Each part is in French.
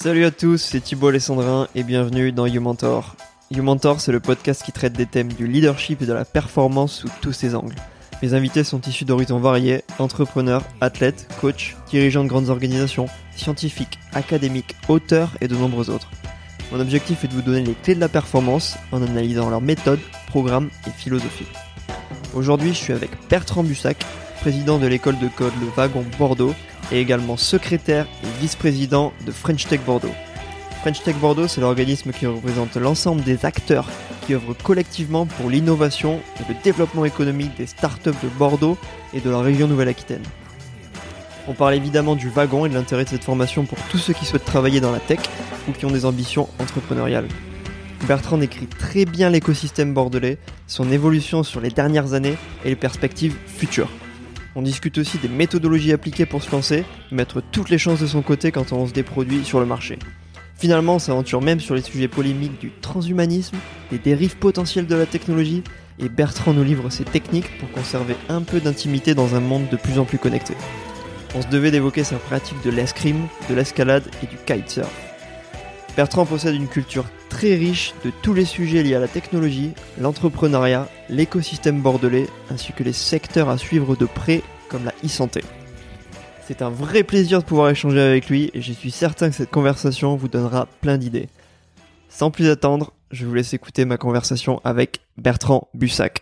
Salut à tous, c'est Thibaut Alessandrin et bienvenue dans YouMentor. YouMentor, c'est le podcast qui traite des thèmes du leadership et de la performance sous tous ses angles. Mes invités sont issus d'horizons variés, entrepreneurs, athlètes, coachs, dirigeants de grandes organisations, scientifiques, académiques, auteurs et de nombreux autres. Mon objectif est de vous donner les clés de la performance en analysant leurs méthodes, programmes et philosophies. Aujourd'hui, je suis avec Bertrand Bussac, président de l'école de code Le Wagon Bordeaux et également secrétaire et vice-président de French Tech Bordeaux. French Tech Bordeaux, c'est l'organisme qui représente l'ensemble des acteurs qui œuvrent collectivement pour l'innovation et le développement économique des startups de Bordeaux et de la région Nouvelle-Aquitaine. On parle évidemment du wagon et de l'intérêt de cette formation pour tous ceux qui souhaitent travailler dans la tech ou qui ont des ambitions entrepreneuriales. Bertrand décrit très bien l'écosystème bordelais, son évolution sur les dernières années et les perspectives futures. On discute aussi des méthodologies appliquées pour se lancer, mettre toutes les chances de son côté quand on lance des produits sur le marché. Finalement, on s'aventure même sur les sujets polémiques du transhumanisme, des dérives potentielles de la technologie, et Bertrand nous livre ses techniques pour conserver un peu d'intimité dans un monde de plus en plus connecté. On se devait d'évoquer sa pratique de l'escrime, de l'escalade et du kitesurf. Bertrand possède une culture très riche de tous les sujets liés à la technologie, l'entrepreneuriat, l'écosystème bordelais, ainsi que les secteurs à suivre de près comme la e-santé. C'est un vrai plaisir de pouvoir échanger avec lui et je suis certain que cette conversation vous donnera plein d'idées. Sans plus attendre, je vous laisse écouter ma conversation avec Bertrand Bussac.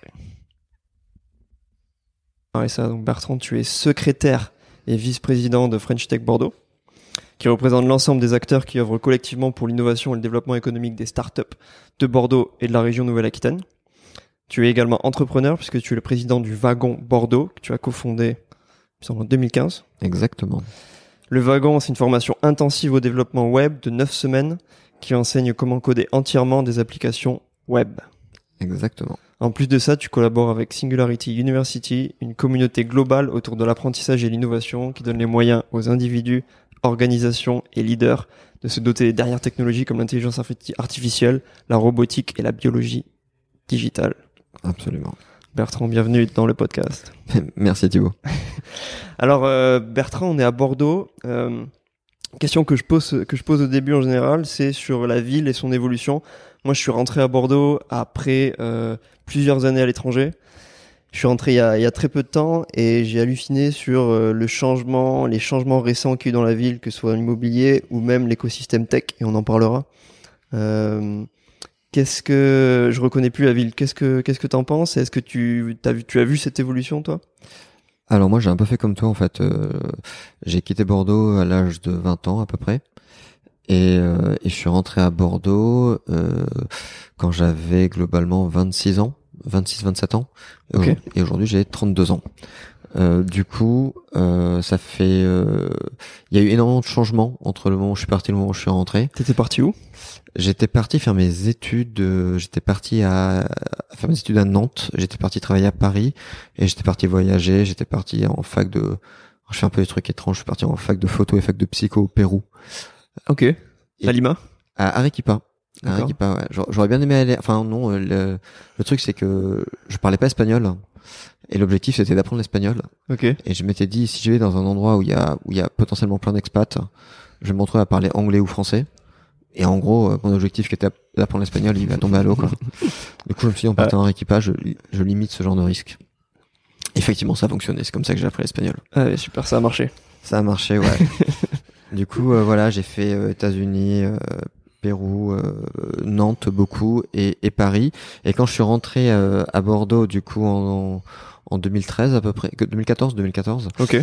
Et ça, donc Bertrand, tu es secrétaire et vice-président de French Tech Bordeaux, qui représente l'ensemble des acteurs qui œuvrent collectivement pour l'innovation et le développement économique des startups de Bordeaux et de la région Nouvelle-Aquitaine. Tu es également entrepreneur puisque tu es le président du Wagon Bordeaux, que tu as cofondé en 2015. Exactement. Le Wagon, c'est une formation intensive au développement web de 9 semaines qui enseigne comment coder entièrement des applications web. Exactement. En plus de ça, tu collabores avec Singularity University, une communauté globale autour de l'apprentissage et l'innovation qui donne les moyens aux individus, organisations et leaders de se doter des dernières technologies comme l'intelligence artificielle, la robotique et la biologie digitale. Absolument. Bertrand, bienvenue dans le podcast. Merci Thibaut. Alors Bertrand, on est à Bordeaux. Question que je pose au début en général, c'est sur la ville et son évolution. Moi, je suis rentré à Bordeaux après plusieurs années à l'étranger. Je suis rentré il y a très peu de temps et j'ai halluciné sur les changements récents qu'il y a eu dans la ville, que ce soit l'immobilier ou même l'écosystème tech, et on en parlera. Je reconnais plus la ville. Qu'est-ce que t'en penses? Est-ce que tu as vu cette évolution, toi? Alors moi, j'ai un peu fait comme toi, en fait. J'ai quitté Bordeaux à l'âge de 20 ans, à peu près. Et je suis rentré à Bordeaux quand j'avais globalement 26 ans. 26-27 ans. Okay. Et aujourd'hui, j'ai 32 ans. Du coup, ça fait... Il y a eu énormément de changements entre le moment où je suis parti et le moment où je suis rentré. T'étais parti où? J'étais parti faire mes études. J'étais parti à faire mes études à Nantes. J'étais parti travailler à Paris et j'étais parti voyager. J'étais parti en fac de... Je fais un peu des trucs étranges. Je suis parti en fac de photo et fac de psycho au Pérou. Ok. À Lima? À Arequipa. Arequipa, ouais. J'aurais bien aimé aller... Enfin non, le truc c'est que je parlais pas espagnol. Et l'objectif, c'était d'apprendre l'espagnol. Ok. Et je m'étais dit, si je vais dans un endroit où il y a potentiellement plein d'expats, je vais me retrouver à parler anglais ou français. Et en gros, mon objectif qui était d'apprendre l'espagnol, il va tomber à l'eau, quoi. Du coup, je me suis dit, en partant en équipage, je limite ce genre de risque. Effectivement, ça a fonctionné. C'est comme ça que j'ai appris l'espagnol. Ah, super, ça a marché. Ça a marché, ouais. Du coup, voilà, j'ai fait États-Unis, Pérou, Nantes beaucoup et Paris. Et quand je suis rentré à Bordeaux, du coup, en 2013 à peu près, 2014. Ok.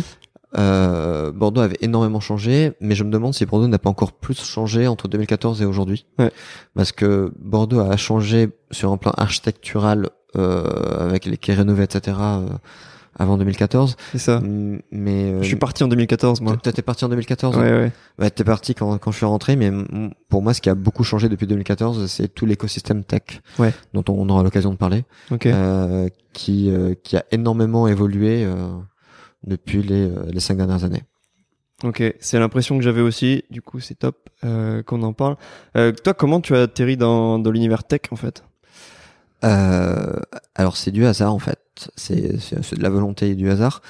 Bordeaux avait énormément changé, mais je me demande si Bordeaux n'a pas encore plus changé entre 2014 et aujourd'hui. Ouais. Parce que Bordeaux a changé sur un plan architectural avec les quais rénovés, etc. Avant 2014. C'est ça. Mais je suis parti en 2014, moi. T'es parti en 2014. Ouais. Ouais, t'es parti quand je suis rentré, mais pour moi, ce qui a beaucoup changé depuis 2014, c'est tout l'écosystème tech, ouais, dont on aura l'occasion de parler, okay, qui a énormément évolué depuis les 5 dernières années. Ok, c'est l'impression que j'avais aussi. Du coup, c'est top qu'on en parle. Toi, comment tu as atterri dans l'univers tech, en fait? Alors c'est du hasard en fait, c'est de la volonté et du hasard.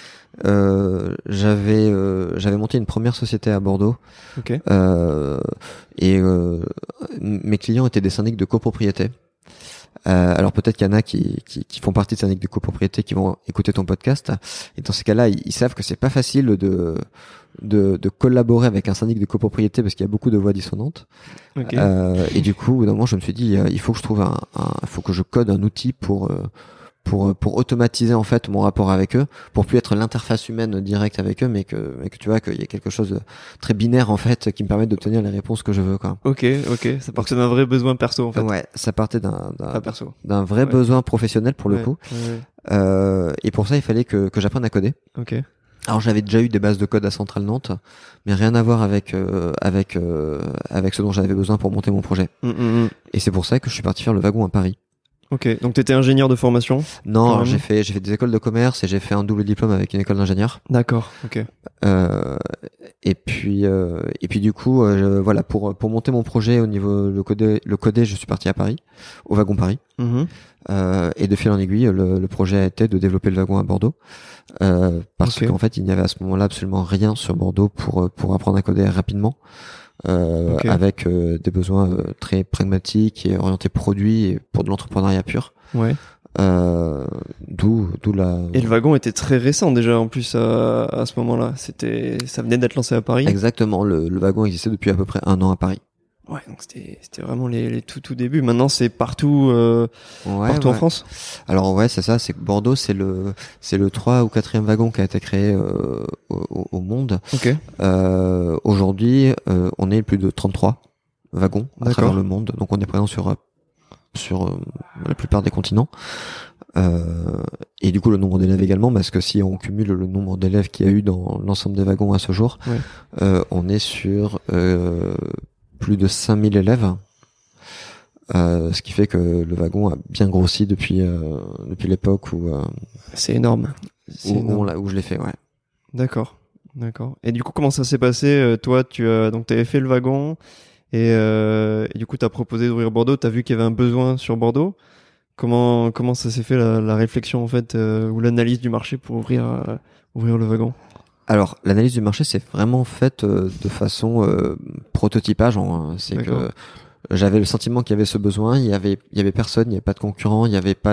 J'avais monté une première société à Bordeaux. Ok. Mes clients étaient des syndics de copropriété. Alors peut-être qu'il y en a qui font partie de syndics de copropriété qui vont écouter ton podcast. Et dans ces cas-là, ils savent que c'est pas facile de collaborer avec un syndic de copropriété parce qu'il y a beaucoup de voix dissonantes. Ok. Et du coup, au bout d'un moment, je me suis dit, il faut que je trouve faut que je code un outil pour automatiser en fait mon rapport avec eux, pour plus être l'interface humaine directe avec eux, mais que tu vois qu'il y a quelque chose de très binaire en fait qui me permet d'obtenir les réponses que je veux, quoi. Ok. Ça partait d'un vrai besoin perso en fait. Ouais, ça partait Pas perso. d'un vrai besoin professionnel pour le coup. Ouais. Et pour ça, il fallait que j'apprenne à coder. Ok. Alors j'avais déjà eu des bases de code à Centrale Nantes, mais rien à voir avec ce dont j'avais besoin pour monter mon projet. Et c'est pour ça que je suis parti faire le wagon à Paris. Ok, donc t'étais ingénieur de formation? Non, alors j'ai fait des écoles de commerce et j'ai fait un double diplôme avec une école d'ingénieur. D'accord, ok. Et puis du coup, voilà, pour monter mon projet au niveau le coder, je suis parti à Paris, au wagon Paris. Et de fil en aiguille, le projet a été de développer le wagon à Bordeaux, parce qu'en fait, il n'y avait à ce moment-là absolument rien sur Bordeaux pour apprendre à coder rapidement. Avec des besoins très pragmatiques et orientés produits et pour de l'entrepreneuriat pur. Ouais. D'où la. Et le wagon était très récent déjà en plus à ce moment-là. Ça venait d'être lancé à Paris. Exactement. Le wagon existait depuis à peu près 1 an à Paris. Ouais, donc c'était vraiment les tout débuts. Maintenant c'est partout partout en France. Alors ouais, c'est ça, c'est que Bordeaux c'est le 3 ou 4e wagon qui a été créé au monde. Ok. Aujourd'hui, on est plus de 33 wagons à travers le monde. Donc on est présent sur la plupart des continents. Et du coup le nombre d'élèves également, parce que si on cumule le nombre d'élèves qu'il y a eu dans l'ensemble des wagons à ce jour, on est sur plus de 5000 élèves, ce qui fait que le wagon a bien grossi depuis l'époque où c'est énorme. Où je l'ai fait, ouais. D'accord. Et du coup, comment ça s'est passé? Toi, t'avais fait le wagon et du coup, t'as proposé d'ouvrir Bordeaux. T'as vu qu'il y avait un besoin sur Bordeaux. Comment ça s'est fait la réflexion en fait ou l'analyse du marché pour ouvrir le wagon? Alors, l'analyse du marché, c'est vraiment faite de façon prototypage. C'est que j'avais le sentiment qu'il y avait ce besoin. Il y avait personne, il n'y avait pas de concurrent, il y avait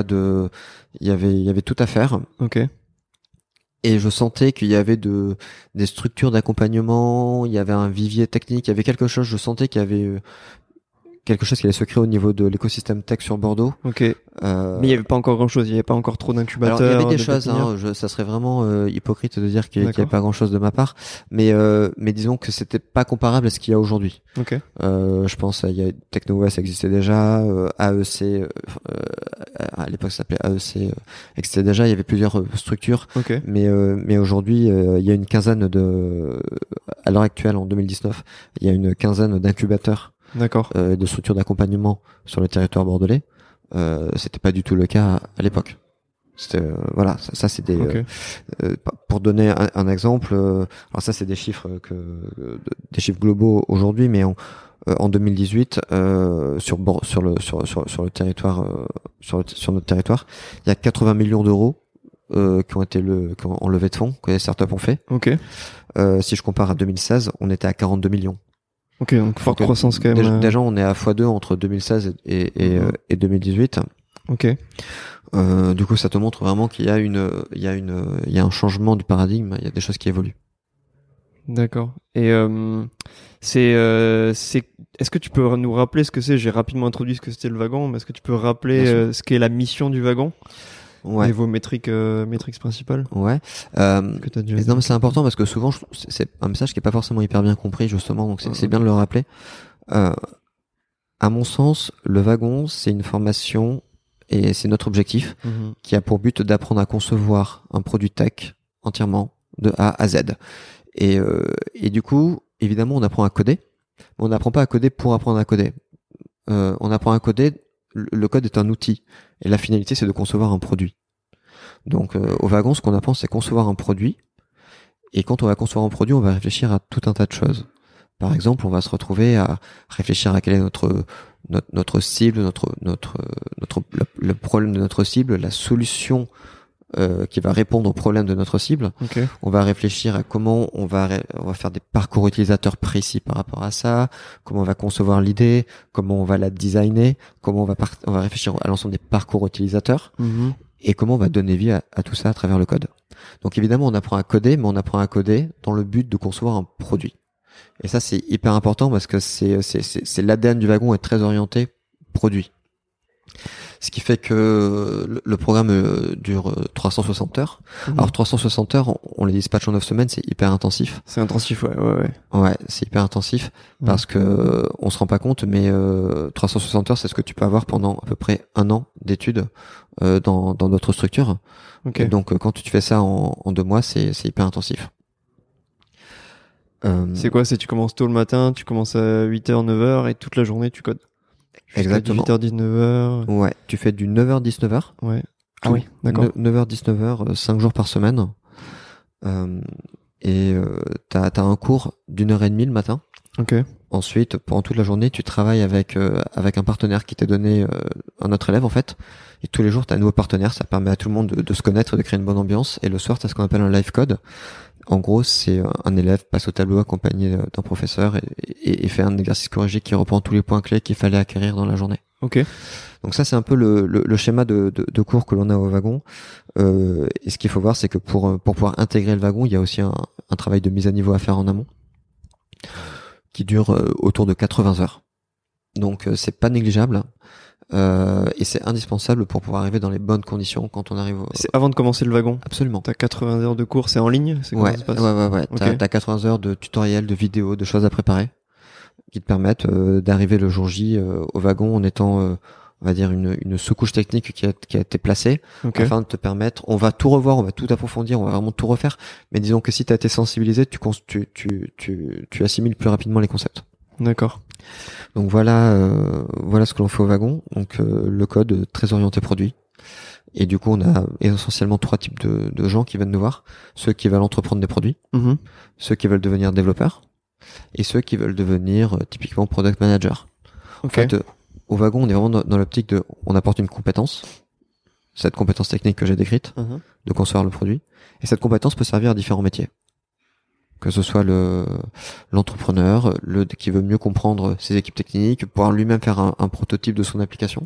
tout à faire. Ok. Et je sentais qu'il y avait des structures d'accompagnement, il y avait un vivier technique, il y avait quelque chose. Je sentais qu'il y avait quelque chose qui allait se créer au niveau de l'écosystème tech sur Bordeaux. Ok. Mais il n'y avait pas encore grand chose, il n'y avait pas encore trop d'incubateurs. Alors il y avait des choses, ça serait vraiment hypocrite de dire qu'il n'y avait pas grand chose de ma part, mais disons que c'était pas comparable à ce qu'il y a aujourd'hui. Ok. Je pense il y a TechnoOS existait déjà, AEC, à l'époque ça s'appelait AEC, existait déjà, il y avait plusieurs structures. Ok. Mais aujourd'hui il y a une quinzaine à l'heure actuelle en 2019, il y a une quinzaine d'incubateurs. D'accord. De structures d'accompagnement sur le territoire bordelais. C'était pas du tout le cas à l'époque. C'était voilà, ça c'est des pour donner un exemple. Alors ça c'est des chiffres des chiffres globaux aujourd'hui, mais en 2018 sur le territoire sur notre territoire, il y a 80 millions d'euros qui ont levé de fonds que les startups ont fait. Ok. Si je compare à 2016, on était à 42 millions. Ok, donc forte croissance quand même. Déjà, on est à x2 entre 2016 et 2018. Ok. Du coup, ça te montre vraiment qu'il y a un changement du paradigme. Il y a des choses qui évoluent. D'accord. Et est-ce que tu peux nous rappeler ce que c'est? J'ai rapidement introduit ce que c'était le wagon, mais est-ce que tu peux rappeler ce qu'est la mission du wagon? Ouais. Et vos métriques principales. Ouais. Non, mais c'est important parce que souvent c'est un message qui est pas forcément hyper bien compris justement, donc c'est bien de le rappeler. À mon sens, le wagon, c'est une formation et c'est notre objectif qui a pour but d'apprendre à concevoir un produit tech entièrement de A à Z. Et du coup, évidemment, on apprend à coder, mais on n'apprend pas à coder pour apprendre à coder. On apprend à coder. Le code est un outil et la finalité c'est de concevoir un produit. Donc au wagon, ce qu'on apprend c'est concevoir un produit, et quand on va concevoir un produit, on va réfléchir à tout un tas de choses. Par exemple, on va se retrouver à réfléchir à quel est notre cible, le problème de notre cible, la solution qui va répondre au problème de notre cible. Okay. On va réfléchir à comment on va faire des parcours utilisateurs précis par rapport à ça, comment on va concevoir l'idée, comment on va la designer, comment on va réfléchir à l'ensemble des parcours utilisateurs et comment on va donner vie à tout ça à travers le code. Donc évidemment, on apprend à coder, mais on apprend à coder dans le but de concevoir un produit. Et ça, c'est hyper important parce que c'est l'ADN du wagon est très orienté produit. Ce qui fait que le programme dure 360 heures. Alors 360 heures, on les dispatche en 9 semaines, c'est hyper intensif. C'est intensif, ouais. Ouais, c'est hyper intensif parce que on se rend pas compte, mais 360 heures, c'est ce que tu peux avoir pendant à peu près 1 an d'études dans notre structure. Okay. Et donc quand tu fais ça en 2 mois, c'est hyper intensif. C'est quoi? Tu commences tôt le matin, tu commences à 8h, 9h et toute la journée tu codes? Exactement. 8h, 19h. Ouais, tu fais du 9h, 19h. Ouais. Ah oui, d'accord. 9h, 19h, 5 jours par semaine. Et t'as un cours d'1h30 le matin. Ok. Ensuite, pendant toute la journée, tu travailles avec un partenaire qui t'a donné un autre élève en fait. Et tous les jours, t'as un nouveau partenaire. Ça permet à tout le monde de se connaître, de créer une bonne ambiance. Et le soir, t'as ce qu'on appelle un live code. En gros, c'est un élève passe au tableau accompagné d'un professeur et fait un exercice corrigé qui reprend tous les points clés qu'il fallait acquérir dans la journée. Ok. Donc ça, c'est un peu le schéma de cours que l'on a au wagon. Et ce qu'il faut voir, c'est que pour pouvoir intégrer le wagon, il y a aussi un travail de mise à niveau à faire en amont qui dure autour de 80 heures. Donc c'est pas négligeable. Et c'est indispensable pour pouvoir arriver dans les bonnes conditions quand on arrive C'est avant de commencer le wagon? Absolument. T'as 80 heures de cours, c'est en ligne? C'est ouais, ça se passe? ouais. Okay. T'as 80 heures de tutoriels, de vidéos, de choses à préparer qui te permettent d'arriver le jour J au wagon en étant, on va dire, une sous-couche technique qui a été placée afin de te permettre, on va tout revoir, on va tout approfondir, on va vraiment tout refaire, mais disons que si t'as été sensibilisé, tu assimiles plus rapidement les concepts. D'accord. Donc voilà ce que l'on fait au wagon. Donc le code très orienté produit. Et du coup, on a essentiellement 3 types de gens qui viennent nous voir. Ceux qui veulent entreprendre des produits, ceux qui veulent devenir développeurs, et ceux qui veulent devenir typiquement product manager. Okay. En fait, au wagon, on est vraiment dans l'optique on apporte une compétence, cette compétence technique que j'ai décrite, de concevoir le produit. Et cette compétence peut servir à différents métiers. Que ce soit l'entrepreneur, qui veut mieux comprendre ses équipes techniques, pouvoir lui-même faire un prototype de son application,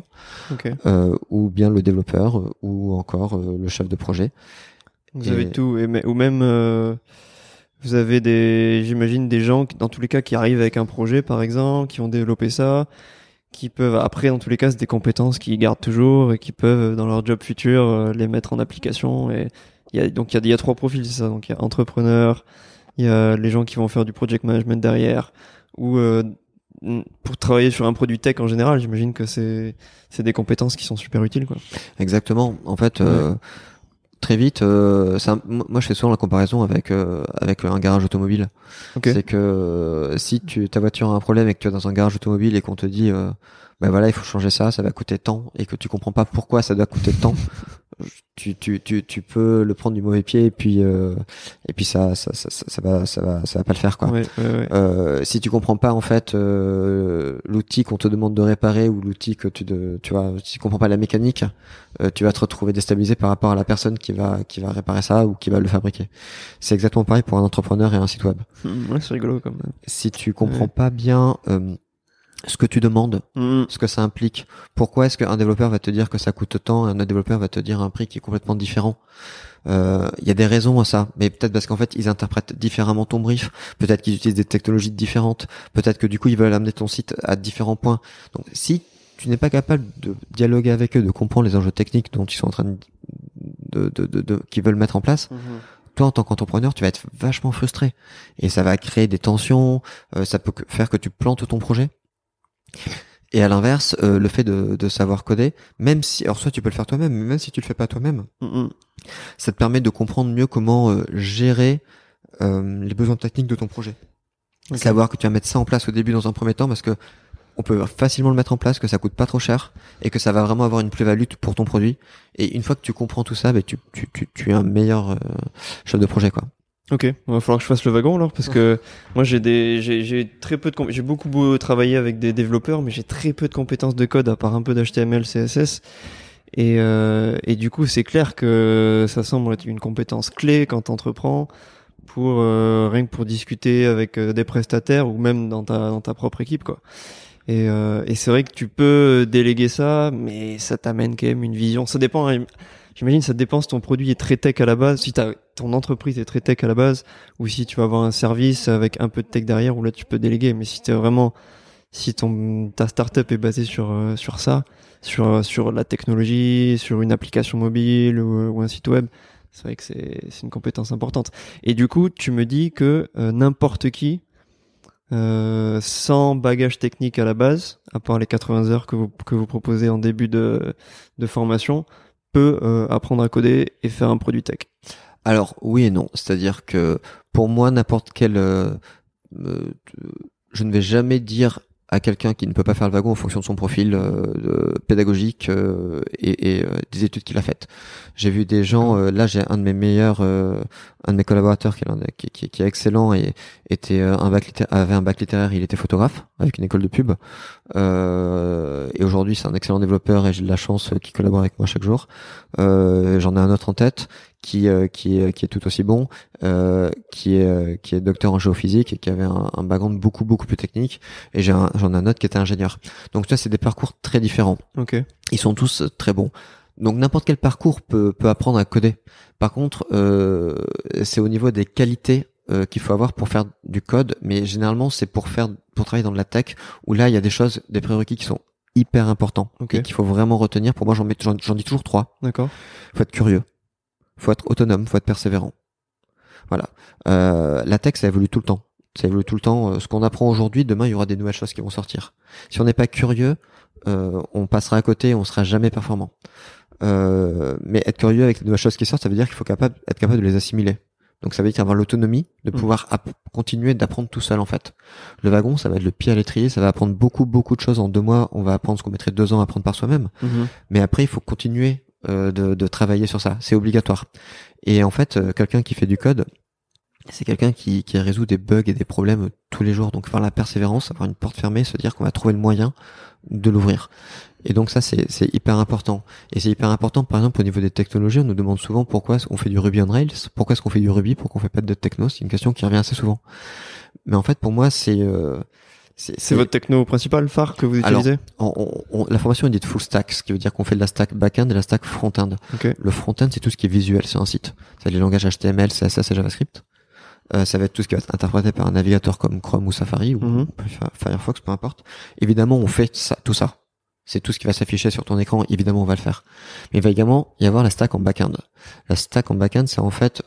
ou bien le développeur, ou encore le chef de projet. Vous avez tout, ou même vous avez j'imagine des gens dans tous les cas qui arrivent avec un projet par exemple, qui vont développer ça, qui peuvent après dans tous les cas c'est des compétences qu'ils gardent toujours et qui peuvent dans leur job futur les mettre en application. Et il y a 3 profils, c'est ça. Donc il y a entrepreneur, il y a les gens qui vont faire du project management derrière, ou pour travailler sur un produit tech en général, j'imagine que c'est des compétences qui sont super utiles, quoi. Exactement. En fait, très vite, moi je fais souvent la comparaison avec un garage automobile. C'est que si ta voiture a un problème et que tu es dans un garage automobile et qu'on te dit ben voilà, il faut changer ça va coûter tant, et que tu comprends pas pourquoi ça doit coûter tant, tu peux le prendre du mauvais pied et puis ça va pas le faire, quoi. Si tu comprends pas en fait l'outil qu'on te demande de réparer, ou l'outil que tu vois, si tu comprends pas la mécanique, tu vas te retrouver déstabilisé par rapport à la personne qui va réparer ça ou qui va le fabriquer. C'est exactement pareil pour un entrepreneur et un site web. Ouais, c'est rigolo quand même. Si tu comprends pas bien ce que tu demandes, ce que ça implique, pourquoi est-ce qu'un développeur va te dire que ça coûte tant et un autre développeur va te dire un prix qui est complètement différent. Il y a des raisons à ça, mais peut-être parce qu'en fait ils interprètent différemment ton brief, peut-être qu'ils utilisent des technologies différentes, peut-être que du coup ils veulent amener ton site à différents points. Donc si tu n'es pas capable de dialoguer avec eux, de comprendre les enjeux techniques dont ils sont en train qu'ils veulent mettre en place, toi en tant qu'entrepreneur tu vas être vachement frustré et ça va créer des tensions, ça peut faire que tu plantes ton projet. Et à l'inverse, le fait de savoir coder, même si, alors soit tu peux le faire toi-même, mais même si tu le fais pas toi-même, ça te permet de comprendre mieux comment gérer les besoins techniques de ton projet. Savoir que tu vas mettre ça en place au début dans un premier temps, parce que on peut facilement le mettre en place, que ça coûte pas trop cher et que ça va vraiment avoir une plus-value pour ton produit. Et une fois que tu comprends tout ça, tu es un meilleur chef de projet, quoi. Ok, il va falloir que je fasse le wagon alors parce que moi j'ai très peu j'ai beaucoup travaillé avec des développeurs mais j'ai très peu de compétences de code à part un peu d'HTML, CSS et du coup c'est clair que ça semble être une compétence clé quand t'entreprends pour rien que pour discuter avec des prestataires ou même dans ta propre équipe quoi. Et c'est vrai que tu peux déléguer ça mais ça t'amène quand même une vision. Ça dépend. J'imagine ça dépend si ton produit est très tech à la base, si ton entreprise est très tech à la base, ou si tu vas avoir un service avec un peu de tech derrière, où là tu peux déléguer. Mais si ta startup est basée sur ça, sur la technologie, sur une application mobile ou un site web, c'est vrai que c'est une compétence importante. Et du coup, tu me dis que n'importe qui, sans bagage technique à la base, à part les 80 heures que vous proposez en début de formation, peut apprendre à coder et faire un produit tech. Alors oui et non, c'est-à-dire que pour moi n'importe quel je ne vais jamais dire à quelqu'un qui ne peut pas faire le wagon en fonction de son profil pédagogique et des études qu'il a faites. J'ai vu des gens, là j'ai un de mes collaborateurs qui est excellent et avait un bac littéraire, il était photographe avec une école de pub et aujourd'hui c'est un excellent développeur et j'ai de la chance qu'il collabore avec moi chaque jour. J'en ai un autre en tête qui est tout aussi bon, qui est docteur en géophysique et qui avait un background beaucoup plus technique, et j'en ai un autre qui était ingénieur. Donc ça c'est des parcours très différents. Ok. Ils sont tous très bons. Donc n'importe quel parcours peut apprendre à coder. Par contre, c'est au niveau des qualités qu'il faut avoir pour faire du code, mais généralement c'est pour travailler dans de la tech où là il y a des prérequis qui sont hyper importants et qu'il faut vraiment retenir. Pour moi j'en dis toujours 3. D'accord. Faut être curieux. Faut être autonome, faut être persévérant. Voilà. La tech, ça évolue tout le temps. Ça évolue tout le temps. Ce qu'on apprend aujourd'hui, demain, il y aura des nouvelles choses qui vont sortir. Si on n'est pas curieux, on passera à côté et on sera jamais performant. Mais être curieux avec les nouvelles choses qui sortent, ça veut dire qu'il faut être capable de les assimiler. Donc ça veut dire avoir l'autonomie de pouvoir continuer d'apprendre tout seul en fait. Le wagon, ça va être le pied à l'étrier, ça va apprendre beaucoup de choses en 2 mois. On va apprendre ce qu'on mettrait 2 ans à apprendre par soi-même. Mais après, il faut continuer de travailler sur ça, c'est obligatoire. Et en fait, quelqu'un qui fait du code, c'est quelqu'un qui résout des bugs et des problèmes tous les jours. Donc avoir la persévérance, avoir une porte fermée, se dire qu'on va trouver le moyen de l'ouvrir. Et donc ça c'est hyper important. Et c'est hyper important par exemple au niveau des technologies, on nous demande souvent pourquoi on fait du Ruby on Rails, pourquoi est-ce qu'on fait du Ruby, pourquoi on fait pas de techno, c'est une question qui revient assez souvent. Mais en fait pour moi c'est votre techno principal phare que vous utilisez? Alors, la formation est dite full stack, ce qui veut dire qu'on fait de la stack back-end et de la stack front-end. Okay. Le front-end, c'est tout ce qui est visuel sur un site. C'est les langages HTML, CSS et JavaScript. Ça va être tout ce qui va être interprété par un navigateur comme Chrome ou Safari ou Firefox, peu importe. Évidemment, on fait tout ça. C'est tout ce qui va s'afficher sur ton écran. Évidemment, on va le faire. Mais il va également y avoir la stack en back-end. La stack en back-end, c'est en fait,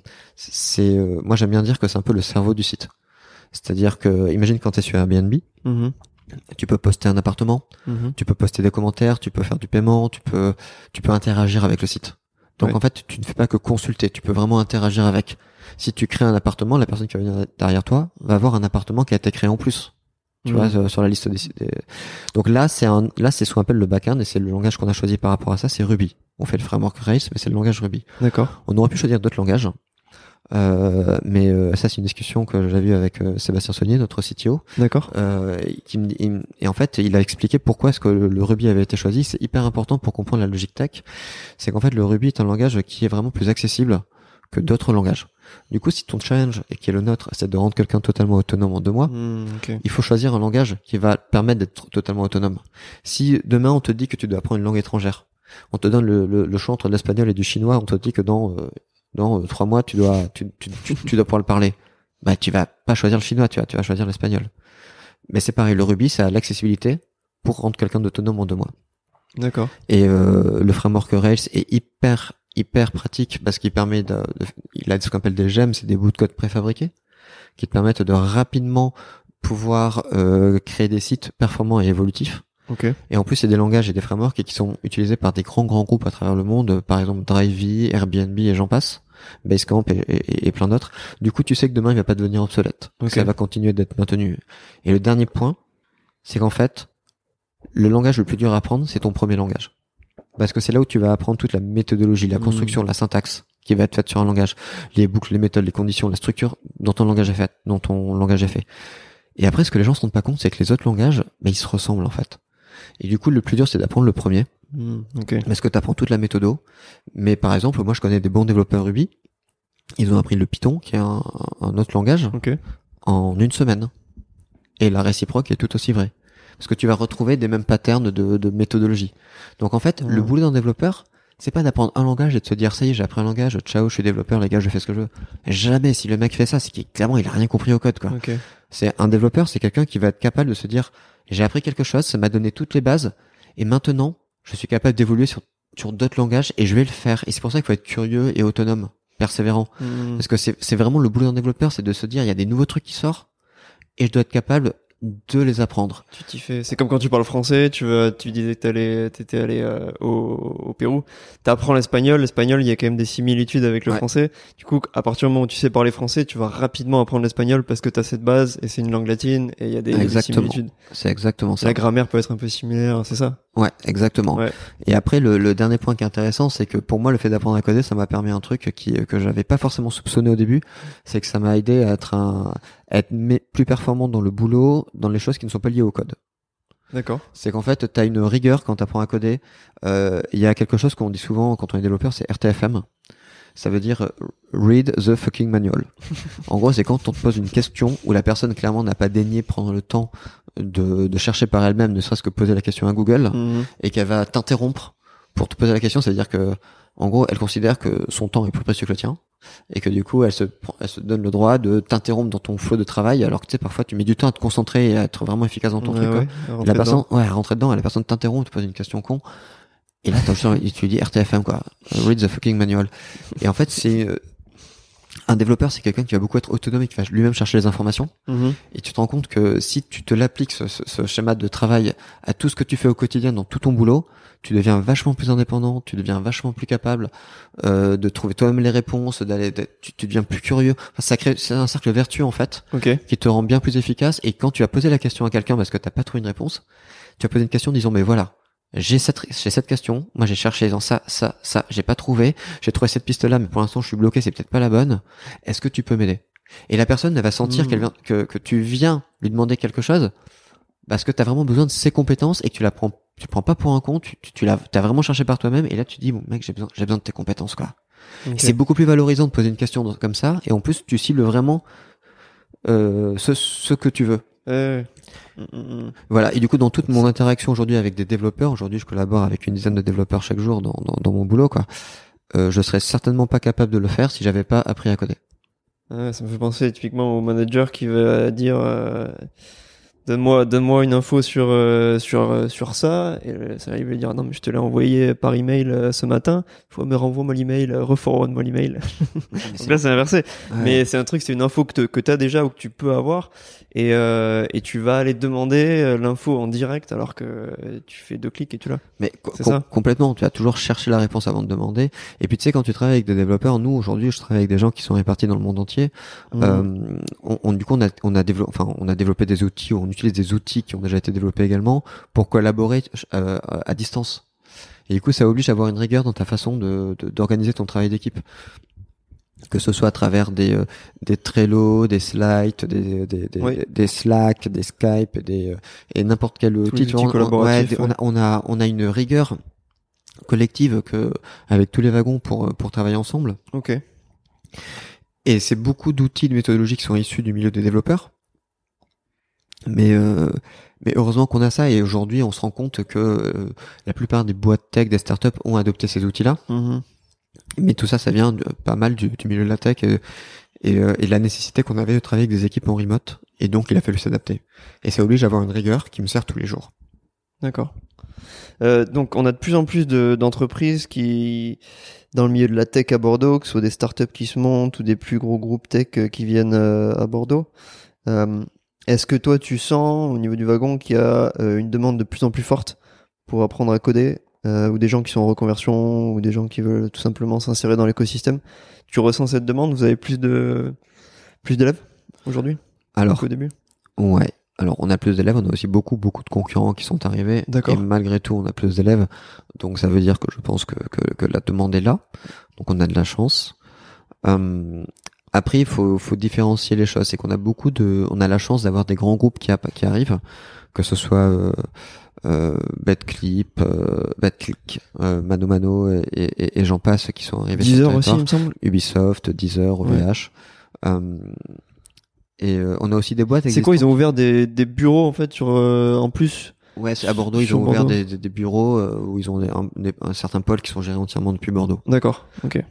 moi j'aime bien dire que c'est un peu le cerveau du site. C'est-à-dire que, imagine quand t'es sur Airbnb, tu peux poster un appartement, tu peux poster des commentaires, tu peux faire du paiement, tu peux interagir avec le site. Donc en fait, tu ne fais pas que consulter, tu peux vraiment interagir avec. Si tu crées un appartement, la personne qui va venir derrière toi va avoir un appartement qui a été créé en plus. Tu vois, sur la liste des... Donc là, c'est ce qu'on appelle le back-end et c'est le langage qu'on a choisi par rapport à ça, c'est Ruby. On fait le framework Rails, mais c'est le langage Ruby. D'accord. On aurait pu choisir d'autres langages. Mais ça c'est une discussion que j'avais eue avec Sébastien Saunier, notre CTO. D'accord. Et en fait, il a expliqué pourquoi est-ce que le Ruby avait été choisi. C'est hyper important pour comprendre la logique tech. C'est qu'en fait, le Ruby est un langage qui est vraiment plus accessible que d'autres langages. Du coup, si ton challenge, et qui est le nôtre, c'est de rendre quelqu'un totalement autonome en 2 mois, il faut choisir un langage qui va permettre d'être totalement autonome. Si demain on te dit que tu dois apprendre une langue étrangère, on te donne le choix entre l'espagnol et du chinois, on te dit que dans 3 mois tu dois pouvoir le parler. Bah tu vas pas choisir le chinois, tu vas choisir l'espagnol. Mais c'est pareil, le Ruby ça a l'accessibilité pour rendre quelqu'un d'autonome en 2 mois. D'accord. Et le framework Rails est hyper pratique parce qu'il permet il a ce qu'on appelle des gemmes, c'est des bouts de code préfabriqués qui te permettent de rapidement pouvoir créer des sites performants et évolutifs. Okay. Et en plus, c'est des langages et des frameworks qui sont utilisés par des grands groupes à travers le monde, par exemple Drivey, Airbnb et j'en passe, Basecamp et plein d'autres. Du coup, tu sais que demain, il va pas devenir obsolète. Okay. Ça va continuer d'être maintenu. Et le dernier point, c'est qu'en fait, le langage le plus dur à apprendre, c'est ton premier langage. Parce que c'est là où tu vas apprendre toute la méthodologie, la construction, la syntaxe. qui va être faite sur un langage, les boucles, les méthodes, les conditions, la structure dont ton langage est fait. Et après, ce que les gens se rendent pas compte, c'est que les autres langages, ils se ressemblent en fait. Et du coup, le plus dur, c'est d'apprendre le premier. Okay. Parce que tu apprends toute la méthode. Mais par exemple, moi, je connais des bons développeurs Ruby. Ils ont appris le Python, qui est un autre langage, en 1 semaine. Et la réciproque est tout aussi vraie. Parce que tu vas retrouver des mêmes patterns de méthodologie. Donc en fait, le boulot d'un développeur, c'est pas d'apprendre un langage et de se dire ça y est, j'ai appris un langage, ciao, je suis développeur, les gars, je fais ce que je veux. Jamais. Si le mec fait ça, c'est qu'il clairement il a rien compris au code, quoi. C'est un développeur, c'est quelqu'un qui va être capable de se dire j'ai appris quelque chose, ça m'a donné toutes les bases, et maintenant je suis capable d'évoluer sur d'autres langages et je vais le faire. Et c'est pour ça qu'il faut être curieux et autonome, persévérant. Parce que c'est vraiment le boulot d'un développeur, c'est de se dire il y a des nouveaux trucs qui sortent et je dois être capable de les apprendre. Tu t'y fais. C'est comme quand tu parles français, tu disais que t'étais allé au Pérou. T'apprends l'espagnol. L'espagnol, il y a quand même des similitudes avec le français. Du coup, à partir du moment où tu sais parler français, tu vas rapidement apprendre l'espagnol parce que t'as cette base et c'est une langue latine et il y a des similitudes. C'est exactement ça. La grammaire peut être un peu similaire, c'est ça? Ouais, exactement. Ouais. Et après, le dernier point qui est intéressant, c'est que pour moi, le fait d'apprendre à coder, ça m'a permis un truc que j'avais pas forcément soupçonné au début. C'est que ça m'a aidé à être plus performant dans le boulot, dans les choses qui ne sont pas liées au code. D'accord. C'est qu'en fait, t'as une rigueur quand t'apprends à coder. Il y a quelque chose qu'on dit souvent quand on est développeur, c'est RTFM. Ça veut dire read the fucking manual. En gros, c'est quand on te pose une question où la personne clairement n'a pas daigné prendre le temps de chercher par elle-même, ne serait-ce que poser la question à Google, et qu'elle va t'interrompre pour te poser la question. C'est-à-dire que, en gros, elle considère que son temps est plus précieux que le tien, et que du coup, elle se donne le droit de t'interrompre dans ton flow de travail, alors que tu sais, parfois, tu mets du temps à te concentrer et à être vraiment efficace dans ton truc. La personne, à rentrer dedans, et la personne t'interrompt, te pose une question con. Et là, tu dis RTFM, quoi. Read the fucking manual. Et en fait, c'est, un développeur, c'est quelqu'un qui va beaucoup être autonome et qui va lui-même chercher les informations. Et tu te rends compte que si tu te l'appliques, ce schéma de travail à tout ce que tu fais au quotidien dans tout ton boulot, tu deviens vachement plus indépendant, tu deviens vachement plus capable, de trouver toi-même les réponses, tu deviens plus curieux. Enfin, c'est un cercle vertueux, en fait. Qui te rend bien plus efficace. Et quand tu as posé la question à quelqu'un parce que t'as pas trouvé une réponse, tu as posé une question en disant, mais voilà. J'ai cette question. Moi, j'ai cherché dans ça. J'ai pas trouvé. J'ai trouvé cette piste-là, mais pour l'instant, je suis bloqué. C'est peut-être pas la bonne. Est-ce que tu peux m'aider? Et la personne, elle va sentir que tu viens lui demander quelque chose parce que t'as vraiment besoin de ses compétences et que tu prends pas pour un con. T'as vraiment cherché par toi-même. Et là, tu dis, bon, mec, j'ai besoin de tes compétences, quoi. C'est beaucoup plus valorisant de poser une question comme ça. Et en plus, tu cibles vraiment, ce que tu veux. Voilà. Et du coup, dans toute mon interaction aujourd'hui avec des développeurs, aujourd'hui, je collabore avec une dizaine de développeurs chaque jour dans mon boulot, quoi. Je serais certainement pas capable de le faire si j'avais pas appris à coder. Ça me fait penser typiquement au manager qui va dire donne-moi une info sur ça, et ça il va dire non mais je te l'ai envoyé par email ce matin, faut me renvoie-moi l'email, reforward-moi l'email. Donc là c'est inversé. Mais c'est un truc, c'est une info que t'as déjà ou que tu peux avoir, et tu vas aller demander l'info en direct alors que tu fais 2 clics et tu l'as. Mais c'est ça. Complètement, tu vas toujours chercher la réponse avant de demander. Et puis tu sais, quand tu travailles avec des développeurs, nous aujourd'hui je travaille avec des gens qui sont répartis dans le monde entier. Du coup on a développé des outils, on utilise des outils qui ont déjà été développés également pour collaborer à distance. Et du coup, ça oblige à avoir une rigueur dans ta façon d'organiser ton travail d'équipe. Que ce soit à travers des Trello, des Slides, des Slack, des Skype, et n'importe quel outil. On a une rigueur collective avec tous les wagons pour travailler ensemble. Ok. Et c'est beaucoup d'outils, de méthodologies qui sont issus du milieu des développeurs. Mais heureusement qu'on a ça, et aujourd'hui on se rend compte que la plupart des boîtes tech, des startups ont adopté ces outils-là. Mais tout ça, ça vient pas mal du milieu de la tech et de la nécessité qu'on avait de travailler avec des équipes en remote, et donc il a fallu s'adapter. Et ça oblige à avoir une rigueur qui me sert tous les jours. D'accord. Donc on a de plus en plus d'entreprises qui, dans le milieu de la tech à Bordeaux, que ce soit des startups qui se montent ou des plus gros groupes tech qui viennent à Bordeaux. Est-ce que toi tu sens au niveau du wagon qu'il y a une demande de plus en plus forte pour apprendre à coder, ou des gens qui sont en reconversion, ou des gens qui veulent tout simplement s'insérer dans l'écosystème? Tu ressens cette demande? Vous avez plus d'élèves aujourd'hui? Alors, qu'au début? Ouais. Alors, on a plus d'élèves, on a aussi beaucoup de concurrents qui sont arrivés. D'accord. Et malgré tout, on a plus d'élèves. Donc, ça veut dire que je pense que la demande est là. Donc, on a de la chance. Après, il faut différencier les choses. C'est qu'on a on a la chance d'avoir des grands groupes qui arrivent, que ce soit BetClick, Mano Mano et j'en passe, qui sont arrivés. Deezer aussi, il me semble. Ubisoft, Deezer, OVH. On a aussi des boîtes. C'est quoi, ils ont ouvert des bureaux en fait en plus. Ouais, à Bordeaux, ils ont ouvert des bureaux où ils ont un certain pôle qui sont gérés entièrement depuis Bordeaux. D'accord, ok.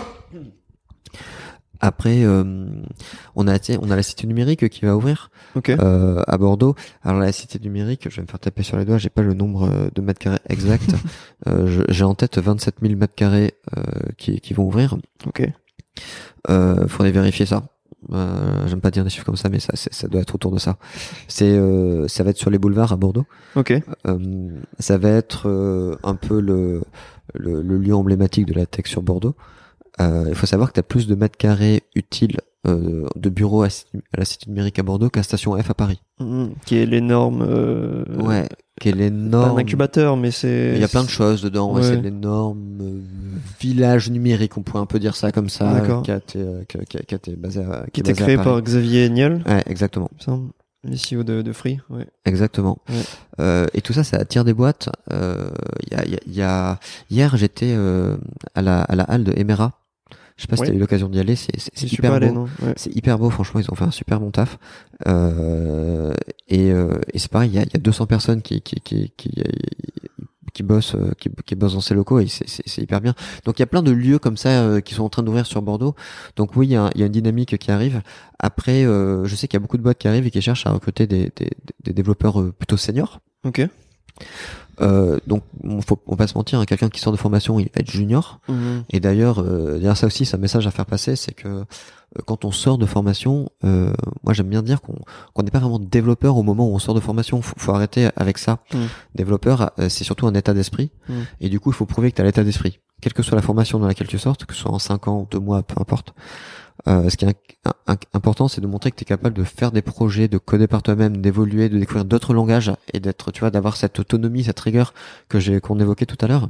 Après, on a la cité numérique qui va ouvrir à Bordeaux. Alors la cité numérique, je vais me faire taper sur les doigts, j'ai pas le nombre de mètres carrés exact. J'ai en tête 27 000 mètres carrés qui vont ouvrir. Ok. Faudrait vérifier ça. J'aime pas dire des chiffres comme ça, mais ça doit être autour de ça. Ça va être sur les boulevards à Bordeaux. Ok. Ça va être un peu le lieu emblématique de la tech sur Bordeaux. Il faut savoir que tu as plus de mètres carrés utiles de bureaux à la cité numérique à Bordeaux qu'à Station F à Paris. Qui est l'énorme... Ouais, qui est l'énorme... Pas un incubateur, mais c'est... Il y a plein de choses dedans. Ouais. C'est l'énorme village numérique, on pourrait un peu dire ça comme ça, qui a été basé à... Qui était créé par Xavier Niel. Ouais, exactement. Les CEO de Free, ouais. Exactement. Ouais. Et tout ça, ça attire des boîtes. Hier, j'étais à la halle de Emera. Je sais pas si t'as eu l'occasion d'y aller, c'est hyper beau. C'est hyper beau, franchement, ils ont fait un super bon taf. Et c'est pareil, il y a 200 personnes qui bossent dans ces locaux et c'est hyper bien. Donc il y a plein de lieux comme ça qui sont en train d'ouvrir sur Bordeaux. Donc oui, il y a une dynamique qui arrive. Après, je sais qu'il y a beaucoup de boîtes qui arrivent et qui cherchent à recruter des développeurs plutôt seniors. Ok. Donc on va pas se mentir, hein, quelqu'un qui sort de formation, il va être junior. Et d'ailleurs, ça aussi, c'est un message à faire passer, c'est que quand on sort de formation, moi j'aime bien dire qu'on n'est pas vraiment développeur au moment où on sort de formation. Faut arrêter avec ça. Développeur, c'est surtout un état d'esprit. Et du coup, il faut prouver que tu as l'état d'esprit, quelle que soit la formation dans laquelle tu sortes, que ce soit en 5 ans, 2 mois, peu importe. Ce qui est important, c'est de montrer que tu es capable de faire des projets, de coder par toi-même, d'évoluer, de découvrir d'autres langages et d'avoir cette autonomie, cette rigueur qu'on évoquait tout à l'heure.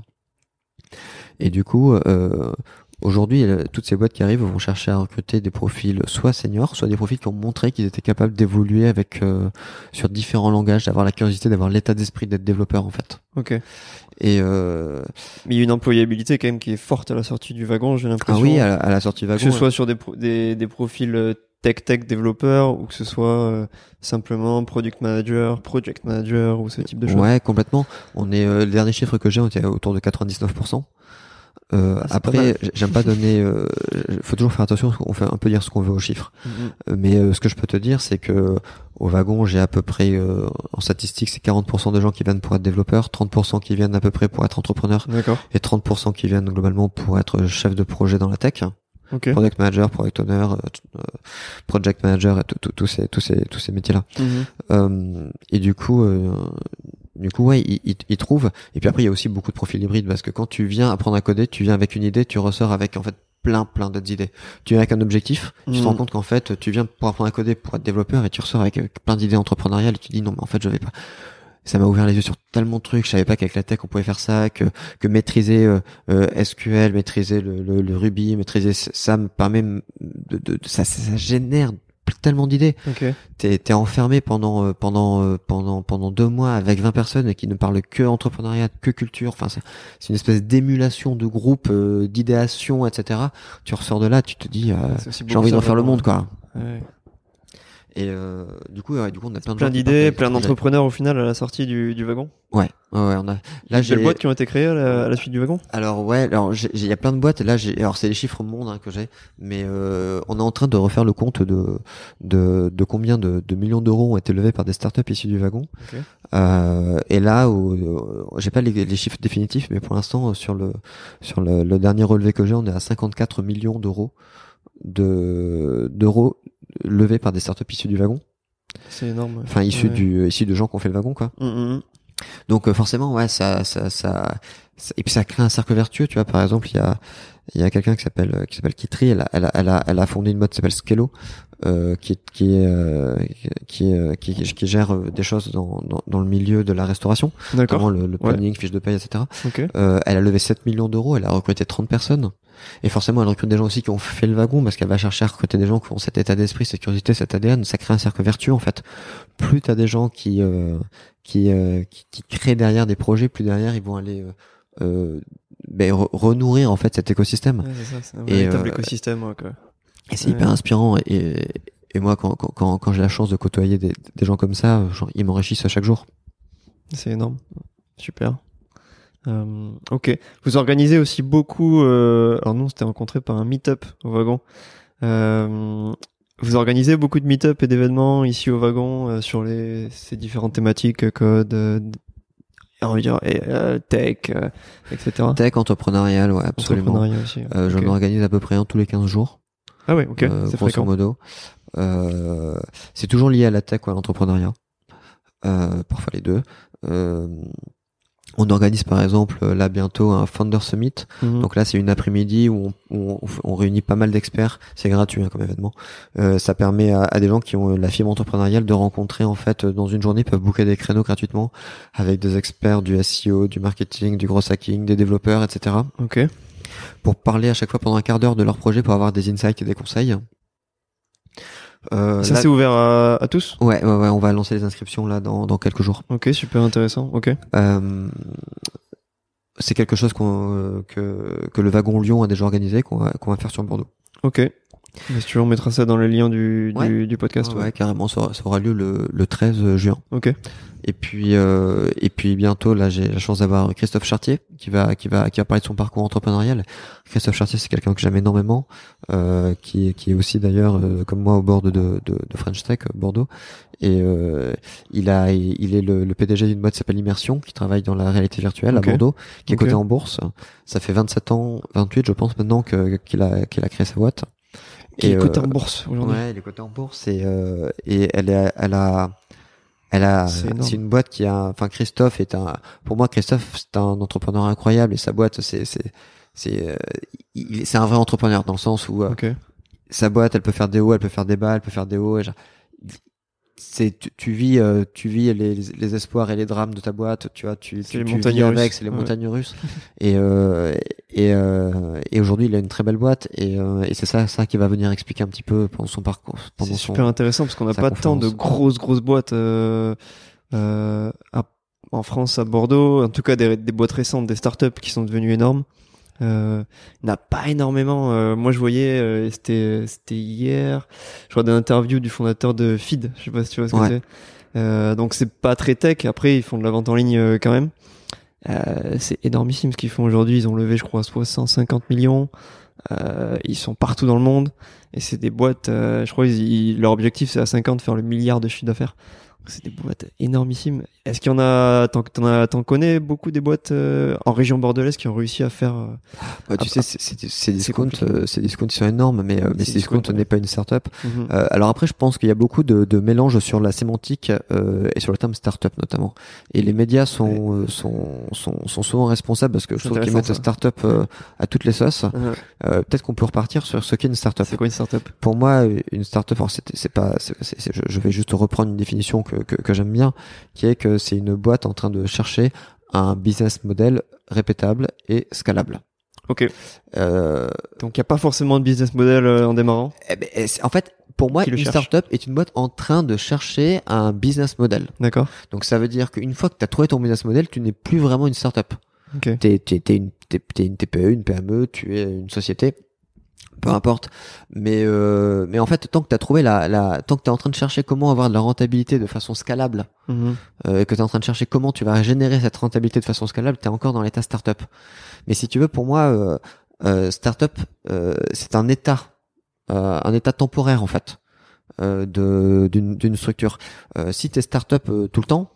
Et du coup, aujourd'hui, toutes ces boîtes qui arrivent vont chercher à recruter des profils soit seniors, soit des profils qui ont montré qu'ils étaient capables d'évoluer sur différents langages, d'avoir la curiosité, d'avoir l'état d'esprit d'être développeur en fait. Ok. Mais il y a une employabilité quand même qui est forte à la sortie du wagon, j'ai l'impression. Ah oui, à la sortie du wagon. Que ce soit sur des profils tech développeurs ou que ce soit simplement product manager ou ce type de choses. Ouais, complètement. Les derniers chiffres que j'ai, on était autour de 99%. Après, j'aime pas donner. Faut toujours faire attention. On fait un peu dire ce qu'on veut aux chiffres. Mais ce que je peux te dire, c'est que au wagon, j'ai à peu près en statistique, c'est 40% de gens qui viennent pour être développeurs, 30% qui viennent à peu près pour être entrepreneurs, et 30% qui viennent globalement pour être chef de projet dans la tech. Okay. Product manager, product owner, project manager, et tous ces métiers-là. Et du coup, ouais, ils trouvent. Et puis après, il y a aussi beaucoup de profils hybrides parce que quand tu viens apprendre à coder, tu viens avec une idée, tu ressors avec en fait plein d'autres idées. Tu viens avec un objectif, tu te rends compte qu'en fait, tu viens pour apprendre à coder, pour être développeur, et tu ressors avec plein d'idées entrepreneuriales. Et tu dis non, mais en fait, je vais pas. Ça m'a ouvert les yeux sur tellement de trucs. Je savais pas qu'avec la tech on pouvait faire ça, que maîtriser SQL, maîtriser le Ruby, maîtriser ça me permet ça génère tellement d'idées. Okay. T'es enfermé pendant 2 mois avec 20 personnes qui ne parlent que entrepreneuriat, que culture. Enfin, c'est une espèce d'émulation de groupe, d'idéation, etc. Tu ressors de là, tu te dis, j'ai envie de refaire le monde, quoi. Ouais. Et du coup, on a plein d'idées, plein d'entrepreneurs au final à la sortie du wagon. Ouais, on a. Là, j'ai des boîtes qui ont été créées à la suite du wagon. Alors il y a plein de boîtes. Et là, alors c'est les chiffres monde que j'ai, mais on est en train de refaire le compte de combien de millions d'euros ont été levés par des startups issues du wagon. Okay. Et là, j'ai pas les chiffres définitifs, mais pour l'instant, sur le dernier relevé que j'ai, on est à 54 millions d'euros levés par des startups issues du wagon. C'est énorme. Enfin, issues de gens qui ont fait le wagon, quoi. Donc forcément, ouais, ça et puis ça crée un cercle vertueux, tu vois. Par exemple, il y a quelqu'un qui s'appelle Kitri, elle a fondé une boîte qui s'appelle Skello, qui gère des choses dans le milieu de la restauration, D'accord. notamment le planning, fiche de paye, etc. Ok. Elle a levé 7 millions d'euros, elle a recruté 30 personnes. Et forcément, elle recrute des gens aussi qui ont fait le wagon, parce qu'elle va chercher à recruter des gens qui ont cet état d'esprit, cette curiosité, cet ADN. Ça crée un cercle vertueux, en fait. Plus t'as des gens qui créent derrière des projets, plus derrière ils vont aller renourrir en fait cet écosystème. Ouais, c'est ça, c'est un véritable écosystème, ouais, quoi. Et c'est hyper inspirant. Et moi, quand j'ai la chance de côtoyer des gens comme ça, genre, ils m'enrichissent à chaque jour. C'est énorme. Super. Ok. Vous organisez aussi beaucoup. Alors nous, on s'était rencontrés par un meet-up au wagon. Vous organisez beaucoup de meet-up et d'événements ici au wagon sur ces différentes thématiques, code, on va dire, tech, etc. Tech, entrepreneurial, ouais, absolument. Entrepreneurial aussi. Ouais. J'en organise à peu près un tous les 15 jours. Ah ouais, ok. C'est grosso fréquent. modo. C'est toujours lié à la tech ou à l'entrepreneuriat. Parfois les deux. On organise par exemple là bientôt un Founder Summit. Donc là c'est une après-midi où on réunit pas mal d'experts. C'est gratuit comme événement. Ça permet à des gens qui ont la fibre entrepreneuriale de rencontrer en fait dans une journée, peuvent booker des créneaux gratuitement avec des experts du SEO, du marketing, du gros hacking, des développeurs, etc. Ok. Pour parler à chaque fois pendant un quart d'heure de leur projet, pour avoir des insights et des conseils. Ça c'est ouvert à tous? Ouais, on va lancer les inscriptions là dans quelques jours. Ok, super intéressant. Ok. C'est quelque chose que le wagon Lyon a déjà organisé, qu'on va faire sur Bordeaux. Ok. Mais si tu veux, on mettra ça dans les liens du podcast. Ouais, carrément, ça aura lieu le 13 juin. Ok. Et puis bientôt, là, j'ai la chance d'avoir Christophe Chartier qui va parler de son parcours entrepreneurial. Christophe Chartier, c'est quelqu'un que j'aime énormément, qui est aussi d'ailleurs, comme moi, au bord de French Tech, Bordeaux. Et, il est le PDG d'une boîte qui s'appelle Immersion, qui travaille dans la réalité virtuelle à Bordeaux, qui est cotée en bourse. Ça fait 27 ans, 28, je pense maintenant qu'il a créé sa boîte. Qui est cotée en bourse aujourd'hui. Ouais, elle est cotée en bourse et c'est une boîte Christophe pour moi, Christophe, c'est un entrepreneur incroyable et sa boîte, c'est un vrai entrepreneur dans le sens où, sa boîte, elle peut faire des hauts, elle peut faire des bas, elle peut faire des hauts et genre, tu vis les espoirs et les drames de ta boîte, tu vois, tu vis avec, c'est les montagnes russes. Et aujourd'hui, il a une très belle boîte et c'est ça qui va venir expliquer un petit peu pendant son parcours. C'est super intéressant parce qu'on n'a pas tant de grosses boîtes en France, à Bordeaux, en tout cas des boîtes récentes, des startups qui sont devenues énormes. N'a pas énormément. Moi, je voyais, c'était hier, je vois des interviews du fondateur de Feed. Je sais pas si tu vois ce que c'est. Donc c'est pas très tech. Après, ils font de la vente en ligne quand même. C'est énormissime ce qu'ils font aujourd'hui. Ils ont levé, je crois, 650 millions. Ils sont partout dans le monde et c'est des boîtes. Je crois leur objectif c'est à 50 faire le milliard de chiffre d'affaires. C'est des boîtes énormissimes. Est-ce qu'il y en a, t'en connais beaucoup des boîtes en région bordelaise qui ont réussi à faire tu sais, ces discounts qui sont énormes, mais ces discounts n'est pas une startup. Alors après, je pense qu'il y a beaucoup de mélange sur la sémantique et sur le terme startup notamment. Et les médias sont souvent responsables parce que je trouve qu'ils mettent startup à toutes les sauces. Peut-être qu'on peut repartir sur ce qu'est une startup. C'est quoi une startup? Pour moi, une startup, je vais juste reprendre une définition que j'aime bien, qui est que c'est une boîte en train de chercher un business model répétable et scalable. Ok. Donc il n'y a pas forcément de business model en démarrant. En fait, pour moi, une startup est une boîte en train de chercher un business model. D'accord. Donc ça veut dire qu'une fois que tu as trouvé ton business model, tu n'es plus vraiment une startup. Okay. T'es une TPE, une PME, tu es une société. Peu importe, mais en fait, tant que t'as trouvé tant que t'es en train de chercher comment avoir de la rentabilité de façon scalable, et que t'es en train de chercher comment tu vas générer cette rentabilité de façon scalable, t'es encore dans l'état startup. Mais si tu veux, pour moi, startup, c'est un état temporaire en fait, d'une structure. Si t'es startup tout le temps,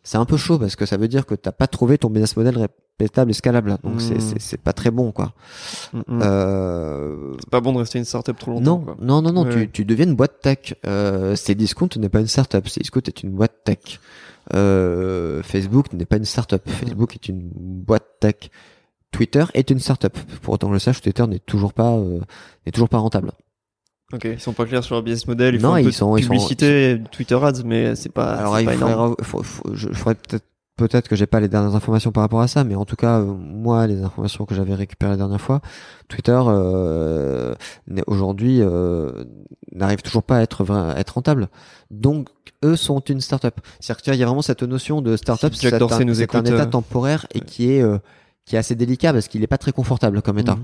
c'est un peu chaud parce que ça veut dire que t'as pas trouvé ton business model répétable et scalable. Donc c'est pas très bon, quoi. C'est pas bon de rester une startup trop longtemps. Non. Ouais. Tu deviens une boîte tech. Cdiscount n'est pas une startup. Cdiscount est une boîte tech. Facebook n'est pas une startup. Facebook est une boîte tech. Twitter est une startup. Pour autant que je le sache, Twitter n'est toujours pas rentable. Ok, ils sont pas clairs sur leur business model. Ils font un peu de publicité, Twitter Ads, mais c'est pas. Alors, je ferais peut-être que j'ai pas les dernières informations par rapport à ça, mais en tout cas, moi, les informations que j'avais récupérées la dernière fois, Twitter aujourd'hui n'arrive toujours pas à être rentable. Donc, eux sont une startup. C'est-à-dire qu'il y a vraiment cette notion de startup. Si Jack Dorsey nous écoute, c'est un état temporaire et qui est assez délicat parce qu'il est pas très confortable comme état.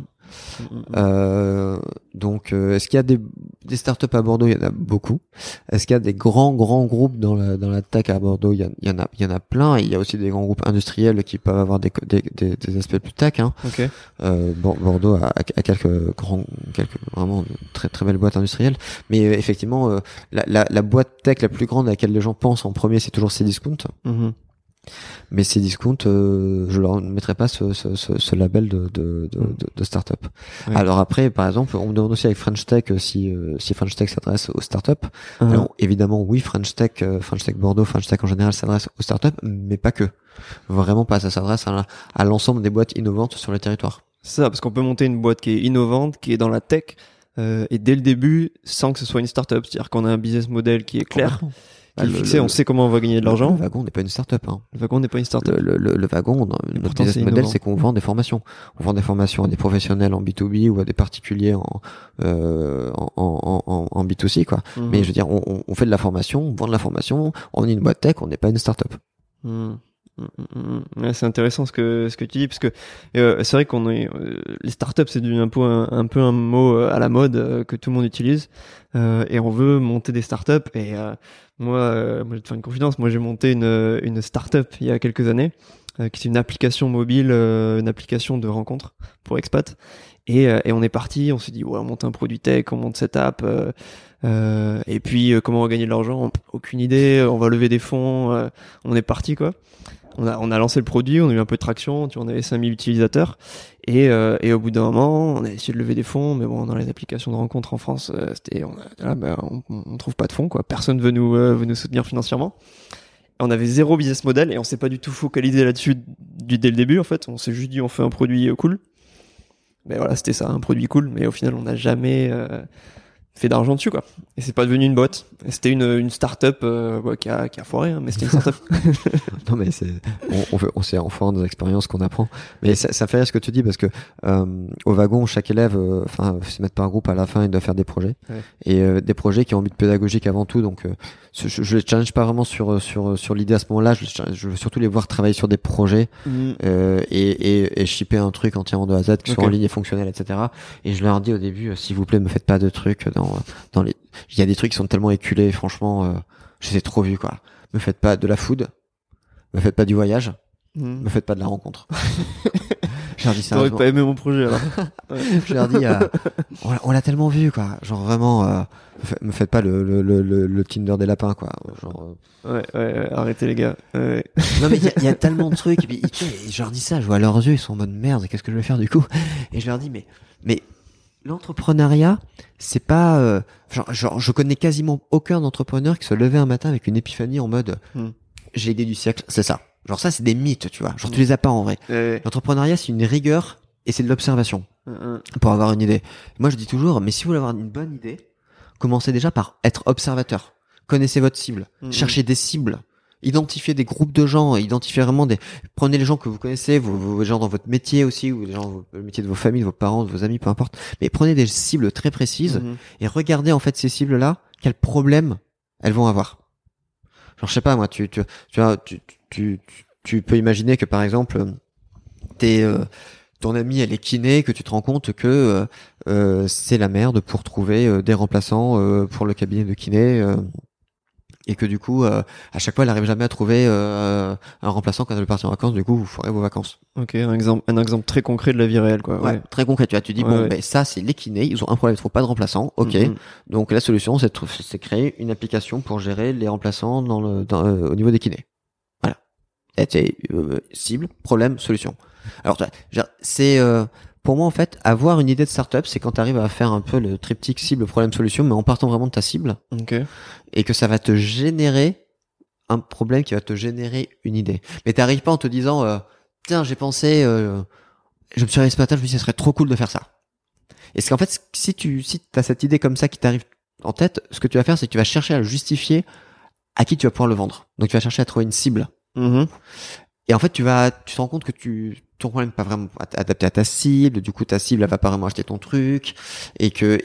Donc, est-ce qu'il y a des startups à Bordeaux? Il y en a beaucoup. Est-ce qu'il y a des grands groupes dans la tech à Bordeaux? Il y en a plein. Et il y a aussi des grands groupes industriels qui peuvent avoir des aspects plus tech, hein. Okay. Bordeaux a quelques vraiment très très belles boîtes industrielles. Mais effectivement, la boîte tech la plus grande à laquelle les gens pensent en premier, c'est toujours Cdiscount. Mais Cdiscount, je leur mettrais pas ce label de start-up. Ouais. Alors après, par exemple, on me demande aussi avec French Tech si French Tech s'adresse aux start-up. Alors évidemment, oui, French Tech Bordeaux, French Tech en général s'adresse aux start-up, mais pas que. Vraiment pas, ça s'adresse à l'ensemble des boîtes innovantes sur le territoire. C'est ça, parce qu'on peut monter une boîte qui est innovante, qui est dans la tech, et dès le début, sans que ce soit une start-up. C'est-à-dire qu'on a un business model qui est clair. Qui est fixé, on sait comment on va gagner de l'argent. Le wagon n'est pas une start-up, hein. Le wagon n'est pas une start-up. Le wagon, notre business model, c'est qu'on vend des formations. On vend des formations à des professionnels en B2B ou à des particuliers en B2C, quoi. Mais je veux dire, on fait de la formation, on vend de la formation, on est une boîte tech, on n'est pas une start-up. Ouais, c'est intéressant ce que tu dis, parce que c'est vrai qu'on est les startups, c'est devenu un peu un mot à la mode que tout le monde utilise, et on veut monter des startups. Et moi je vais te faire une confidence, moi j'ai monté une startup il y a quelques années, qui est une application mobile, une application de rencontre pour expats. Et on est parti, on s'est dit ouais, on monte un produit tech, on monte cette app, et puis comment on va gagner de l'argent, aucune idée, on va lever des fonds, on est parti, quoi. On a lancé le produit, on a eu un peu de traction, on avait 5000 utilisateurs, et au bout d'un moment, on a essayé de lever des fonds, mais bon, dans les applications de rencontre en France, on trouve pas de fonds, quoi. Personne veut nous soutenir financièrement. On avait zéro business model et on s'est pas du tout focalisé là-dessus dès le début, en fait. On s'est juste dit, on fait un produit cool. Mais voilà, c'était ça, un produit cool, mais au final, on n'a jamais fait d'argent dessus, quoi. Et c'est pas devenu une boîte. Et c'était une start-up qui a foiré, hein, mais c'était une start-up. Non, mais on sait en faisant des expériences qu'on apprend. Mais ça fait rire ce que tu dis, parce que au wagon, chaque élève se met par groupe à la fin, il doit faire des projets. Ouais. Et des projets qui ont un but pédagogique avant tout. Donc je les challenge pas vraiment sur l'idée à ce moment-là. Je veux surtout les voir travailler sur des projets et shipper un truc entièrement de A à Z qui soit en ligne et fonctionnel, etc. Et je leur dis au début, s'il vous plaît, me faites pas de trucs dans les. Il y a des trucs qui sont tellement éculés, franchement, je les ai trop vus, quoi. Me faites pas de la food, me faites pas du voyage, me faites pas de la rencontre. Je leur dis ça. T'aurais pas aimé mon projet, alors. Je leur dis, on l'a tellement vu, quoi. Genre vraiment, me faites pas le Tinder des lapins, quoi. Genre. Ouais, arrêtez les gars. Ouais. Non mais il y a tellement de trucs. Et puis, je leur dis ça, je vois leurs yeux, ils sont en mode merde. Qu'est-ce que je vais faire du coup? Et je leur dis mais l'entrepreneuriat, c'est pas genre je connais quasiment aucun entrepreneur qui se levait un matin avec une épiphanie en mode j'ai l'idée du siècle, c'est ça. Genre ça, c'est des mythes, tu vois. Genre tu les as pas en vrai. L'entrepreneuriat, c'est une rigueur et c'est de l'observation pour avoir une idée. Moi, je dis toujours, mais si vous voulez avoir une bonne idée, commencez déjà par être observateur. Connaissez votre cible, cherchez des cibles. Identifiez des groupes de gens, identifiez vraiment prenez les gens que vous connaissez, vos gens dans votre métier aussi, ou les gens, le métier de vos familles, de vos parents, de vos amis, peu importe. Mais prenez des cibles très précises et regardez en fait ces cibles-là, quels problèmes elles vont avoir. Genre, je sais pas, moi, tu peux imaginer que par exemple, ton ami elle est kiné, que tu te rends compte que c'est la merde pour trouver des remplaçants pour le cabinet de kiné. Et que du coup, à chaque fois, elle n'arrive jamais à trouver un remplaçant quand elle veut partir en vacances. Du coup, vous ferez vos vacances. Ok, un exemple très concret de la vie réelle, quoi. Ouais, très concret. Tu dis ben ça, c'est les kinés. Ils ont un problème, ils trouvent pas de remplaçant. Ok. Donc la solution, c'est créer une application pour gérer les remplaçants au niveau des kinés. Voilà. Cible, problème, solution. Alors, c'est pour moi en fait, avoir une idée de startup, c'est quand tu arrives à faire un peu le triptyque cible, problème, solution, mais en partant vraiment de ta cible, et que ça va te générer un problème qui va te générer une idée. Mais t'arrives pas en te disant, tiens, j'ai pensé, je me suis réveillé ce matin, je me suis dit, ce serait trop cool de faire ça. Et c'est qu'en fait, si t'as cette idée comme ça qui t'arrive en tête, ce que tu vas faire, c'est que tu vas chercher à le justifier à qui tu vas pouvoir le vendre. Donc tu vas chercher à trouver une cible. Et en fait, tu te rends compte que ton problème n'est pas vraiment adapté à ta cible. Du coup, ta cible, elle va pas vraiment acheter ton truc, et que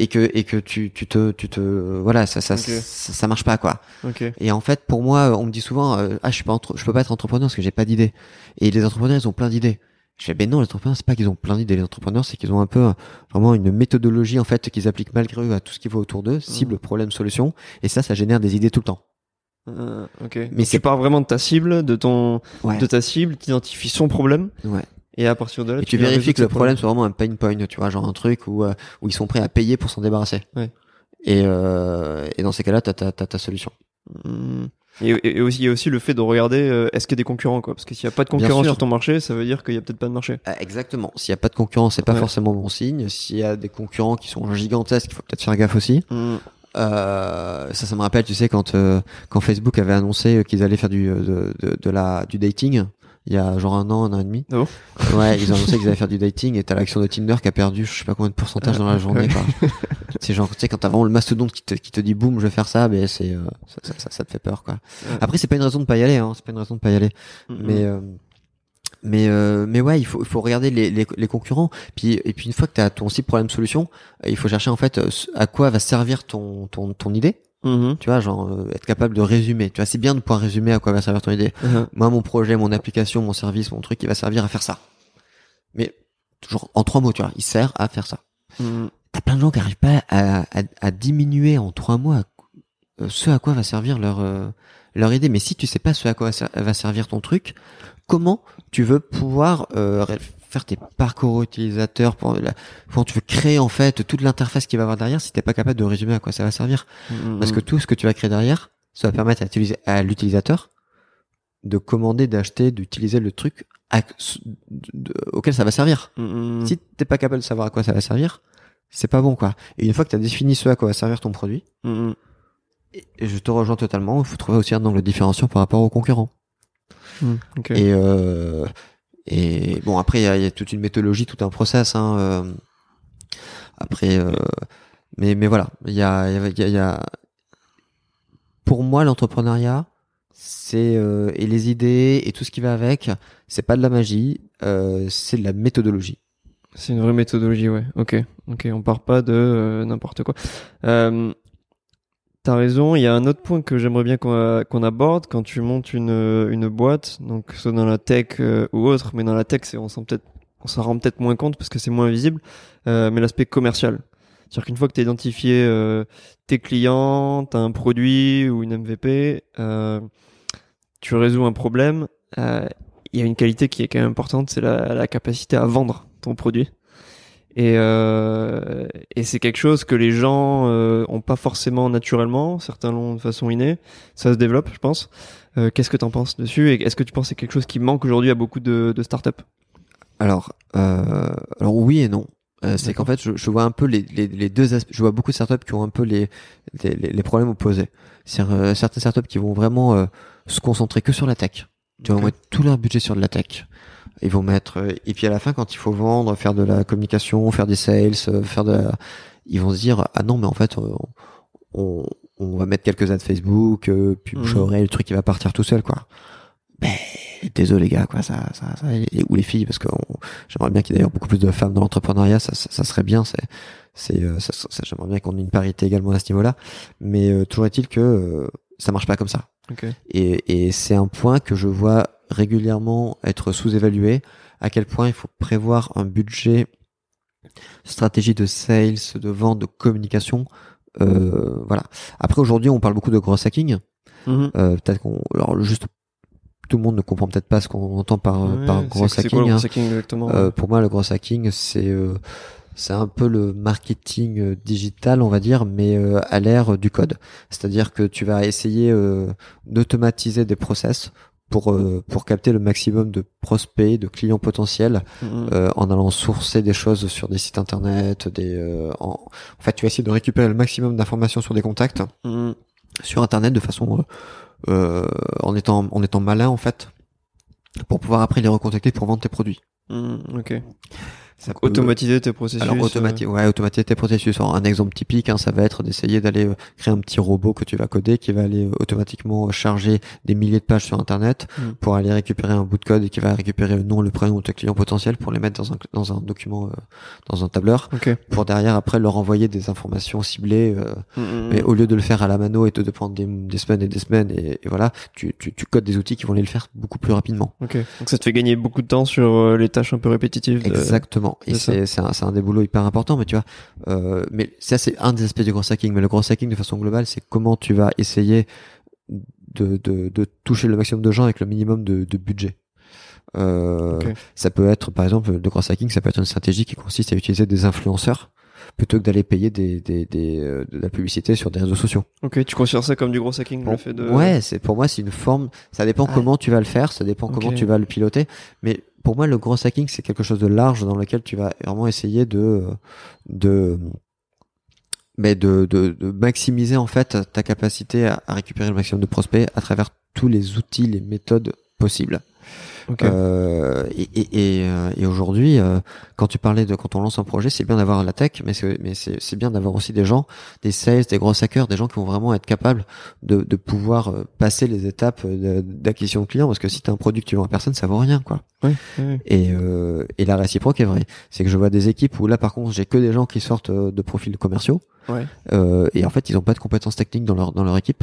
voilà, ça marche pas, quoi. Et en fait, pour moi, on me dit souvent, je peux pas être entrepreneur parce que j'ai pas d'idées. Et les entrepreneurs, ils ont plein d'idées. Je fais, ben non, les entrepreneurs, c'est pas qu'ils ont plein d'idées. Les entrepreneurs, c'est qu'ils ont un peu, vraiment une méthodologie, en fait, qu'ils appliquent malgré eux à tout ce qui va autour d'eux. Cible, problème, solution. Et ça génère des idées tout le temps. Mais tu pars vraiment de ta cible, de ta cible, t'identifies son problème. Et à partir de là, tu vérifies que le problème soit vraiment un pain point, tu vois, genre un truc où ils sont prêts à payer pour s'en débarrasser. Et dans ces cas-là, t'as ta solution. Et aussi, il y a aussi le fait de regarder est-ce qu'il y a des concurrents, quoi. Parce que s'il y a pas de concurrents sur ton marché, ça veut dire qu'il y a peut-être pas de marché. Exactement. S'il y a pas de concurrents, c'est pas forcément bon signe. S'il y a des concurrents qui sont gigantesques, il faut peut-être faire gaffe aussi. Ça me rappelle, tu sais, quand Facebook avait annoncé qu'ils allaient faire du dating, il y a genre un an et demi. Oh. Ouais, ils ont annoncé qu'ils allaient faire du dating, et t'as l'action de Tinder qui a perdu, je sais pas combien de pourcentage dans la journée, quoi. C'est genre, tu sais, quand t'as vraiment le mastodonte qui te dit boum, je vais faire ça, ben ça te fait peur, quoi. Après, c'est pas une raison de pas y aller, hein. C'est pas une raison de pas y aller. Mais ouais, il faut regarder les concurrents. Puis une fois que t'as ton cible problème solution, il faut chercher en fait à quoi va servir ton idée. Tu vois, genre être capable de résumer. Tu vois, c'est bien de pouvoir résumer à quoi va servir ton idée. Moi, mon projet, mon application, mon service, mon truc, il va servir à faire ça. Mais toujours en 3 mots, tu vois, il sert à faire ça. T'as plein de gens qui arrivent pas à diminuer en 3 mots ce à quoi va servir leur idée. Mais si tu sais pas ce à quoi va servir ton truc, comment tu veux pouvoir faire tes parcours utilisateurs quand tu veux créer en fait toute l'interface qu'il va avoir derrière, si t'es pas capable de résumer à quoi ça va servir? Parce que tout ce que tu vas créer derrière, ça va permettre à l'utilisateur de commander, d'acheter, d'utiliser le truc auquel ça va servir. Si t'es pas capable de savoir à quoi ça va servir, c'est pas bon, quoi. Et une fois que t'as défini ce à quoi va servir ton produit, et je te rejoins totalement, il faut trouver aussi un angle différenciant par rapport aux concurrents. Et bon, après il y a toute une méthodologie, tout un process, hein. Après, mais voilà, il y a pour moi l'entrepreneuriat, c'est et les idées et tout ce qui va avec, c'est pas de la magie, c'est de la méthodologie. C'est une vraie méthodologie, ouais. Ok, on part pas de n'importe quoi. T'as raison, il y a un autre point que j'aimerais bien qu'on aborde quand tu montes une boîte, donc soit dans la tech ou autre, mais dans la tech, on s'en rend peut-être moins compte parce que c'est moins visible, mais l'aspect commercial. C'est-à-dire qu'une fois que tu as identifié tes clients, tu as un produit ou une MVP, tu résous un problème, il y a une qualité qui est quand même importante, c'est la capacité à vendre ton produit. Et c'est quelque chose que les gens ont pas forcément naturellement, certains l'ont de façon innée, ça se développe, je pense. Qu'est-ce que t'en penses dessus, et est-ce que tu penses que c'est quelque chose qui manque aujourd'hui à beaucoup de startups? Alors oui et non. C'est qu'en fait, je vois un peu les deux aspects. Je vois beaucoup de startups qui ont un peu les problèmes opposés. C'est-à-dire, certaines startups qui vont vraiment se concentrer que sur la tech. Tu vas mettre tout leur budget sur de la tech. Ils vont mettre, et puis à la fin, quand il faut vendre, faire de la communication, faire des sales, ils vont se dire, ah non, mais en fait, on va mettre quelques ads Facebook, puis bouche-oreille, le truc, il va partir tout seul, quoi. Ben, désolé les gars, quoi, ça, ou les filles, parce que j'aimerais bien qu'il y ait d'ailleurs beaucoup plus de femmes dans l'entrepreneuriat, ça serait bien, j'aimerais bien qu'on ait une parité également à ce niveau-là, mais toujours est-il que ça marche pas comme ça. Et c'est un point que je vois régulièrement être sous-évalué, à quel point il faut prévoir un budget, stratégie de sales, de vente, de communication, voilà. Après, aujourd'hui, on parle beaucoup de growth hacking. Peut-être alors juste, tout le monde ne comprend peut-être pas ce qu'on entend par growth hacking. C'est quoi le growth hacking exactement? Pour moi, le growth hacking, c'est un peu le marketing digital, on va dire, mais à l'ère du code. C'est-à-dire que tu vas essayer d'automatiser des process pour capter le maximum de prospects, de clients potentiels, en allant sourcer des choses sur des sites internet, en fait, tu vas essayer de récupérer le maximum d'informations sur des contacts sur internet de façon en étant malin en fait, pour pouvoir après les recontacter pour vendre tes produits. Ok. Automatiser tes processus. Alors automatiser tes processus. Alors, un exemple typique, ça va être d'essayer d'aller créer un petit robot que tu vas coder qui va aller automatiquement charger des milliers de pages sur internet pour aller récupérer un bout de code et qui va récupérer le nom, le prénom de tes clients potentiels pour les mettre dans un document, dans un tableur, pour derrière après leur envoyer des informations ciblées. Mais au lieu de le faire à la mano et de prendre des semaines et des semaines et voilà, tu codes des outils qui vont aller le faire beaucoup plus rapidement. Ok. Donc ça te fait gagner beaucoup de temps sur les tâches un peu répétitives. Exactement. Et c'est un des boulots hyper important, mais tu vois, mais ça c'est un des aspects du gros hacking. Mais le gros hacking de façon globale, c'est comment tu vas essayer de toucher le maximum de gens avec le minimum de budget. Ça peut être, par exemple, le gros hacking, ça peut être une stratégie qui consiste à utiliser des influenceurs plutôt que d'aller payer de la publicité sur des réseaux sociaux. Ok, tu considères ça comme du gros hacking, le fait de... Ouais, pour moi, c'est une forme, ça dépend comment tu vas le faire, ça dépend comment tu vas le piloter, mais pour moi, le gros hacking, c'est quelque chose de large dans lequel tu vas vraiment essayer de maximiser, en fait, ta capacité à récupérer le maximum de prospects à travers tous les outils, les méthodes possibles. Et aujourd'hui, quand on lance un projet, c'est bien d'avoir la tech, mais c'est bien d'avoir aussi des gens, des sales, des gros hackers, des gens qui vont vraiment être capables de pouvoir passer les étapes d'acquisition de clients, parce que si t'as un produit que tu vends à personne, ça vaut rien, quoi. Oui. Et la réciproque est vraie. C'est que je vois des équipes où là, par contre, j'ai que des gens qui sortent de profils commerciaux. Et en fait, ils ont pas de compétences techniques dans leur équipe.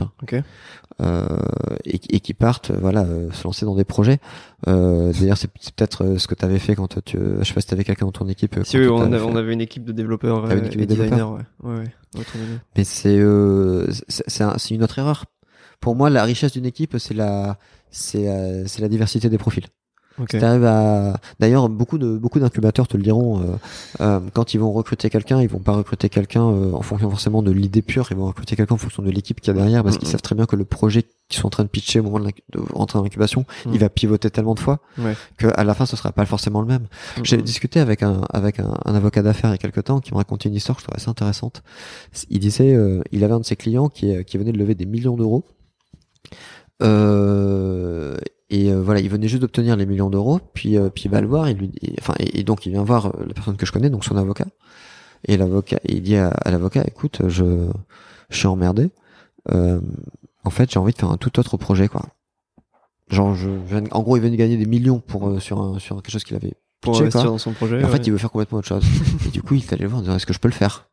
Et qui partent, se lancer dans des projets. D'ailleurs, c'est peut-être ce que tu avais fait quand je sais pas si t'avais quelqu'un dans ton équipe. Si oui, on avait une équipe de développeurs et designers. Mais c'est une autre erreur. Pour moi, la richesse d'une équipe, c'est la diversité des profils. Si d'ailleurs, beaucoup d'incubateurs te le diront, quand ils vont recruter quelqu'un, ils vont pas recruter quelqu'un en fonction forcément de l'idée pure, ils vont recruter quelqu'un en fonction de l'équipe qu'il y a derrière, parce qu'ils savent très bien que le projet qu'ils sont en train de pitcher au moment de rentrer dans l'incubation, il va pivoter tellement de fois que à la fin ce sera pas forcément le même. J'ai discuté avec un avocat d'affaires il y a quelque temps qui me racontait une histoire que je trouvais assez intéressante. Il disait, il avait un de ses clients qui venait de lever des millions d'euros. Il venait juste d'obtenir les millions d'euros, puis il va le voir, et donc il vient voir la personne que je connais, donc son avocat, et l'avocat, il dit à l'avocat, écoute, je suis emmerdé, en fait j'ai envie de faire un tout autre projet, quoi. Genre en gros il venait de gagner des millions sur quelque chose qu'il avait pour pitché, investir dans son projet, et en fait il veut faire complètement autre chose. Et du coup il est allé le voir en disant, est-ce que je peux le faire?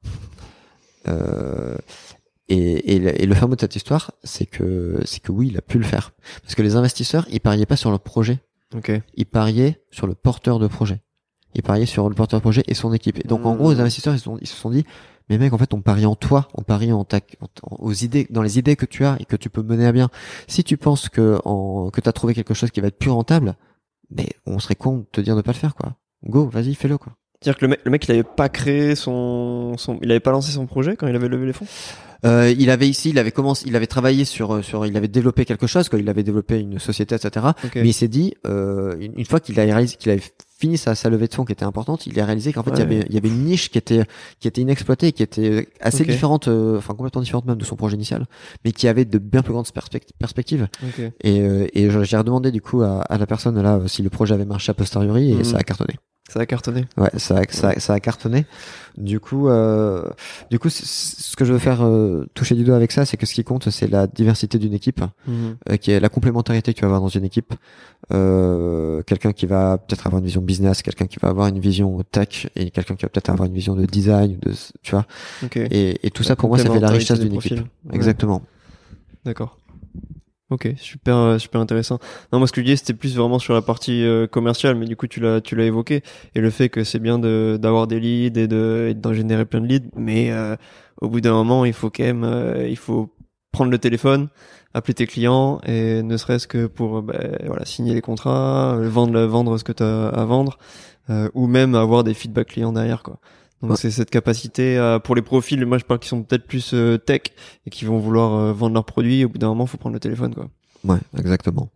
Et le fin mot de cette histoire, c'est que oui, il a pu le faire. Parce que les investisseurs, ils pariaient pas sur le projet. Ils pariaient sur le porteur de projet. Ils pariaient sur le porteur de projet et son équipe. Et donc, en gros, les investisseurs, ils se sont dit, mais mec, en fait, on parie en toi, on parie aux idées, dans les idées que tu as et que tu peux mener à bien. Si tu penses que t'as trouvé quelque chose qui va être plus rentable, mais on serait con de te dire de pas le faire, quoi. Go, vas-y, fais-le, quoi. C'est-à-dire que le mec, il avait pas créé il avait pas lancé son projet quand il avait levé les fonds? Il avait travaillé il avait développé quelque chose, il avait développé une société, etc. Mais il s'est dit, une fois qu'il avait fini sa levée de fonds qui était importante, il a réalisé qu'en fait il y avait une niche qui était inexploitée, qui était assez différente, complètement différente même de son projet initial, mais qui avait de bien plus grandes perspectives. Et j'ai redemandé du coup à la personne là si le projet avait marché a posteriori, et ça a cartonné. Ça a cartonné. Ouais, ça a cartonné. Du coup, ce que je veux faire toucher du doigt avec ça, c'est que ce qui compte, c'est la diversité d'une équipe, qui est la complémentarité que tu vas avoir dans une équipe. Quelqu'un qui va peut-être avoir une vision business, quelqu'un qui va avoir une vision tech, et quelqu'un qui va peut-être avoir une vision de design, tu vois. Et tout ça, pour moi, ça fait la richesse d'une équipe. Exactement. D'accord. Ok, super intéressant. Non, moi ce que je disais, c'était plus vraiment sur la partie commerciale, mais du coup tu l'as évoqué, et le fait que c'est bien d'avoir des leads et d'en générer plein de leads, mais au bout d'un moment il faut quand même il faut prendre le téléphone, appeler tes clients, et ne serait-ce que pour signer les contrats, vendre ce que tu as à vendre, ou même avoir des feedbacks clients derrière, quoi. Donc c'est cette capacité pour les profils, moi je parle qui sont peut-être plus tech et qui vont vouloir vendre leurs produits. Au bout d'un moment, faut prendre le téléphone, quoi. Ouais, exactement. Ouais.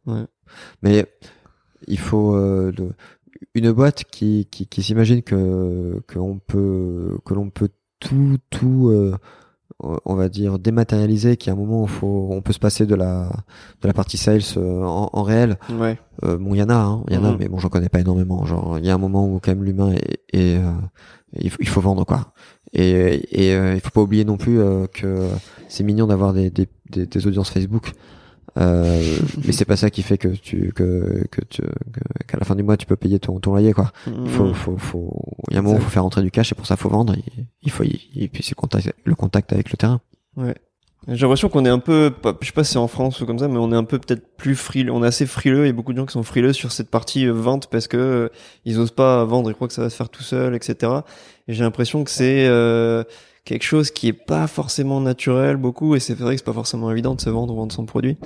Mais il faut une boîte qui s'imagine que l'on peut tout on va dire dématérialiser, qu'il y a un moment où on peut se passer de la partie sales en réel. Ouais. Bon, il y en a, mais bon, j'en connais pas énormément. Genre, il y a un moment où quand même l'humain et il faut vendre quoi. Et il faut pas oublier non plus que c'est mignon d'avoir des audiences Facebook. Mais c'est pas ça qui fait qu'à la fin du mois tu peux payer ton loyer quoi. Il y a un moment où il faut faire rentrer du cash et pour ça faut vendre. Et puis c'est le contact avec le terrain. Ouais. J'ai l'impression qu'on est un peu, je sais pas si c'est en France ou comme ça, mais on est un peu peut-être plus frileux. On est assez frileux. Il y a beaucoup de gens qui sont frileux sur cette partie vente parce que ils osent pas vendre. Ils croient que ça va se faire tout seul, etc. Et j'ai l'impression que c'est quelque chose qui est pas forcément naturel beaucoup. Et c'est vrai que c'est pas forcément évident de se vendre ou vendre son produit.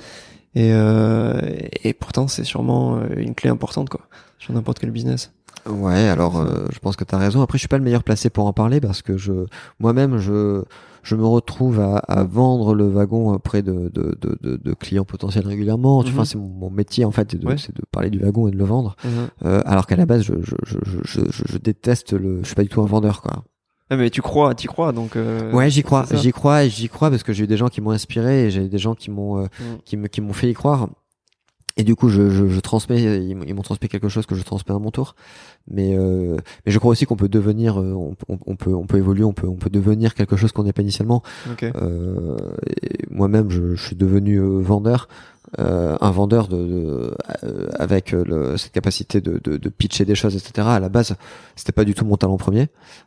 Et pourtant, c'est sûrement une clé importante quoi sur n'importe quel business. Ouais, alors je pense que t'as raison. Après, je suis pas le meilleur placé pour en parler parce que moi-même, je me retrouve à vendre le wagon auprès de clients potentiels régulièrement. Enfin, c'est mon métier en fait, c'est de parler du wagon et de le vendre. Alors qu'à la base, je déteste je suis pas du tout un vendeur quoi. Ah mais t'y crois donc. Ouais, j'y crois parce que j'ai eu des gens qui m'ont inspiré et j'ai eu des gens qui m'ont qui m'ont fait y croire. Et du coup, je transmets, ils m'ont transmis quelque chose que je transmets à mon tour. Mais je crois aussi qu'on peut devenir, on peut évoluer, on peut devenir quelque chose qu'on n'est pas initialement. Okay. Moi-même, je suis devenu vendeur, un vendeur avec cette capacité de pitcher des choses, etc. À la base, c'était pas du tout mon talent premier.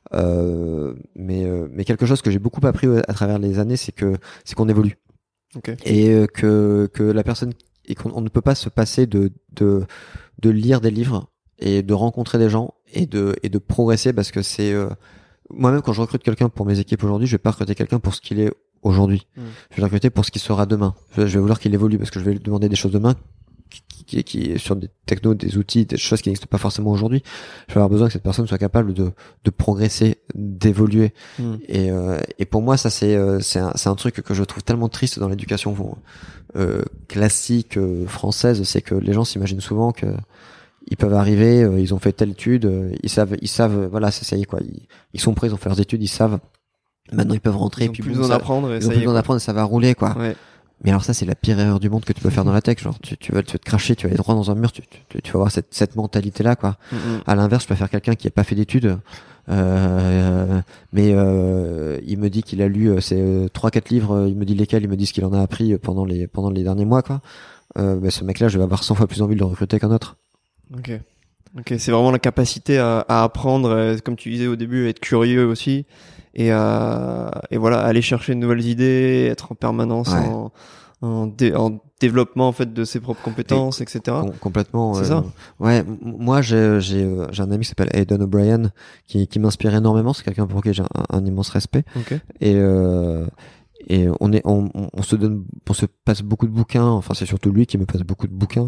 Mais quelque chose que j'ai beaucoup appris à travers les années, c'est qu'on évolue. Okay. Et que la personne et qu'on ne peut pas se passer de lire des livres et de rencontrer des gens et de progresser parce que c'est moi-même quand je recrute quelqu'un pour mes équipes aujourd'hui, je vais pas recruter quelqu'un pour ce qu'il est aujourd'hui. Je vais le recruter pour ce qu'il sera demain. Je vais vouloir qu'il évolue parce que je vais lui demander des choses demain qui sur des technos, des outils, des choses qui n'existent pas forcément aujourd'hui. Je vais avoir besoin que cette personne soit capable de progresser, d'évoluer. Et pour moi, ça c'est un truc que je trouve tellement triste dans l'éducation classique française, c'est que les gens s'imaginent souvent que ils peuvent arriver, ils ont fait telle étude, ils savent, voilà, ça y est quoi, ils sont prêts, ils ont fait leurs études, ils savent. Maintenant ils peuvent rentrer, ils ont puis plus besoin d'apprendre, ils ont plus besoin d'apprendre, et ça va rouler quoi. Ouais. Mais alors ça c'est la pire erreur du monde que tu peux faire dans la tech, genre tu vas te cracher, tu vas aller droit dans un mur, tu vas avoir cette mentalité là quoi. À l'inverse, je préfère quelqu'un qui a pas fait d'études mais il me dit qu'il a lu ces 3-4 livres, il me dit lesquels, il me dit ce qu'il en a appris pendant les derniers mois quoi. Ce mec là, je vais avoir 100 fois plus envie de le recruter qu'un autre. Ok, c'est vraiment la capacité à apprendre, comme tu disais au début, à être curieux aussi et voilà, aller chercher de nouvelles idées, être en permanence en développement en fait de ses propres compétences, etc. Complètement. C'est ça. Ouais, moi j'ai un ami qui s'appelle Aidan O'Brien qui m'inspire énormément. C'est quelqu'un pour qui j'ai un immense respect. Okay. Et on se passe beaucoup de bouquins. Enfin, c'est surtout lui qui me passe beaucoup de bouquins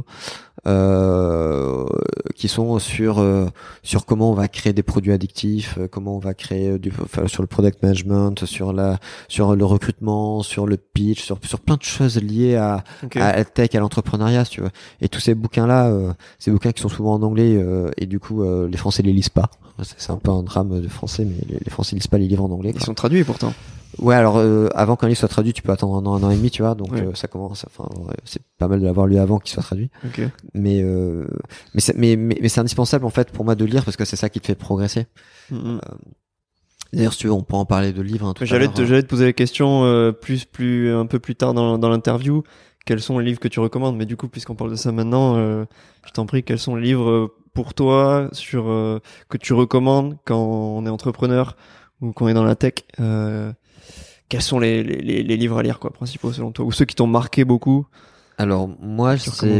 qui sont sur comment on va créer des produits addictifs, comment on va créer sur le product management, sur le recrutement, sur le pitch, sur plein de choses liées à la tech, à l'entrepreneuriat, si tu veux. Et tous ces bouquins-là, ces bouquins qui sont souvent en anglais et du coup les Français les lisent pas. C'est un peu un drame de Français, mais les Français lisent pas les livres en anglais. Ils sont traduits pourtant. Ouais, alors avant qu'un livre soit traduit, tu peux attendre un an et demi, tu vois. Donc ça commence. Enfin, c'est pas mal de l'avoir lu avant qu'il soit traduit. Okay. Mais c'est indispensable en fait pour moi de lire parce que c'est ça qui te fait progresser. D'ailleurs, si tu veux, on peut en parler de livres. J'allais te poser la question plus un peu plus tard dans l'interview. Quels sont les livres que tu recommandes? Mais du coup, puisqu'on parle de ça maintenant, je t'en prie, quels sont les livres pour toi que tu recommandes quand on est entrepreneur ou qu'on est dans la tech? Quels sont les livres à lire quoi, principaux selon toi, ou ceux qui t'ont marqué beaucoup? Alors moi c'est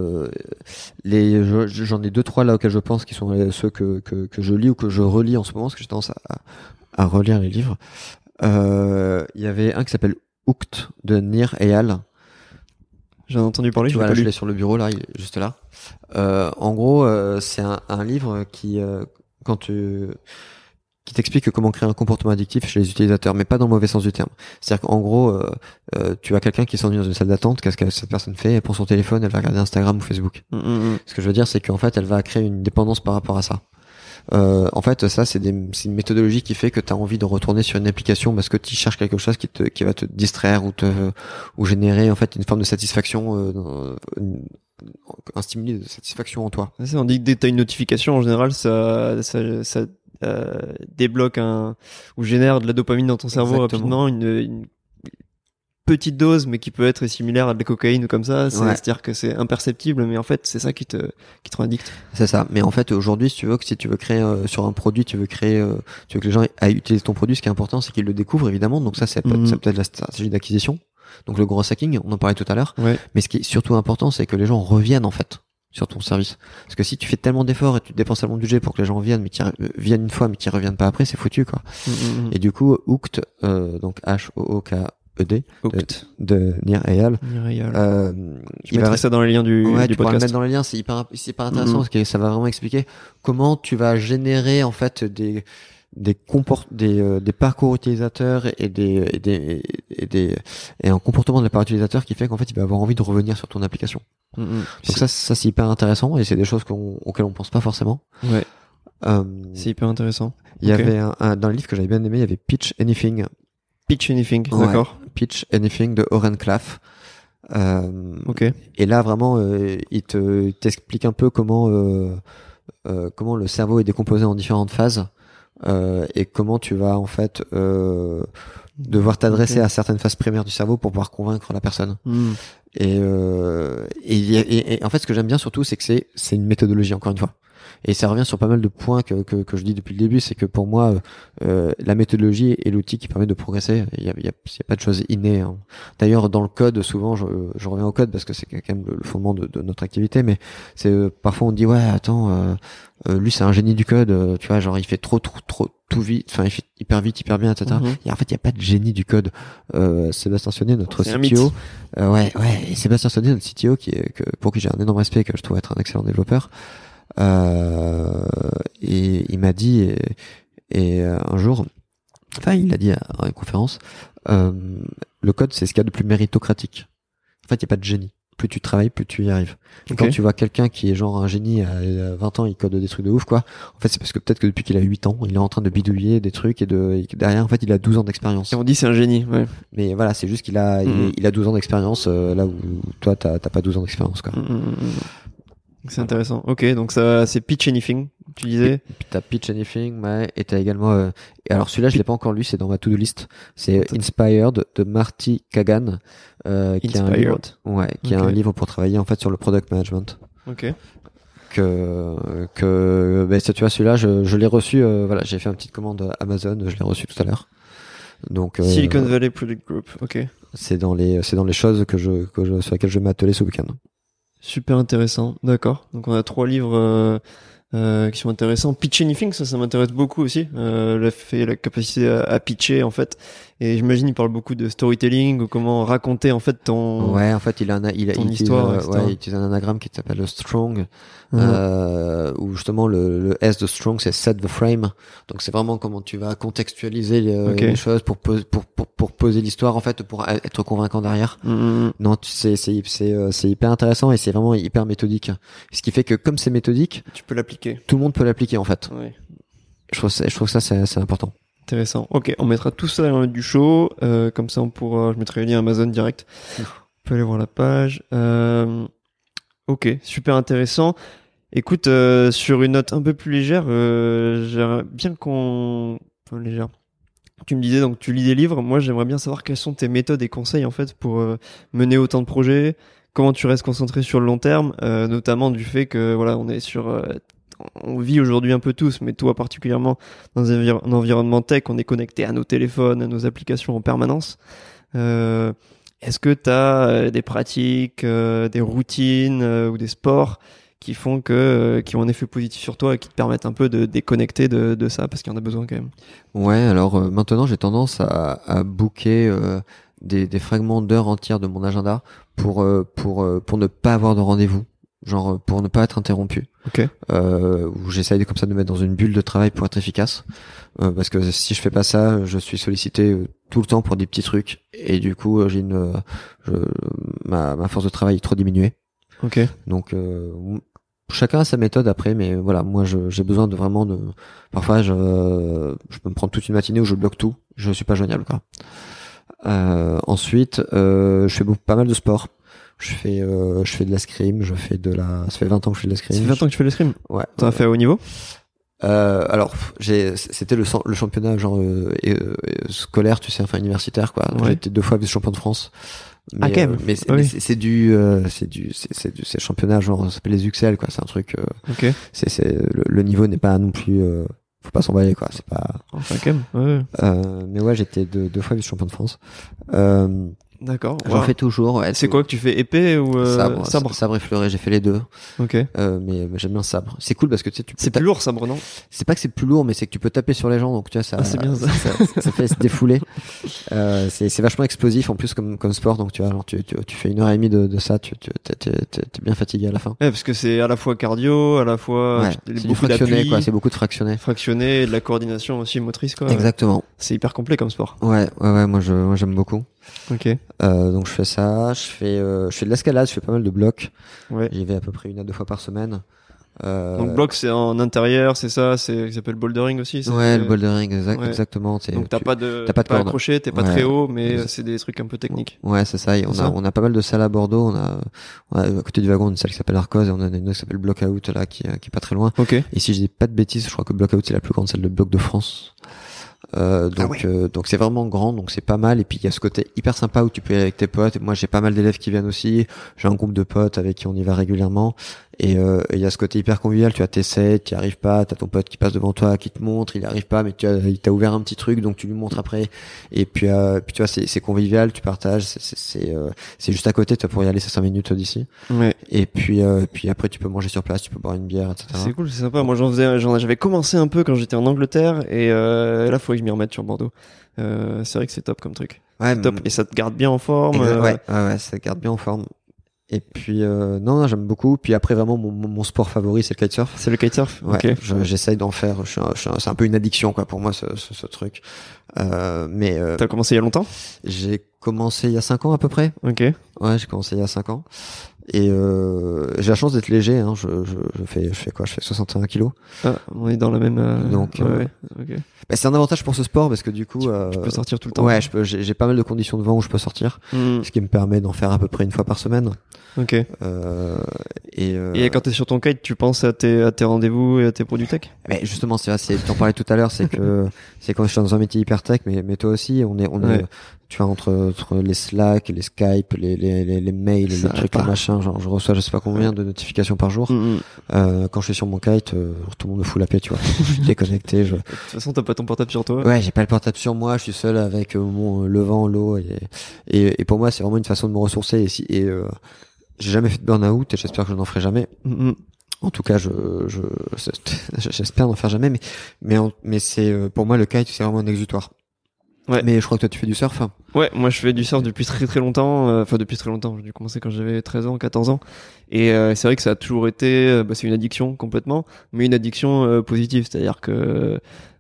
j'en ai 2-3 là auxquels je pense qui sont ceux que je lis ou que je relis en ce moment parce que j'ai tendance à relire les livres. Il y avait un qui s'appelle Hooked de Nir Eyal. J'en ai entendu parler. Tu vois, là, je l'ai sur le bureau là, il est juste là. En gros, c'est un livre qui quand qui t'explique comment créer un comportement addictif chez les utilisateurs, mais pas dans le mauvais sens du terme. C'est-à-dire qu'en gros, tu as quelqu'un qui s'ennuie dans une salle d'attente, qu'est-ce que cette personne fait? Elle prend son téléphone, elle va regarder Instagram ou Facebook. Ce que je veux dire, c'est qu'en fait, elle va créer une dépendance par rapport à ça. En fait, ça, c'est une méthodologie qui fait que tu as envie de retourner sur une application parce que tu cherches quelque chose qui va te distraire ou générer en fait une forme de satisfaction, un stimuli de satisfaction en toi. On dit que dès que t'as une notification, en général, ça débloque ou génère de la dopamine dans ton cerveau. Exactement. Rapidement, une petite dose, mais qui peut être similaire à de la cocaïne ou comme ça. C'est-à-dire que c'est imperceptible, mais en fait, c'est ça qui te rend addict. C'est ça. Mais en fait, aujourd'hui, si tu veux créer sur un produit, tu veux que les gens aient utilisé ton produit, ce qui est important, c'est qu'ils le découvrent, évidemment. Donc ça peut-être la stratégie d'acquisition. Donc le gros hacking, on en parlait tout à l'heure. Ouais. Mais ce qui est surtout important, c'est que les gens reviennent, en fait, sur ton service. Parce que si tu fais tellement d'efforts et tu dépenses tellement de budget pour que les gens viennent, mais qu'ils viennent une fois, mais qu'ils reviennent pas après, c'est foutu, quoi. Et du coup, Hooked, donc Hooked, de Nir Eyal. Je mettrai ça dans les liens du podcast. Le mettre dans les liens, c'est hyper intéressant parce que ça va vraiment expliquer comment tu vas générer en fait des parcours utilisateurs et un comportement de la part utilisateur qui fait qu'en fait il va avoir envie de revenir sur ton application. Donc ça c'est hyper intéressant et c'est des choses auxquelles on pense pas forcément. Ouais. C'est hyper intéressant. Il y avait dans le livre que j'avais bien aimé, il y avait Pitch Anything. Pitch Anything, d'accord. Pitch Anything de Oren Klaff. Et là vraiment il t'explique un peu comment le cerveau est décomposé en différentes phases et comment tu vas en fait devoir t'adresser à certaines phases primaires du cerveau pour pouvoir convaincre la personne. Et en fait ce que j'aime bien surtout c'est que c'est une méthodologie, encore une fois. Et ça revient sur pas mal de points que je dis depuis le début, c'est que pour moi, la méthodologie est l'outil qui permet de progresser. Il y a pas de choses innées. Hein. D'ailleurs, dans le code, souvent, je reviens au code parce que c'est quand même le fondement de notre activité. Mais c'est parfois on dit ouais, attends, lui c'est un génie du code. Tu vois, genre il fait trop tout vite. Enfin, il fait hyper vite, hyper bien, etc. Et en fait, il y a pas de génie du code. Sébastien Sonnet, notre CTO, et Sébastien Sonnet, notre CTO, pour qui j'ai un énorme respect, que je trouve être un excellent développeur. Et il m'a dit et un jour, enfin il a dit à une conférence, le code c'est ce qu'il y a de plus méritocratique. En fait il n'y a pas de génie. Plus tu travailles, plus tu y arrives. Quand tu vois quelqu'un qui est genre un génie à 20 ans, il code des trucs de ouf, quoi. En fait, c'est parce que peut-être que depuis qu'il a 8 ans, il est en train de bidouiller des trucs et derrière, en fait, il a 12 ans d'expérience. Et on dit c'est un génie, ouais. Mais voilà, c'est juste qu'il a, il a 12 ans d'expérience, là où toi, t'as pas 12 ans d'expérience, quoi. C'est intéressant. Ok, donc ça, c'est Pitch Anything, tu disais. Puis t'as Pitch Anything, ouais, et t'as également, et alors celui-là, je l'ai pas encore lu, c'est dans ma to-do list. C'est Inspired de Marty Kagan, qui est un livre, qui est un livre pour travailler, en fait, sur le product management. Ok. Ben, tu vois, celui-là, je l'ai reçu, voilà, j'ai fait une petite commande Amazon, je l'ai reçu tout à l'heure. Donc, Silicon Valley Product Group, ok. C'est dans les choses sur lesquelles je vais m'atteler ce week-end. Super intéressant, d'accord. Donc on a 3 livres qui sont intéressants. Pitch Anything, ça m'intéresse beaucoup aussi. La capacité à pitcher en fait. Et j'imagine il parle beaucoup de storytelling ou comment raconter en fait ton. Ouais, en fait il histoire. Il utilise un anagramme qui s'appelle le Strong, où justement le S de Strong c'est set the frame. Donc c'est vraiment comment tu vas contextualiser les choses pour poser l'histoire en fait, pour être convaincant derrière. Non, c'est hyper intéressant et c'est vraiment hyper méthodique. Ce qui fait que comme c'est méthodique, tu peux l'appliquer. Tout le monde peut l'appliquer en fait. Ouais. Je trouve ça c'est important. Intéressant. Ok, on mettra tout ça dans le du show, comme ça on pourra. Je mettrai le lien Amazon direct. On peut aller voir la page. Ok, super intéressant. Écoute, sur une note un peu plus légère, j'aimerais bien légère. Tu me disais donc tu lis des livres. Moi, j'aimerais bien savoir quelles sont tes méthodes et conseils en fait pour mener autant de projets. Comment tu restes concentré sur le long terme, notamment du fait que voilà, on vit aujourd'hui un peu tous, mais toi particulièrement dans un environnement tech, on est connecté à nos téléphones, à nos applications en permanence. Est-ce que tu as des pratiques, des routines ou des sports qui font qui ont un effet positif sur toi et qui te permettent un peu de déconnecter de ça parce qu'il y en a besoin quand même? Ouais, alors maintenant j'ai tendance à booker des fragments d'heures entières de mon agenda pour ne pas avoir de rendez-vous, genre pour ne pas être interrompu. Ok. Où j'essaye comme ça de me mettre dans une bulle de travail pour être efficace. Parce que si je fais pas ça, je suis sollicité tout le temps pour des petits trucs et du coup ma force de travail est trop diminuée. Ok. Donc chacun a sa méthode après, mais voilà, moi j'ai besoin de vraiment de. Parfois je peux me prendre toute une matinée où je bloque tout, je suis pas joignable quoi. Ensuite, je fais pas mal de sport. Je fais de l'escrime, ça fait 20 ans que je fais de l'escrime. Ça fait 20 ans que tu fais de l'escrime. Ouais. T'en as fait à haut niveau? Alors c'était le championnat genre scolaire, tu sais, enfin universitaire quoi. Ouais. J'ai été 2 fois vice-champion de France. Mais, quand même. mais c'est le championnat genre ça s'appelle les UXL quoi. C'est un truc. Ok. Le niveau n'est pas non plus. Faut pas s'emballer quoi. C'est pas. Enfin quand même. Ouais. Mais ouais, j'étais 2 fois vice-champion de France. D'accord. J'en fais toujours. Ouais, c'est quoi que tu fais, épée ou sabre et fleuret, j'ai fait les deux. Ok. Mais j'aime bien sabre. C'est cool parce que tu sais, c'est plus lourd sabre, non? C'est pas que c'est plus lourd, mais c'est que tu peux taper sur les gens, donc tu vois ça. C'est bien ça. Ça fait se défouler. C'est vachement explosif en plus comme sport, donc tu vois, genre tu fais 1h30 de ça, t'es bien fatigué à la fin. Ouais, parce que c'est à la fois cardio, à la fois c'est du fractionné quoi, c'est beaucoup de fractionné. Fractionné, de la coordination aussi motrice quoi. Exactement. C'est hyper complet comme sport. Ouais, moi j'aime beaucoup. Ok. Donc je fais ça, je fais de l'escalade, je fais pas mal de blocs. Ouais. J'y vais à peu près 1 à 2 fois par semaine. Donc bloc c'est en intérieur, c'est ça, ça s'appelle bouldering aussi. Ouais, le bouldering, ouais. exactement. Donc t'as pas de accroché, t'es pas ouais. Très haut, mais c'est des trucs un peu techniques. Ouais, c'est ça. Et on a pas mal de salles à Bordeaux. On a à côté du wagon une salle qui s'appelle Arcos et on a une autre qui s'appelle Blockout là qui est pas très loin. Ok. Et si je dis pas de bêtises, je crois que Blockout c'est la plus grande salle de bloc de France. Donc c'est vraiment grand, donc c'est pas mal. Et puis il y a ce côté hyper sympa où tu peux y aller avec tes potes. Et moi j'ai pas mal d'élèves qui viennent aussi. J'ai un groupe de potes avec qui on y va régulièrement. Et il y a ce côté hyper convivial. Tu vois, t'essaies, tu y arrives pas, t'as ton pote qui passe devant toi, qui te montre, il y arrive pas, mais il t'a ouvert un petit truc, donc tu lui montres après. Et puis tu vois, c'est convivial, tu partages. C'est juste à côté, toi pour y aller, c'est 5 minutes d'ici. Ouais. Et puis après tu peux manger sur place, tu peux boire une bière, etc. C'est cool, c'est sympa. Moi j'avais commencé un peu quand j'étais en Angleterre et là faut que je m'y remette sur Bordeaux. C'est vrai que c'est top comme truc. Ouais, c'est top et ça te garde bien en forme. Ouais, ça te garde bien en forme. Et puis non, j'aime beaucoup. Puis après vraiment mon sport favori c'est le kitesurf. C'est le kitesurf. Ouais, okay. J'essaye d'en faire. C'est un peu une addiction quoi pour moi ce truc. Mais t'as commencé il y a longtemps? J'ai commencé il y a 5 ans à peu près. Ok. Ouais, j'ai commencé il y a 5 ans. Et j'ai la chance d'être léger. Hein. Je fais quoi? Je fais 61 kilos. Ah, on est dans la même. Donc ouais. Okay. Bah, c'est un avantage pour ce sport parce que du coup tu peux sortir tout le temps. Ouais, j'ai pas mal de conditions de vent où je peux sortir, ce qui me permet d'en faire à peu près 1 fois par semaine. Ok. Et quand t'es sur ton kite, tu penses à tes rendez-vous et à tes produits tech? Mais justement, t'en parlais tout à l'heure, c'est quand je suis dans un métier hyper tech, mais toi aussi, on est, tu vois, entre les Slack, les Skype, les mails, les trucs, les machins, genre, je reçois je sais pas combien de notifications par jour. Quand je suis sur mon kite, tout le monde me fout la paix, tu vois. Je suis déconnecté, De toute façon, t'as pas ton portable sur toi. Ouais, j'ai pas le portable sur moi, je suis seul avec le vent, l'eau, et pour moi, c'est vraiment une façon de me ressourcer, j'ai jamais fait de burn-out, et j'espère que je n'en ferai jamais. En tout cas, j'espère n'en faire jamais, mais c'est, pour moi, le kite, c'est vraiment un exutoire. Ouais. Mais je crois que toi tu fais du surf. Ouais, moi je fais du surf depuis très très longtemps. Enfin depuis très longtemps. J'ai dû commencer quand j'avais 13 ans, 14 ans. Et c'est vrai que ça a toujours été, c'est une addiction complètement, mais une addiction positive, c'est-à-dire que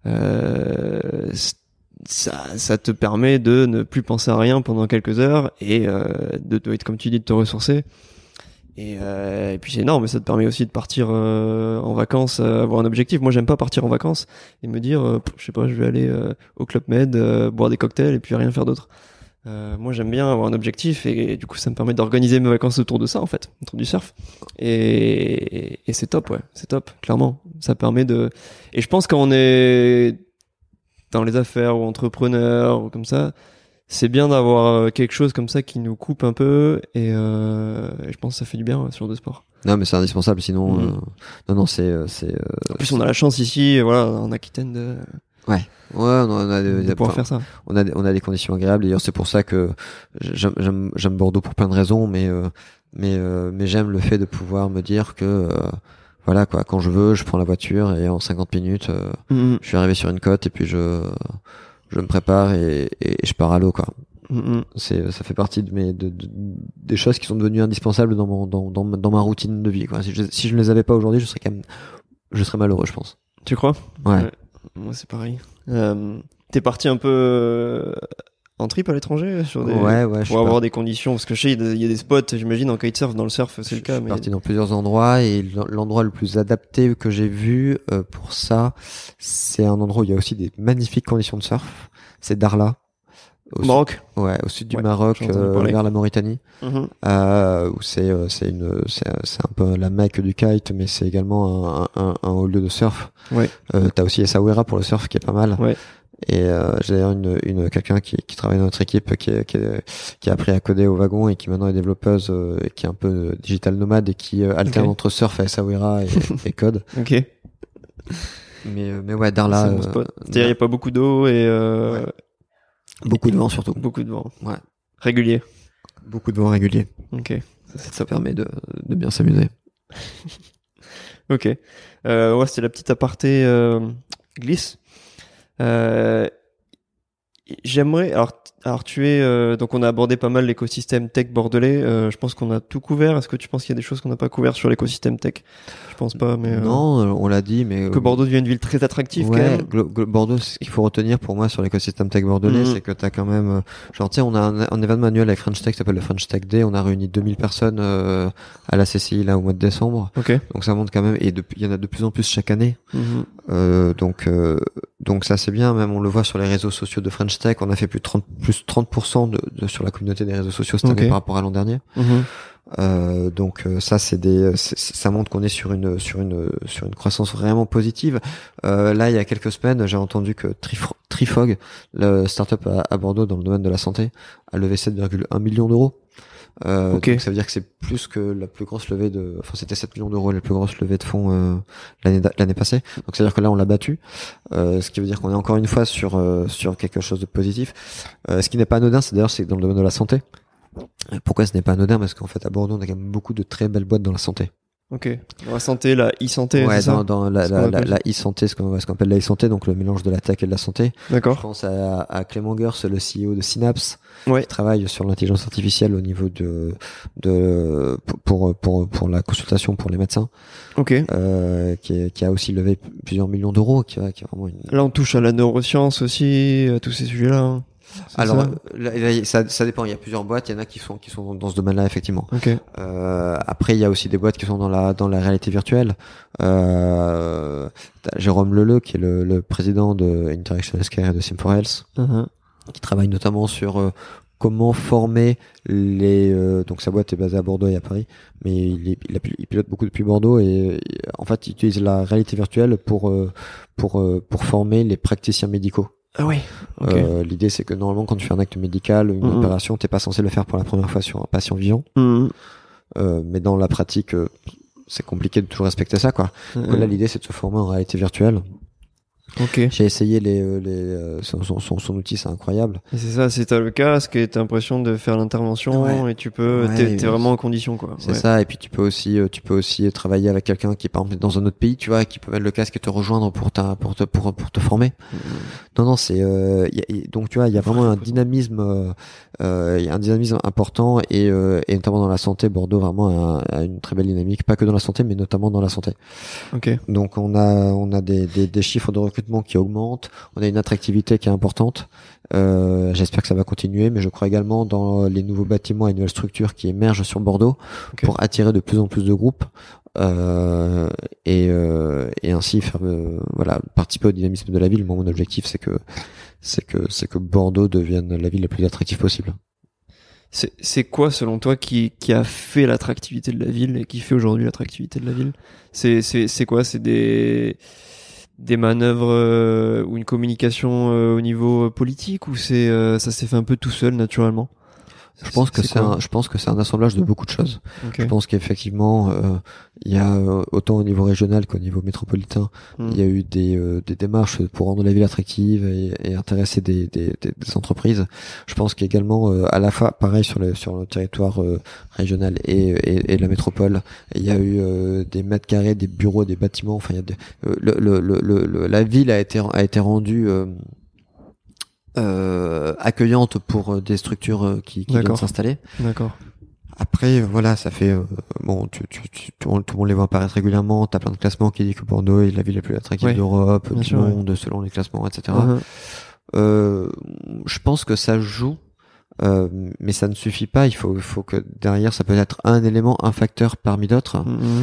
ça te permet de ne plus penser à rien pendant quelques heures et de comme tu dis, de te ressourcer. Et puis c'est énorme, mais ça te permet aussi de partir en vacances, avoir un objectif. Moi j'aime pas partir en vacances et me dire je sais pas, je vais aller au Club Med, boire des cocktails et puis rien faire d'autre. Moi j'aime bien avoir un objectif et du coup ça me permet d'organiser mes vacances autour de ça en fait, autour du surf. Et c'est top, ouais, c'est top, clairement. Ça permet et je pense quand on est dans les affaires ou entrepreneur ou comme ça, c'est bien d'avoir quelque chose comme ça qui nous coupe un peu et je pense que ça fait du bien sur deux sports. Non mais c'est indispensable sinon non c'est en plus on a la chance ici voilà en Aquitaine de on a de pouvoir faire ça. On a des conditions agréables. D'ailleurs c'est pour ça que j'aime Bordeaux pour plein de raisons mais j'aime le fait de pouvoir me dire que voilà quoi, quand je veux, je prends la voiture et en 50 minutes je suis arrivé sur une côte et puis je me prépare et je pars à l'eau quoi. Ça fait partie des choses qui sont devenues indispensables dans ma routine de vie, quoi. Si je ne les avais pas aujourd'hui, je serais malheureux, je pense. Tu crois? Ouais. Moi, c'est pareil. T'es parti un peu en trip à l'étranger pour avoir des conditions, parce que je sais, il y a des spots, j'imagine, en kitesurf, dans le surf, c'est le cas. Je suis parti dans plusieurs endroits, et l'endroit le plus adapté que j'ai vu pour ça, c'est un endroit où il y a aussi des magnifiques conditions de surf. C'est Darla. Maroc. Ouais, au sud du Maroc, vers la Mauritanie, où c'est un peu la Mecque du kite, mais c'est également un haut lieu de surf. Ouais. T'as aussi Essaouira pour le surf qui est pas mal. Ouais. Et j'ai d'ailleurs quelqu'un qui travaille dans notre équipe qui a appris à coder au wagon et qui maintenant est développeuse et qui est un peu digital nomade et qui alterne entre surf à Essaouira et code. Ok. Mais ouais, Darla. C'est-à-dire il y a pas beaucoup d'eau et ouais. Beaucoup de vent surtout. Beaucoup de vent. Ouais. Régulier. Beaucoup de vent régulier. Ok. Ça permet de bien s'amuser. Ok. Ouais, c'était la petite aparté glisse. J'aimerais. Alors tu es. Donc on a abordé pas mal l'écosystème tech bordelais. Je pense qu'on a tout couvert. Est-ce que tu penses qu'il y a des choses qu'on n'a pas couvert sur l'écosystème tech? Je pense pas, mais. Non, on l'a dit, mais. Que Bordeaux devient une ville très attractive, ouais, quand même. Bordeaux, ce qu'il faut retenir pour moi sur l'écosystème tech bordelais, c'est que t'as quand même. Genre, tu sais, on a un événement annuel avec French Tech qui s'appelle le French Tech Day. On a réuni 2000 personnes à la CCI là au mois de décembre. Ok. Donc ça montre quand même. Et il y en a de plus en plus chaque année. Donc ça c'est bien. Même on le voit sur les réseaux sociaux de French Tech. On a fait plus 30% sur la communauté des réseaux sociaux cette année par rapport à l'an dernier. Donc ça ça montre qu'on est sur une croissance vraiment positive. Là il y a quelques semaines j'ai entendu que Trifog, le startup à Bordeaux dans le domaine de la santé, a levé 7,1 millions d'euros. Donc ça veut dire que c'est plus que la plus grosse levée c'était 7 millions d'euros la plus grosse levée de fonds l'année passée. Donc c'est à dire que là on l'a battu, ce qui veut dire qu'on est encore une fois sur quelque chose de positif. Ce qui n'est pas anodin, c'est dans le domaine de la santé. Pourquoi ce n'est pas anodin? Parce qu'en fait à Bordeaux on a quand même beaucoup de très belles boîtes dans la santé. Ok. Dans la santé, la e-santé, ouais, c'est ça? dans la e-santé, ce qu'on appelle la e-santé, donc le mélange de la tech et de la santé. D'accord. Je pense à Clément Gers, le CEO de Synapse, qui travaille sur l'intelligence artificielle au niveau pour la consultation pour les médecins. Ok. Qui a aussi levé plusieurs millions d'euros, qui a vraiment Là, on touche à la neuroscience aussi, à tous ces sujets-là. Hein. Alors ça dépend, il y a plusieurs boîtes, il y en a qui sont dans ce domaine-là effectivement. Okay. Après il y a aussi des boîtes qui sont dans la réalité virtuelle. Jérôme Leleu qui est le président de Interaction Healthcare et de Sim4Health, qui travaille notamment sur comment former donc sa boîte est basée à Bordeaux et à Paris, mais il pilote beaucoup depuis Bordeaux et en fait il utilise la réalité virtuelle pour former les praticiens médicaux. Ah oui. Okay. L'idée c'est que normalement quand tu fais un acte médical, une opération, t'es pas censé le faire pour la première fois sur un patient vivant. Mais dans la pratique, c'est compliqué de toujours respecter ça, quoi. Donc là, l'idée c'est de se former en réalité virtuelle. Ok. J'ai essayé son outil, c'est incroyable. Et c'est ça, c'est t'as le casque et t'as l'impression de faire l'intervention et tu peux, t'es vraiment en condition, quoi. C'est ça, et puis tu peux aussi travailler avec quelqu'un qui est par exemple dans un autre pays, tu vois, qui peut mettre le casque et te rejoindre pour te former. Non, c'est donc tu vois, il y a vraiment un dynamisme, important et notamment dans la santé, Bordeaux vraiment a une très belle dynamique, pas que dans la santé, mais notamment dans la santé. Ok. Donc on a des chiffres de recrutement qui augmentent, on a une attractivité qui est importante. J'espère que ça va continuer, mais je crois également dans les nouveaux bâtiments et nouvelles structures qui émergent sur Bordeaux pour attirer de plus en plus de groupes et ainsi faire participer au dynamisme de la ville. Mon objectif c'est que Bordeaux devienne la ville la plus attractive possible. C'est quoi selon toi qui a fait l'attractivité de la ville et qui fait aujourd'hui l'attractivité de la ville? C'est quoi? C'est des manœuvres ou une communication au niveau politique, ou ça s'est fait un peu tout seul naturellement? Je pense que c'est un assemblage de beaucoup de choses. Okay. Je pense qu'effectivement, il y a autant au niveau régional qu'au niveau métropolitain, il y a eu des démarches pour rendre la ville attractive et intéresser des entreprises. Je pense qu'également, à la fois, pareil sur le territoire régional et la métropole, il y a eu des mètres carrés, des bureaux, des bâtiments. Enfin, il y a la ville a été rendue accueillante pour des structures qui viennent D'accord. s'installer. D'accord. Après, voilà, ça fait bon, tout le monde les voit apparaître régulièrement. T'as plein de classements qui disent que Bordeaux est la ville la plus attractive Ouais, d'Europe, bien du sûr, monde, selon les classements, etc. Uh-huh. Je pense que ça joue, mais ça ne suffit pas. Il faut que derrière, ça peut être un élément, un facteur parmi d'autres.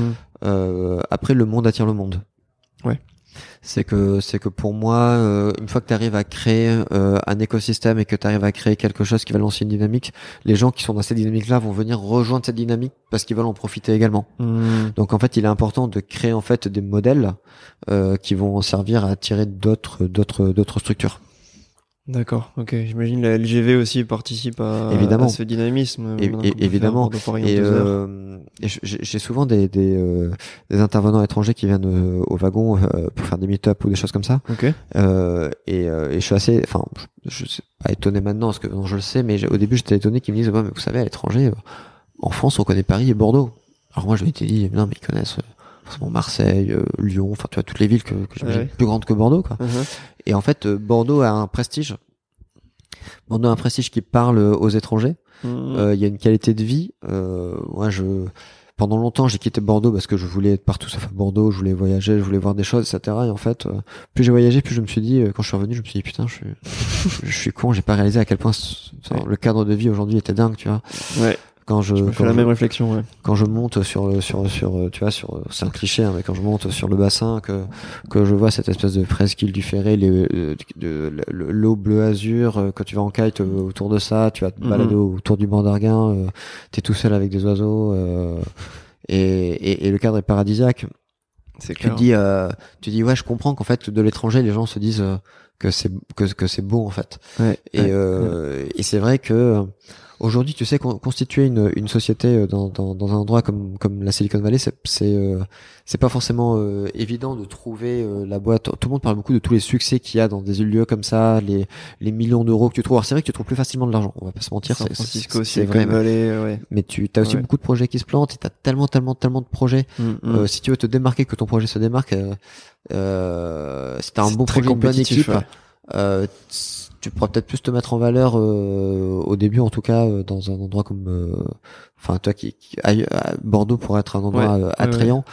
Après, le monde attire le monde. Ouais. C'est que pour moi, une fois que tu arrives à créer un écosystème et que tu arrives à créer quelque chose qui va lancer une dynamique, les gens qui sont dans cette dynamique-là vont venir rejoindre cette dynamique parce qu'ils veulent en profiter également. Donc en fait, il est important de créer en fait des modèles qui vont servir à attirer d'autres structures. D'accord, ok. J'imagine la LGV aussi participe Évidemment. à ce dynamisme. Évidemment. Et j'ai souvent des intervenants étrangers qui viennent au wagon pour faire des meet-up ou des choses comme ça. Ok. Et je suis assez, enfin, je suis pas étonné maintenant parce que non, je le sais, mais au début j'étais étonné qu'ils me disent ouais, mais vous savez, à l'étranger, en France, on connaît Paris et Bordeaux. Alors moi, je m'étais dit non, mais ils connaissent forcément Marseille, Lyon, enfin tu vois toutes les villes que j'imagine plus grandes que Bordeaux, quoi. Et en fait, Bordeaux a un prestige. Bordeaux a un prestige qui parle aux étrangers. Il y a une qualité de vie. Moi, pendant longtemps, j'ai quitté Bordeaux parce que je voulais être partout sauf à Bordeaux. Je voulais voyager, je voulais voir des choses, etc. Et en fait, plus j'ai voyagé, plus je me suis dit, quand je suis revenu, je me suis dit putain, je suis con, j'ai pas réalisé à quel point le cadre de vie aujourd'hui était dingue, tu vois. Ouais. Je me fais la même réflexion, ouais. Quand je monte sur tu vois, c'est un cliché, hein, mais quand je monte sur le bassin, que je vois cette espèce de presqu'île du Ferré, l'eau bleu azur, quand tu vas en kite autour de ça, tu vas te balader autour du banc d'Arguin, t'es tout seul avec des oiseaux, et le cadre est paradisiaque. C'est clair. Tu dis ouais, je comprends qu'en fait de l'étranger, les gens se disent que c'est beau en fait. Ouais, et c'est vrai que aujourd'hui, tu sais, constituer une société dans un endroit comme la Silicon Valley, c'est pas forcément évident de trouver la boîte. Tout le monde parle beaucoup de tous les succès qu'il y a dans des lieux comme ça, les millions d'euros que tu trouves. Alors c'est vrai que tu trouves plus facilement de l'argent, on va pas se mentir. San Francisco aussi, c'est vrai. ouais. Mais tu as aussi beaucoup de projets qui se plantent et t'as tellement de projets. Si tu veux te démarquer, que ton projet se démarque, si t'as un bon projet, une bonne équipe, tu pourras peut-être plus te mettre en valeur au début, en tout cas dans un endroit comme enfin toi Bordeaux pourrait être un endroit attrayant.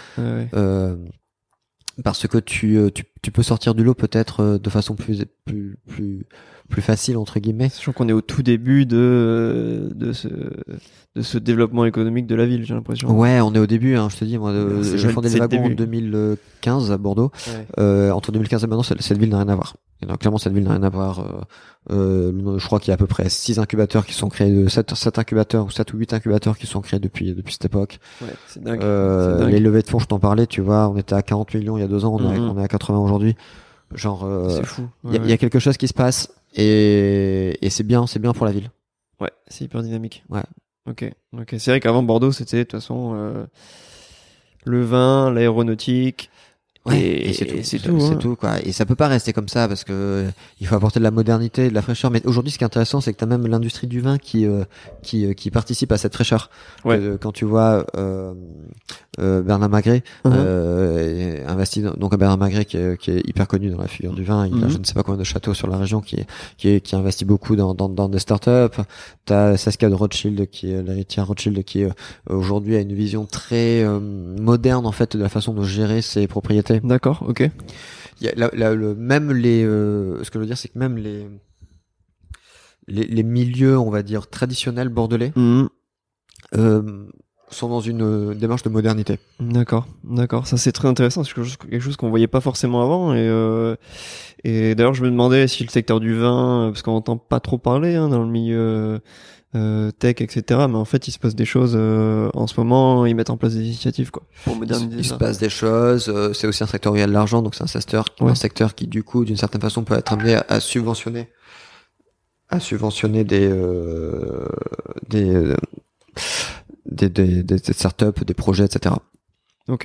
Parce que tu peux sortir du lot peut-être de façon plus facile entre guillemets. Sachant qu'on est au tout début de ce développement économique de la ville, j'ai l'impression. Ouais, on est au début, hein, je te dis, moi, j'ai fondé les wagons en 2015 à Bordeaux. Entre 2015 et maintenant, cette ville n'a rien à voir. Et donc, clairement, cette ville n'a rien à voir. Je crois qu'il y a à peu près 6 incubateurs qui sont créés, 7 incubateurs ou 7 ou 8 incubateurs qui sont créés depuis cette époque. Ouais, c'est dingue. C'est dingue. Les levées de fonds, je t'en parlais, tu vois, on était à 40 millions il y a 2 ans, on est à 80 aujourd'hui. Genre, c'est fou. Il y a quelque chose qui se passe et c'est bien pour la ville. Ouais, c'est hyper dynamique. Ouais. Ok. C'est vrai qu'avant Bordeaux, c'était de toute façon le vin, l'aéronautique. Ouais, et c'est tout. C'est tout, quoi. Et ça peut pas rester comme ça parce que il faut apporter de la modernité, de la fraîcheur. Mais aujourd'hui, ce qui est intéressant, c'est que t'as même l'industrie du vin qui participe à cette fraîcheur. Ouais. Quand tu vois Bernard Magret investi donc Bernard Magret qui est hyper connu dans la figure du vin. Il a je ne sais pas combien de châteaux sur la région qui investit beaucoup dans des startups. T'as Saskia de Rothschild qui est l'héritière Rothschild qui aujourd'hui a une vision très moderne en fait de la façon de gérer ses propriétés. D'accord, ok. Il y a même ce que je veux dire, c'est que même les milieux, on va dire traditionnels bordelais, sont dans une démarche de modernité. D'accord. Ça c'est très intéressant, c'est quelque chose qu'on voyait pas forcément avant et d'ailleurs je me demandais si le secteur du vin, parce qu'on entend pas trop parler dans le milieu tech, etc. Mais en fait, il se passe des choses en ce moment. Ils mettent en place des initiatives, quoi, pour moderniser ça. Il se passe des choses. C'est aussi un secteur où il y a de l'argent, donc c'est un secteur qui, du coup, d'une certaine façon, peut être amené à subventionner des startups, des projets, etc. Ok.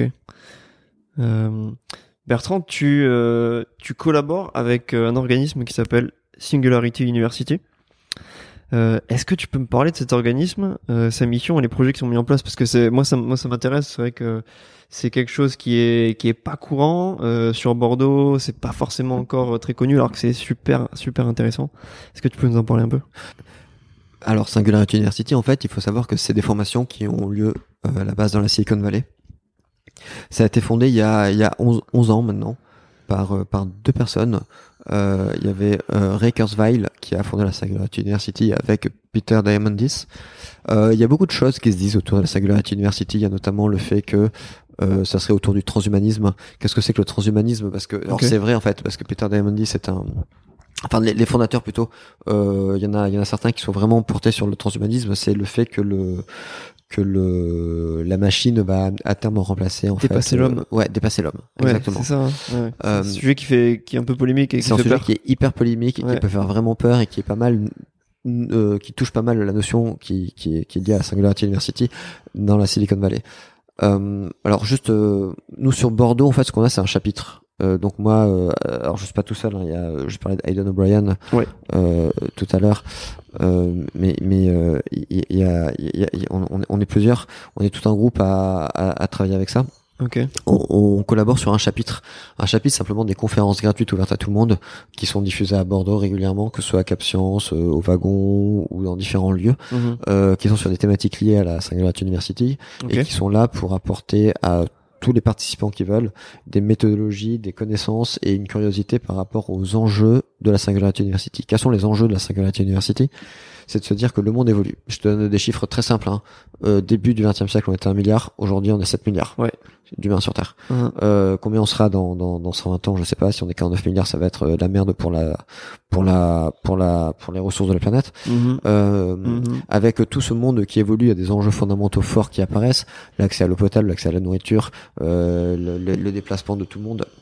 Bertrand, tu collabores avec un organisme qui s'appelle Singularity University. Est-ce que tu peux me parler de cet organisme, sa mission et les projets qui sont mis en place? Parce que moi ça m'intéresse. C'est vrai que c'est quelque chose qui est pas courant sur Bordeaux. C'est pas forcément encore très connu, alors que c'est super intéressant. Est-ce que tu peux nous en parler un peu? Alors, Singularity University, en fait, il faut savoir que c'est des formations qui ont lieu à la base dans la Silicon Valley. Ça a été fondé il y a 11 ans maintenant par deux personnes. Il y avait Ray Kurzweil qui a fondé la Singularity University avec Peter Diamandis. Il y a beaucoup de choses qui se disent autour de la Singularity University. Il y a notamment le fait que ça serait autour du transhumanisme. Qu'est-ce que c'est que le transhumanisme? Parce que alors c'est vrai en fait, parce que Peter Diamandis est enfin les fondateurs plutôt. Il y en a certains qui sont vraiment portés sur le transhumanisme. C'est le fait que la machine va à terme remplacer dépasser l'homme. Dépasser l'homme. Exactement. C'est ça. Hein. Ouais. C'est un sujet qui est un peu polémique et qui c'est un fait sujet peur. qui est hyper polémique et qui peut faire vraiment peur et qui est pas mal qui touche pas mal la notion qui est liée à la Singularity University dans la Silicon Valley. Alors juste nous sur Bordeaux en fait ce qu'on a c'est un chapitre. Donc moi, alors je suis pas tout seul. Hein, je parlais d'Aidan O'Brien tout à l'heure, mais on est plusieurs. On est tout un groupe à travailler avec ça. Okay. On collabore sur un chapitre simplement des conférences gratuites ouvertes à tout le monde qui sont diffusées à Bordeaux régulièrement, que ce soit à Cap Science, au Wagon ou dans différents lieux, qui sont sur des thématiques liées à la Singularity University et qui sont là pour apporter à tous les participants qui veulent des méthodologies, des connaissances et une curiosité par rapport aux enjeux de la Singularity University. Quels sont les enjeux de la Singularity University? C'est de se dire que le monde évolue. Je te donne des chiffres très simples. Hein. Début du XXe siècle, on était 1 milliard. Aujourd'hui, on est 7 milliards d'humains sur Terre. Combien on sera dans 120 ans? Je sais pas. Si on est 49 milliards, ça va être la merde pour les ressources de la planète. Avec tout ce monde qui évolue, il y a des enjeux fondamentaux forts qui apparaissent. L'accès à l'eau potable, l'accès à la nourriture, le déplacement de tout le monde.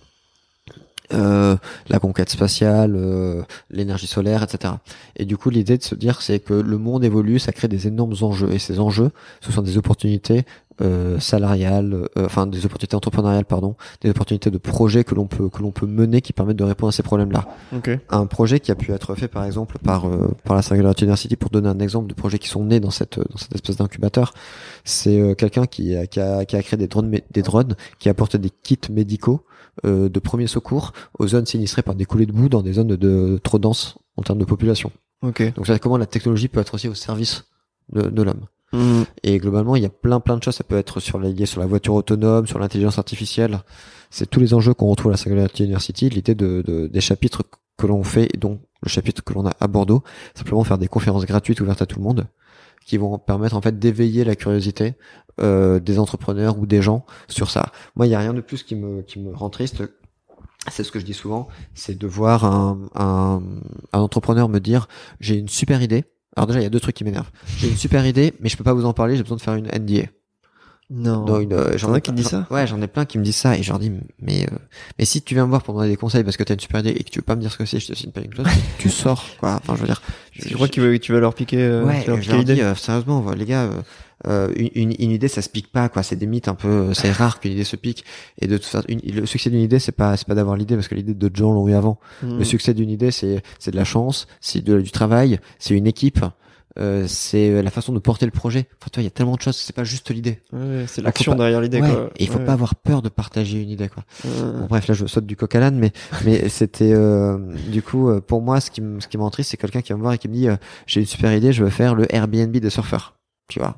La conquête spatiale, l'énergie solaire, etc. Et du coup, l'idée de se dire, c'est que le monde évolue, ça crée des énormes enjeux. Et ces enjeux, ce sont des opportunités salariales, des opportunités entrepreneuriales, des opportunités de projets que l'on peut mener qui permettent de répondre à ces problèmes-là. Okay. Un projet qui a pu être fait, par exemple, par la Singularity University, pour donner un exemple de projets qui sont nés dans cette espèce d'incubateur, c'est quelqu'un qui a créé des drones qui apportent des kits médicaux de premier secours aux zones sinistrées par des coulées de boue dans des zones de trop denses en termes de population. Okay. Donc c'est comment la technologie peut être aussi au service de l'homme. Et globalement, il y a plein de choses. Ça peut être lié sur la voiture autonome, sur l'intelligence artificielle. C'est tous les enjeux qu'on retrouve à la Singularity University. L'idée des chapitres que l'on fait, et donc le chapitre que l'on a à Bordeaux, simplement faire des conférences gratuites ouvertes à tout le monde, qui vont permettre en fait d'éveiller la curiosité des entrepreneurs ou des gens sur ça. Moi, il y a rien de plus qui me rend triste. C'est ce que je dis souvent, c'est de voir un entrepreneur me dire j'ai une super idée. Alors déjà, il y a deux trucs qui m'énervent. J'ai une super idée, mais je peux pas vous en parler, j'ai besoin de faire une NDA. Non. J'en ai qui me disent ça? Ouais, j'en ai plein qui me disent ça et je leur dis mais si tu viens me voir pour me donner des conseils parce que t'as une super idée et que tu veux pas me dire ce que c'est, je te signe pas une clause, tu sors quoi. Enfin, je veux dire. Je crois que tu vas leur piquer. Ouais, je leur dis sérieusement, les gars. Une idée ça se pique pas quoi, c'est des mythes un peu, c'est rare qu'une idée se pique et de toute façon le succès d'une idée c'est pas d'avoir l'idée parce que l'idée d'autres gens l'ont eu avant. Le succès d'une idée c'est de la chance, c'est du travail, c'est une équipe, c'est la façon de porter le projet. Enfin tu vois, il y a tellement de choses, c'est pas juste l'idée. Ouais, c'est l'action derrière l'idée quoi. Et il faut pas avoir peur de partager une idée quoi. Bon, bref, là je saute du coq à l'âne mais c'était du coup pour moi ce qui m'en triste c'est quelqu'un qui va me voir et qui me dit j'ai une super idée, je veux faire le Airbnb des surfeurs. Tu vois.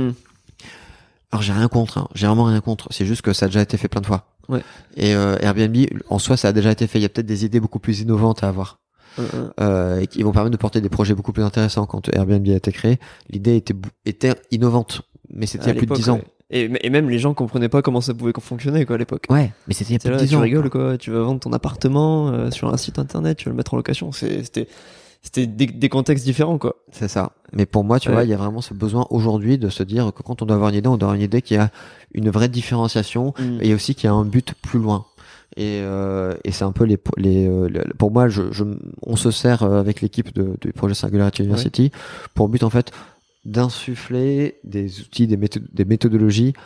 Alors j'ai rien contre, hein. J'ai vraiment rien contre. C'est juste que ça a déjà été fait plein de fois. Ouais. Et Airbnb, en soi, ça a déjà été fait. Il y a peut-être des idées beaucoup plus innovantes à avoir. Et qui vont permettre de porter des projets beaucoup plus intéressants. Quand Airbnb a été créé, l'idée était innovante, mais c'était il y a plus de 10 ans. Ouais. Et même les gens comprenaient pas comment ça pouvait fonctionner quoi à l'époque. Ouais, mais c'était il y a plus de 10 ans. Tu rigoles quoi. Tu vas vendre ton appartement sur un site internet, tu vas le mettre en location. C'était des contextes différents quoi. C'est ça. Mais pour moi, tu vois, il y a vraiment ce besoin aujourd'hui de se dire que quand on doit avoir une idée, on doit avoir une idée qui a une vraie différenciation et aussi qui a un but plus loin. Et c'est un peu pour moi, on se sert avec l'équipe du projet Singularity University pour but en fait d'insuffler des outils, des méthodologies,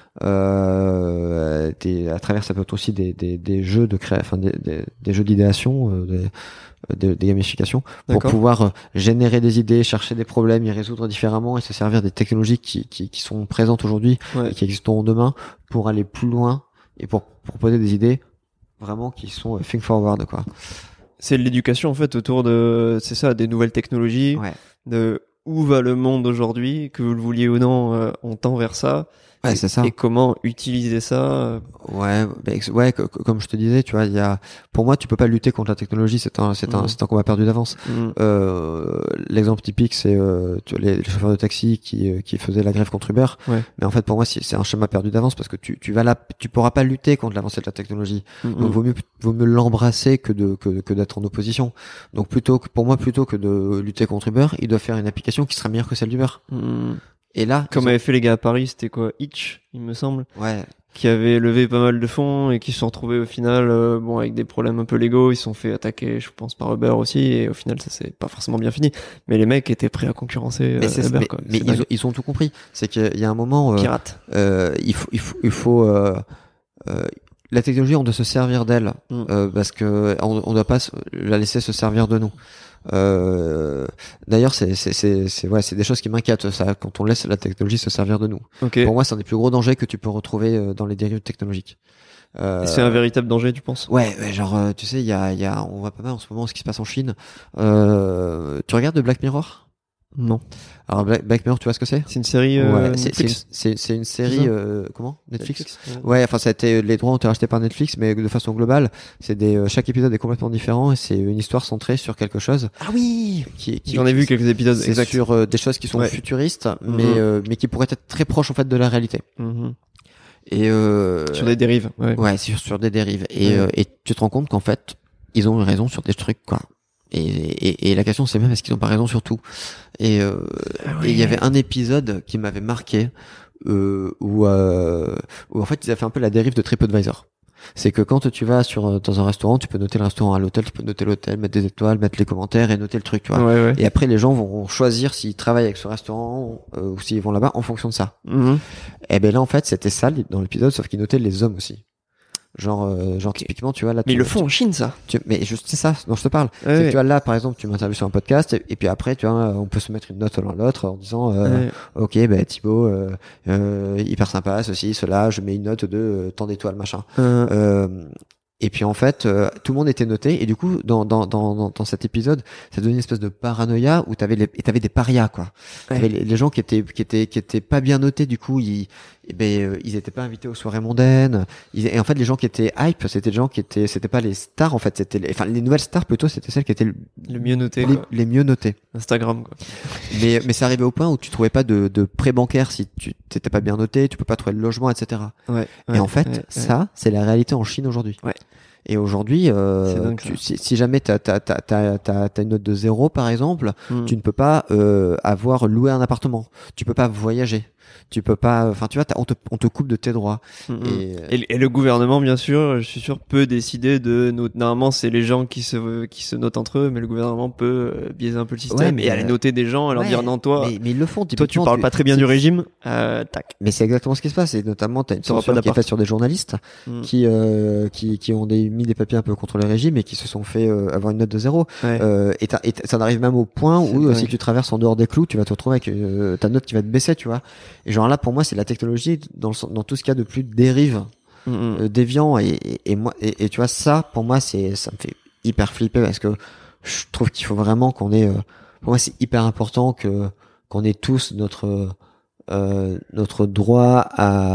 à travers ça peut être aussi des jeux de des jeux d'idéation, des gamifications, pour pouvoir générer des idées, chercher des problèmes, y résoudre différemment et se servir des technologies qui sont présentes aujourd'hui et qui existeront demain pour aller plus loin et pour proposer des idées vraiment qui sont think forward, quoi. C'est l'éducation en fait autour de, c'est ça, des nouvelles technologies, de où va le monde aujourd'hui, que vous le vouliez ou non, on tend vers ça. Ouais, c'est ça. Et comment utiliser ça. Comme je te disais, tu vois, pour moi, tu peux pas lutter contre la technologie, c'est un combat perdu d'avance. L'exemple typique, c'est les chauffeurs de taxi qui faisaient la grève contre Uber. Ouais. Mais en fait, pour moi, c'est un chemin perdu d'avance parce que tu pourras pas lutter contre l'avancée de la technologie. Donc, vaut mieux l'embrasser que d'être en opposition. Donc, plutôt que de lutter contre Uber, ils doivent faire une application qui sera meilleure que celle d'Uber. Et là, comme avaient fait les gars à Paris, c'était quoi, Hitch, il me semble. Ouais. Qui avait levé pas mal de fonds et qui se sont retrouvés au final, avec des problèmes un peu légaux. Ils se sont fait attaquer, je pense, par Uber aussi. Et au final, ça s'est pas forcément bien fini. Mais les mecs étaient prêts à concurrencer Uber, quoi. Mais ils ont tout compris. C'est qu'il y a un moment, pirate. Il faut la technologie, on doit se servir d'elle, parce que on doit pas la laisser se servir de nous. D'ailleurs, c'est des choses qui m'inquiètent, ça, quand on laisse la technologie se servir de nous. Okay. Pour moi, c'est un des plus gros dangers que tu peux retrouver dans les dérives technologiques. C'est un véritable danger, tu penses? Ouais, genre, tu sais, on voit pas mal en ce moment ce qui se passe en Chine. Tu regardes de Black Mirror? Non. Alors Black Mirror, tu vois ce que c'est? C'est une série Netflix. C'est une série comment? Netflix. Ouais, enfin les droits ont été rachetés par Netflix, mais de façon globale, chaque épisode est complètement différent et c'est une histoire centrée sur quelque chose. Ah oui. J'en ai vu quelques épisodes. C'est sur des choses qui sont futuristes, mais qui pourraient être très proches en fait de la réalité. Et sur des dérives. Ouais, sur des dérives. Et tu te rends compte qu'en fait, ils ont eu raison sur des trucs, quoi. Et la question c'est même est-ce qu'ils ont pas raison sur tout. Et il y avait un épisode qui m'avait marqué où en fait ils avaient fait un peu la dérive de TripAdvisor. C'est que quand tu vas dans un restaurant, tu peux noter le restaurant à l'hôtel, tu peux noter l'hôtel, mettre des étoiles, mettre les commentaires et noter le truc, tu vois. Et après les gens vont choisir s'ils travaillent avec ce restaurant ou s'ils vont là-bas en fonction de ça. Et ben là en fait c'était ça dans l'épisode, sauf qu'ils notaient les hommes aussi. Genre typiquement, tu vois là. Mais ils le font en Chine, ça. Mais c'est ça dont je te parle. C'est que tu vois là, par exemple, tu m'interviews sur un podcast et puis après, tu vois, on peut se mettre une note l'un l'autre en disant, ok, Thibaut, hyper sympa, ceci, cela, je mets une note de tant d'étoiles, machin. Et puis en fait, tout le monde était noté et du coup, dans cet épisode, ça donnait une espèce de paranoïa où t'avais des parias, quoi. T'avais les gens qui étaient pas bien notés, du coup, ils étaient pas invités aux soirées mondaines. Et en fait, les gens qui étaient hype, c'était pas les stars, en fait, c'était les nouvelles stars plutôt, c'était celles qui étaient le mieux notées, les mieux notées. Instagram, quoi. Mais ça arrivait au point où tu trouvais pas de prêt bancaire si tu t'étais pas bien noté, tu peux pas trouver de logement, etc. Et en fait, ça, c'est la réalité en Chine aujourd'hui. Et aujourd'hui, si jamais t'as une note de 0 par exemple, tu ne peux pas avoir loué un appartement, tu peux pas voyager, tu peux pas, enfin tu vois, on te coupe de tes droits. Et le gouvernement, bien sûr, je suis sûr, peut décider de normalement c'est les gens qui se notent entre eux, mais le gouvernement peut biaiser un peu le système et aller noter des gens, et leur dire non, toi, mais ils le font. Toi, tu parles pas très bien du régime, tac. Mais c'est exactement ce qui se passe. Et notamment, t'as une censure qui est faite sur des journalistes qui ont mis des papiers un peu contre le régime et qui se sont fait avoir une note de 0. Et ça en arrive même au point où si tu traverses en dehors des clous, tu vas te retrouver avec ta note qui va te baisser, tu vois. Et genre là, pour moi, c'est la technologie dans tout ce qu'il y a de plus dérive, déviant. Et moi, et tu vois, ça, pour moi, ça me fait hyper flipper parce que je trouve qu'il faut vraiment qu'on ait, pour moi, c'est hyper important qu'on ait tous notre droit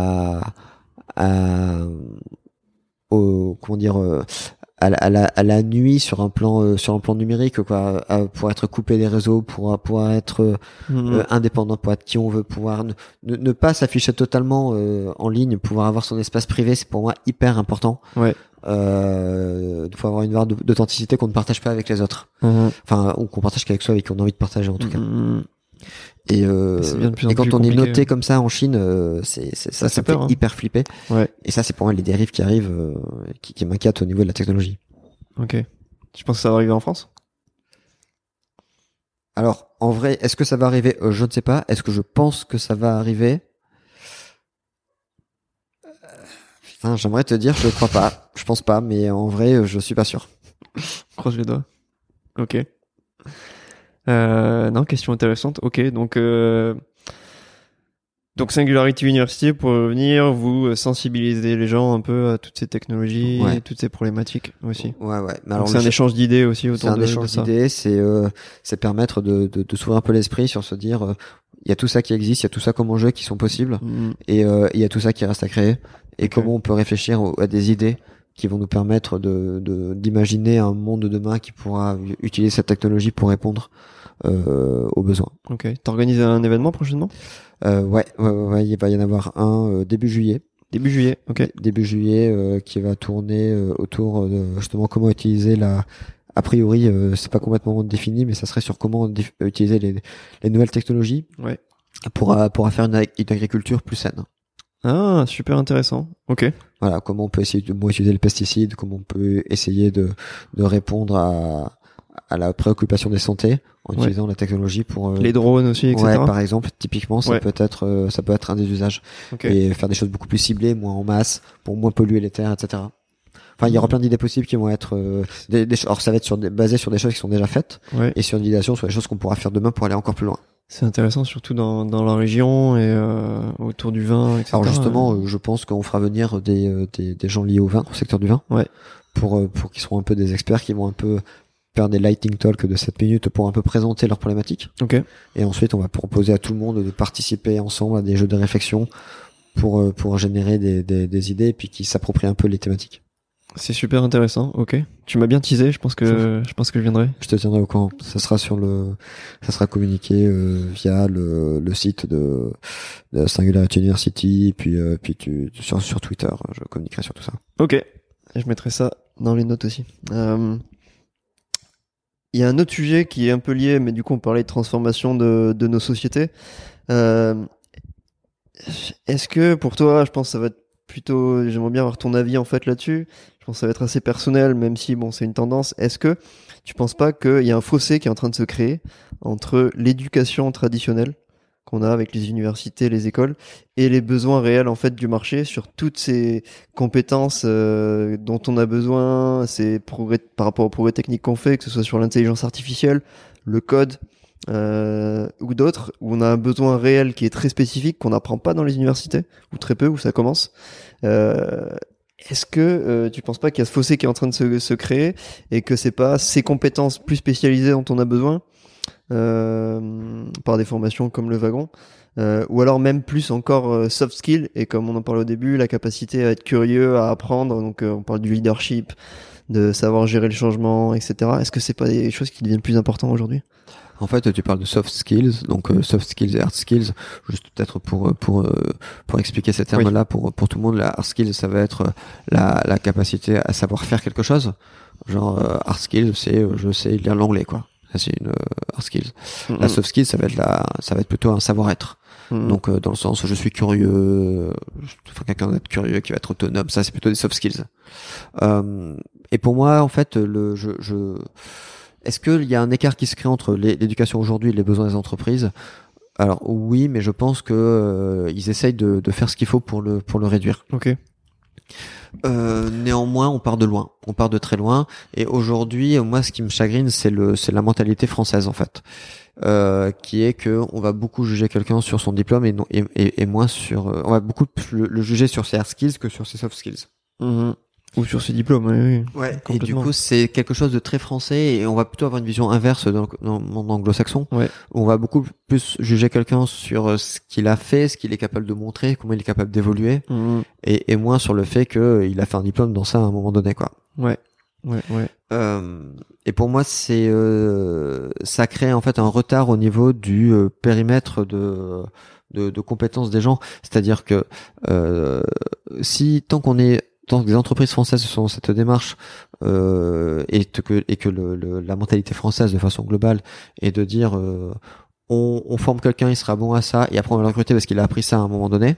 à la nuit sur un plan numérique, quoi, pour être coupé des réseaux, pour être indépendant, pour être qui on veut, pouvoir ne pas s'afficher totalement en ligne, pouvoir avoir son espace privé, c'est pour moi hyper important. Il faut avoir une barre d'authenticité qu'on ne partage pas avec les autres, enfin, ou qu'on partage qu'avec soi et qu'on a envie de partager en tout cas. Et quand on est noté comme ça en Chine, ça fait peur, hyper flipper. Et ça, c'est pour moi les dérives qui arrivent, qui m'inquiètent au niveau de la technologie. Ok. Tu penses que ça va arriver en France? Alors, en vrai, est-ce que ça va arriver? Je ne sais pas. Est-ce que je pense que ça va arriver? Putain, j'aimerais te dire, je crois pas. Je pense pas, mais en vrai, je suis pas sûr. Croise les doigts. Ok. Non, question intéressante. Ok, donc Singularity University, pour revenir, vous sensibilisez les gens un peu à toutes ces technologies, Ouais. et toutes ces problématiques aussi. Ouais. Mais Donc c'est un échange d'idées aussi c'est autour un de échange ça. d'idées, c'est permettre de s'ouvrir un peu l'esprit sur se dire, il y a tout ça qui existe, il y a tout ça comme enjeux qui sont possibles, et il y a tout ça qui reste à créer, et comment on peut réfléchir à des idées qui vont nous permettre d'imaginer un monde de demain qui pourra utiliser cette technologie pour répondre aux besoins. Ok. T'organises un événement prochainement? Ouais, il va y en avoir un début juillet. Début juillet. Ok. Début juillet qui va tourner autour de justement comment utiliser a priori c'est pas complètement défini, mais ça serait sur comment utiliser les nouvelles technologies Ouais. pour faire une agriculture plus saine. Ah, super intéressant. Ok. Voilà, comment on peut essayer de moins utiliser le pesticide, comment on peut essayer de répondre à la préoccupation des santé en utilisant la technologie pour les drones aussi, etc. Ouais, par exemple, typiquement, ça peut être un des usages. Ok. Et faire des choses beaucoup plus ciblées, moins en masse, pour moins polluer les terres, etc. Enfin, il y aura plein d'idées possibles qui vont être alors ça va être basé sur des choses qui sont déjà faites, et sur une idéation sur des choses qu'on pourra faire demain pour aller encore plus loin. C'est intéressant, surtout dans la région et autour du vin, etc. Alors justement, je pense qu'on fera venir des gens liés au vin, au secteur du vin, pour qu'ils soient un peu des experts, qui vont un peu faire des lightning talks de 7 minutes pour un peu présenter leurs problématiques. Ok. Et ensuite, on va proposer à tout le monde de participer ensemble à des jeux de réflexion pour générer des idées et puis qui s'approprient un peu les thématiques. C'est super intéressant. Ok. Tu m'as bien teasé. Je pense que je viendrai. Je te tiendrai au courant. Ça sera communiqué via le site de Singularity University, puis sur Twitter. Je communiquerai sur tout ça. Ok. Et je mettrai ça dans les notes aussi. Il y a un autre sujet qui est un peu lié, mais du coup on parlait de transformation de nos sociétés. Est-ce que pour toi, je pense que ça va être plutôt, j'aimerais bien avoir ton avis en fait là-dessus. Je pense que ça va être assez personnel, même si bon c'est une tendance. Est-ce que tu penses pas qu'il y a un fossé qui est en train de se créer entre l'éducation traditionnelle qu'on a avec les universités, les écoles, et les besoins réels en fait du marché sur toutes ces compétences dont on a besoin, ces progrès par rapport aux progrès techniques qu'on fait, que ce soit sur l'intelligence artificielle, le code ou d'autres, où on a un besoin réel qui est très spécifique qu'on n'apprend pas dans les universités, ou très peu, où ça commence. Est-ce que tu penses pas qu'il y a ce fossé qui est en train de se créer et que c'est pas ces compétences plus spécialisées dont on a besoin par des formations comme le wagon, ou alors même plus encore soft skill, et comme on en parlait au début, la capacité à être curieux, à apprendre, donc on parle du leadership, de savoir gérer le changement, etc. Est-ce que c'est pas des choses qui deviennent plus importantes aujourd'hui? En fait, tu parles de soft skills, donc soft skills et hard skills. Juste peut-être pour expliquer ces termes-là pour tout le monde, la hard skills, ça va être la capacité à savoir faire quelque chose. Genre hard skills, c'est je sais lire l'anglais, quoi. Ça c'est une hard skills. La soft skills, ça va être plutôt un savoir-être. Donc dans le sens je suis curieux, quelqu'un d'être curieux qui va être autonome, ça c'est plutôt des soft skills. Et pour moi en fait est-ce qu'il y a un écart qui se crée entre l'éducation aujourd'hui et les besoins des entreprises? Alors oui, mais je pense que ils essayent de faire ce qu'il faut pour le réduire. Ok. Néanmoins, on part de loin, on part de très loin. Et aujourd'hui, moi, ce qui me chagrine, c'est la mentalité française en fait, qui est que on va beaucoup juger quelqu'un sur son diplôme et moins sur, on va beaucoup le juger sur ses hard skills que sur ses soft skills. Ou sur ses diplômes, oui. Ouais. Et du coup, c'est quelque chose de très français et on va plutôt avoir une vision inverse dans le monde anglo-saxon. Ouais. Où on va beaucoup plus juger quelqu'un sur ce qu'il a fait, ce qu'il est capable de montrer, comment il est capable d'évoluer, et moins sur le fait qu'il a fait un diplôme dans ça à un moment donné, quoi. Ouais. Et pour moi, ça crée en fait un retard au niveau du périmètre de compétences des gens. C'est-à-dire que tant que les entreprises françaises sont dans cette démarche et que la mentalité française de façon globale est de dire on forme quelqu'un, il sera bon à ça et après on va le recruter parce qu'il a appris ça à un moment donné,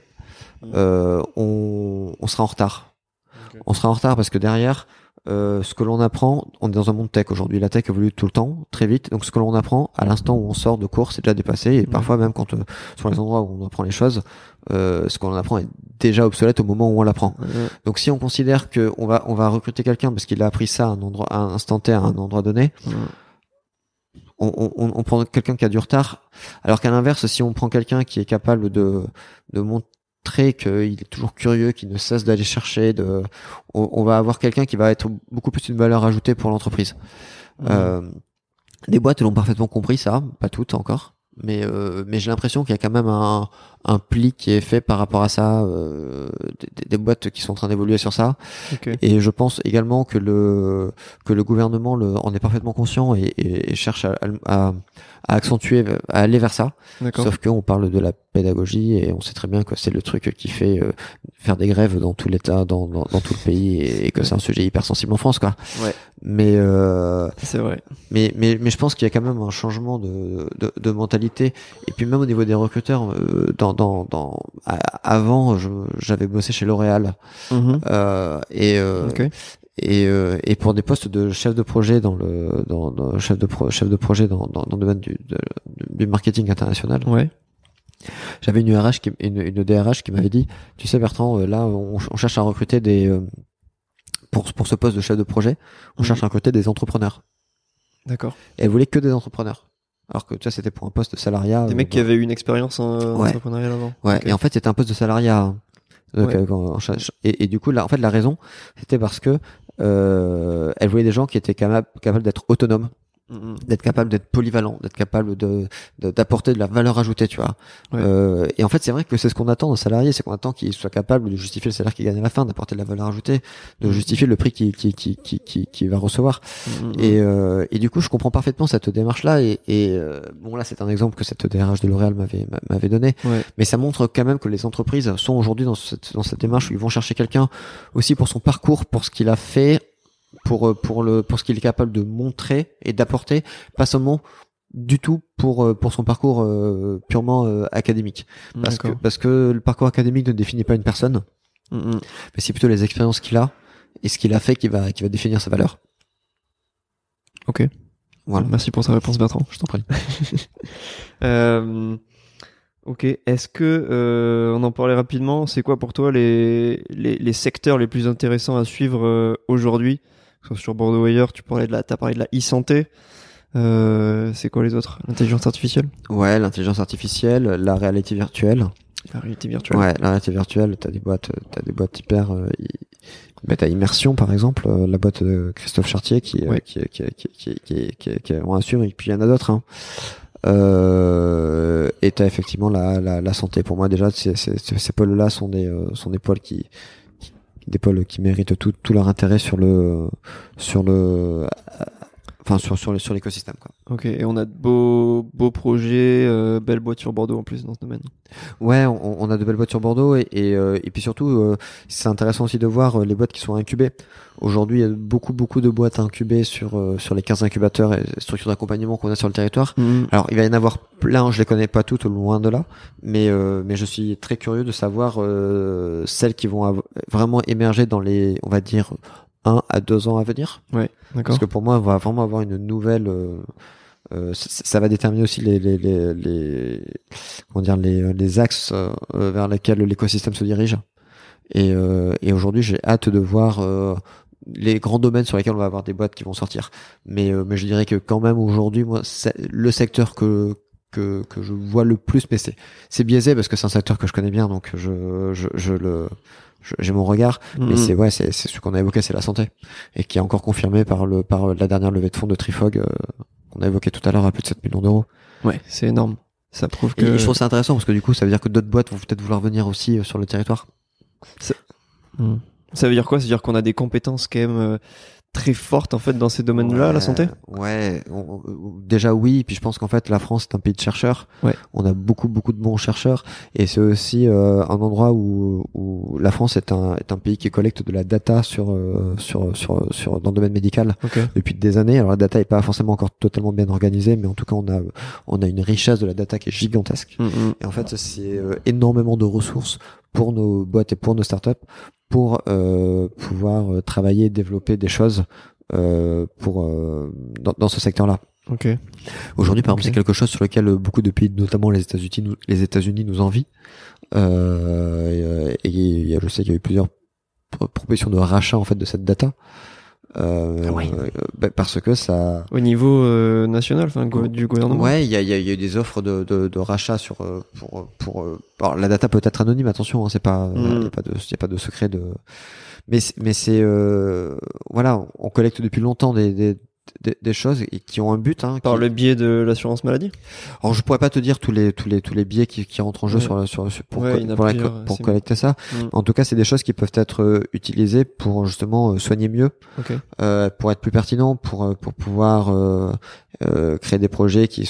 on sera en retard. Okay. On sera en retard parce que derrière ce que l'on apprend, on est dans un monde tech aujourd'hui. La tech évolue tout le temps, très vite. Donc ce que l'on apprend à l'instant où on sort de cours, c'est déjà dépassé. Et parfois même quand sur les endroits où on apprend les choses, ce qu'on apprend est déjà obsolète au moment où on l'apprend. Donc si on considère que on va recruter quelqu'un parce qu'il a appris ça à un endroit, à un instant T, à un endroit donné, on prend quelqu'un qui a du retard. Alors qu'à l'inverse, si on prend quelqu'un qui est capable de montrer qu'il est toujours curieux, qu'il ne cesse d'aller chercher, on va avoir quelqu'un qui va être beaucoup plus une valeur ajoutée pour l'entreprise. Les boîtes l'ont parfaitement compris ça, pas toutes encore, mais j'ai l'impression qu'il y a quand même un pli qui est fait par rapport à ça, des boîtes qui sont en train d'évoluer sur ça. Okay. Et je pense également que le gouvernement en est parfaitement conscient et cherche à accentuer, à aller vers ça. D'accord. Sauf qu'on parle de la pédagogie et on sait très bien que c'est le truc qui fait faire des grèves dans tout l'État, dans tout le pays, et que c'est un sujet hyper sensible en France, quoi. Ouais. Mais c'est vrai. Mais je pense qu'il y a quand même un changement de mentalité, et puis même au niveau des recruteurs, avant j'avais bossé chez L'Oréal, Okay. Et pour des postes de chef de projet chef de projet dans le domaine du marketing international. Ouais. J'avais une DRH qui m'avait dit, tu sais Bertrand, là on cherche à recruter pour ce poste de chef de projet, on cherche à recruter des entrepreneurs. D'accord. Et elle voulait que des entrepreneurs. Alors que tu vois, c'était pour un poste de salariat. Des mecs qui avaient eu une expérience entrepreneuriale avant. Ouais. Okay. Et en fait, c'était un poste de salariat. Et du coup, là, en fait, la raison, c'était parce que elle voulait des gens qui étaient capables d'être autonomes, d'être capables d'être polyvalents, d'être capables d'apporter de la valeur ajoutée, tu vois. Ouais. Et en fait, c'est vrai que c'est ce qu'on attend d'un salarié, c'est qu'on attend qu'il soit capable de justifier le salaire qu'il gagne à la fin, d'apporter de la valeur ajoutée, de justifier le prix qu'il va recevoir. Et du coup, je comprends parfaitement cette démarche-là. Et bon, là, c'est un exemple que cette DRH de L'Oréal m'avait donné. Ouais. Mais ça montre quand même que les entreprises sont aujourd'hui dans cette démarche où ils vont chercher quelqu'un aussi pour son parcours, pour ce qu'il a fait, pour ce qu'il est capable de montrer et d'apporter, pas seulement du tout pour son parcours purement académique, parce que le parcours académique ne définit pas une personne, mais c'est plutôt les expériences qu'il a et ce qu'il a fait qui va définir sa valeur. Ok. Voilà. Merci pour ta réponse, Bertrand. Je t'en prie. Ok. Est-ce que on en parlait rapidement, c'est quoi pour toi les secteurs les plus intéressants à suivre aujourd'hui? Sur Bordeaux ou ailleurs, t'as parlé de la e-santé. C'est quoi les autres? L'intelligence artificielle? Ouais, l'intelligence artificielle, la réalité virtuelle. La réalité virtuelle. Ouais, la réalité virtuelle, t'as des boîtes hyper, t'as Immersion, par exemple, la boîte de Christophe Chartier qui on assure, et puis il y en a d'autres, hein. Et t'as effectivement la santé. Pour moi, déjà, ces pôles-là sont des pôles qui méritent tout leur intérêt sur l'écosystème, quoi. Ok, et on a de beaux projets, belles boîtes sur Bordeaux en plus dans ce domaine. Ouais, on a de belles boîtes sur Bordeaux et puis surtout c'est intéressant aussi de voir les boîtes qui sont incubées. Aujourd'hui, il y a beaucoup de boîtes incubées sur les 15 incubateurs et structures d'accompagnement qu'on a sur le territoire. Alors, il va y en avoir plein, je les connais pas toutes, loin de là, mais je suis très curieux de savoir celles qui vont vraiment émerger dans les, on va dire, 1 à 2 ans à venir. Ouais, d'accord. Parce que pour moi, on va vraiment avoir une nouvelle. Ça va déterminer aussi les axes vers lesquels l'écosystème se dirige. Et aujourd'hui, j'ai hâte de voir les grands domaines sur lesquels on va avoir des boîtes qui vont sortir. Mais je dirais que quand même aujourd'hui, moi, c'est le secteur que je vois le plus, mais c'est biaisé parce que c'est un secteur que je connais bien, donc j'ai mon regard, mais c'est ce qu'on a évoqué, c'est la santé, et qui est encore confirmé par la dernière levée de fonds de Trifog qu'on a évoqué tout à l'heure à plus de 7 millions d'euros. Ouais, c'est énorme. Ça prouve que. Et je trouve ça intéressant parce que du coup, ça veut dire que d'autres boîtes vont peut-être vouloir venir aussi sur le territoire. Ça veut dire quoi? Ça veut dire qu'on a des compétences quand même très fortes en fait dans ces domaines-là, la santé. Ouais, déjà oui, puis je pense qu'en fait la France est un pays de chercheurs. Ouais. On a beaucoup de bons chercheurs et c'est aussi un endroit où la France est un pays qui collecte de la data sur dans le domaine médical depuis des années. Alors la data est pas forcément encore totalement bien organisée, mais en tout cas on a une richesse de la data qui est gigantesque. Et en fait c'est énormément de ressources pour nos boîtes et pour nos startups pour pouvoir travailler et développer des choses dans ce secteur-là. Ok. Aujourd'hui, par exemple, c'est quelque chose sur lequel beaucoup de pays, notamment les États-Unis, nous envient. Je sais qu'il y a eu plusieurs propositions de rachat en fait de cette data. Parce que ça. Au niveau national, enfin du gouvernement. Ouais, il y a eu des offres de rachat sur alors, la data peut être anonyme, attention, hein, c'est pas, y a pas de secret de. Mais c'est voilà, on collecte depuis longtemps des choses et qui ont un but. Hein, Par le biais de l'assurance maladie. Alors je pourrais pas te dire tous les biais qui rentrent en jeu pour collecter ça. En tout cas, c'est des choses qui peuvent être utilisées pour justement soigner mieux, pour être plus pertinent, pour pouvoir créer des projets qui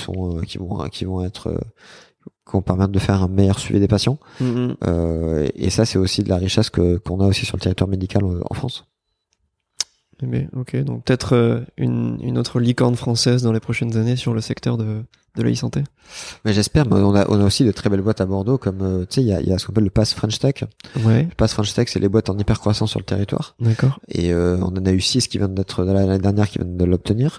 vont permettre de faire un meilleur suivi des patients. Et ça, c'est aussi de la richesse qu'on a aussi sur le territoire médical en France. Mais ok, donc peut-être une autre licorne française dans les prochaines années sur le secteur de la e-santé. Mais j'espère. Mais on a aussi de très belles boîtes à Bordeaux, comme tu sais, il y a ce qu'on appelle le Pass French Tech. Ouais. Le Pass French Tech, c'est les boîtes en hyper croissance sur le territoire. D'accord. Et on en a eu 6 qui viennent d'être l'année dernière qui viennent de l'obtenir.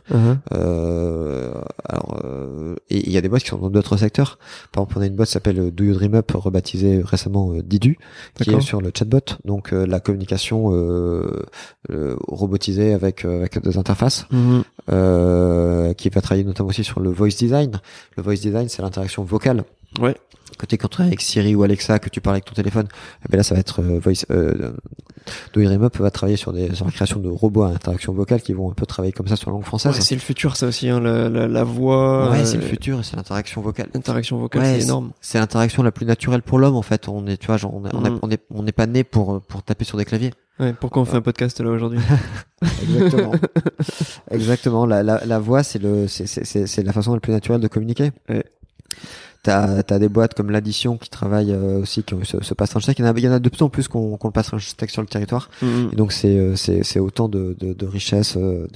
Et il y a des boîtes qui sont dans d'autres secteurs. Par exemple, on a une boîte qui s'appelle Do You Dream Up, rebaptisée récemment Didu, qui est sur le chatbot, donc la communication robotisée avec des interfaces, qui va travailler notamment aussi sur le voice design. Le voice design, c'est l'interaction vocale. Ouais. Quand tu es avec Siri ou Alexa, que tu parles avec ton téléphone, là ça va être Do You Dream Up va travailler sur la création de robots à interaction vocale qui vont un peu travailler comme ça sur la langue française. Ouais, c'est le futur, ça aussi, hein, la voix. Ouais, c'est le futur et c'est l'interaction vocale. L'interaction vocale, ouais, c'est énorme. C'est l'interaction la plus naturelle pour l'homme en fait. On est, tu vois, genre, on n'est pas né pour taper sur des claviers. Ouais, pourquoi on fait un podcast là aujourd'hui? Exactement. Exactement. La voix, c'est la façon la plus naturelle de communiquer. Ouais. T'as des boîtes comme l'Addition qui travaillent aussi, qui ont ce pass French Tech. Il y en a de plus en plus qu'on le pass French Tech sur le territoire. Et donc c'est autant de richesses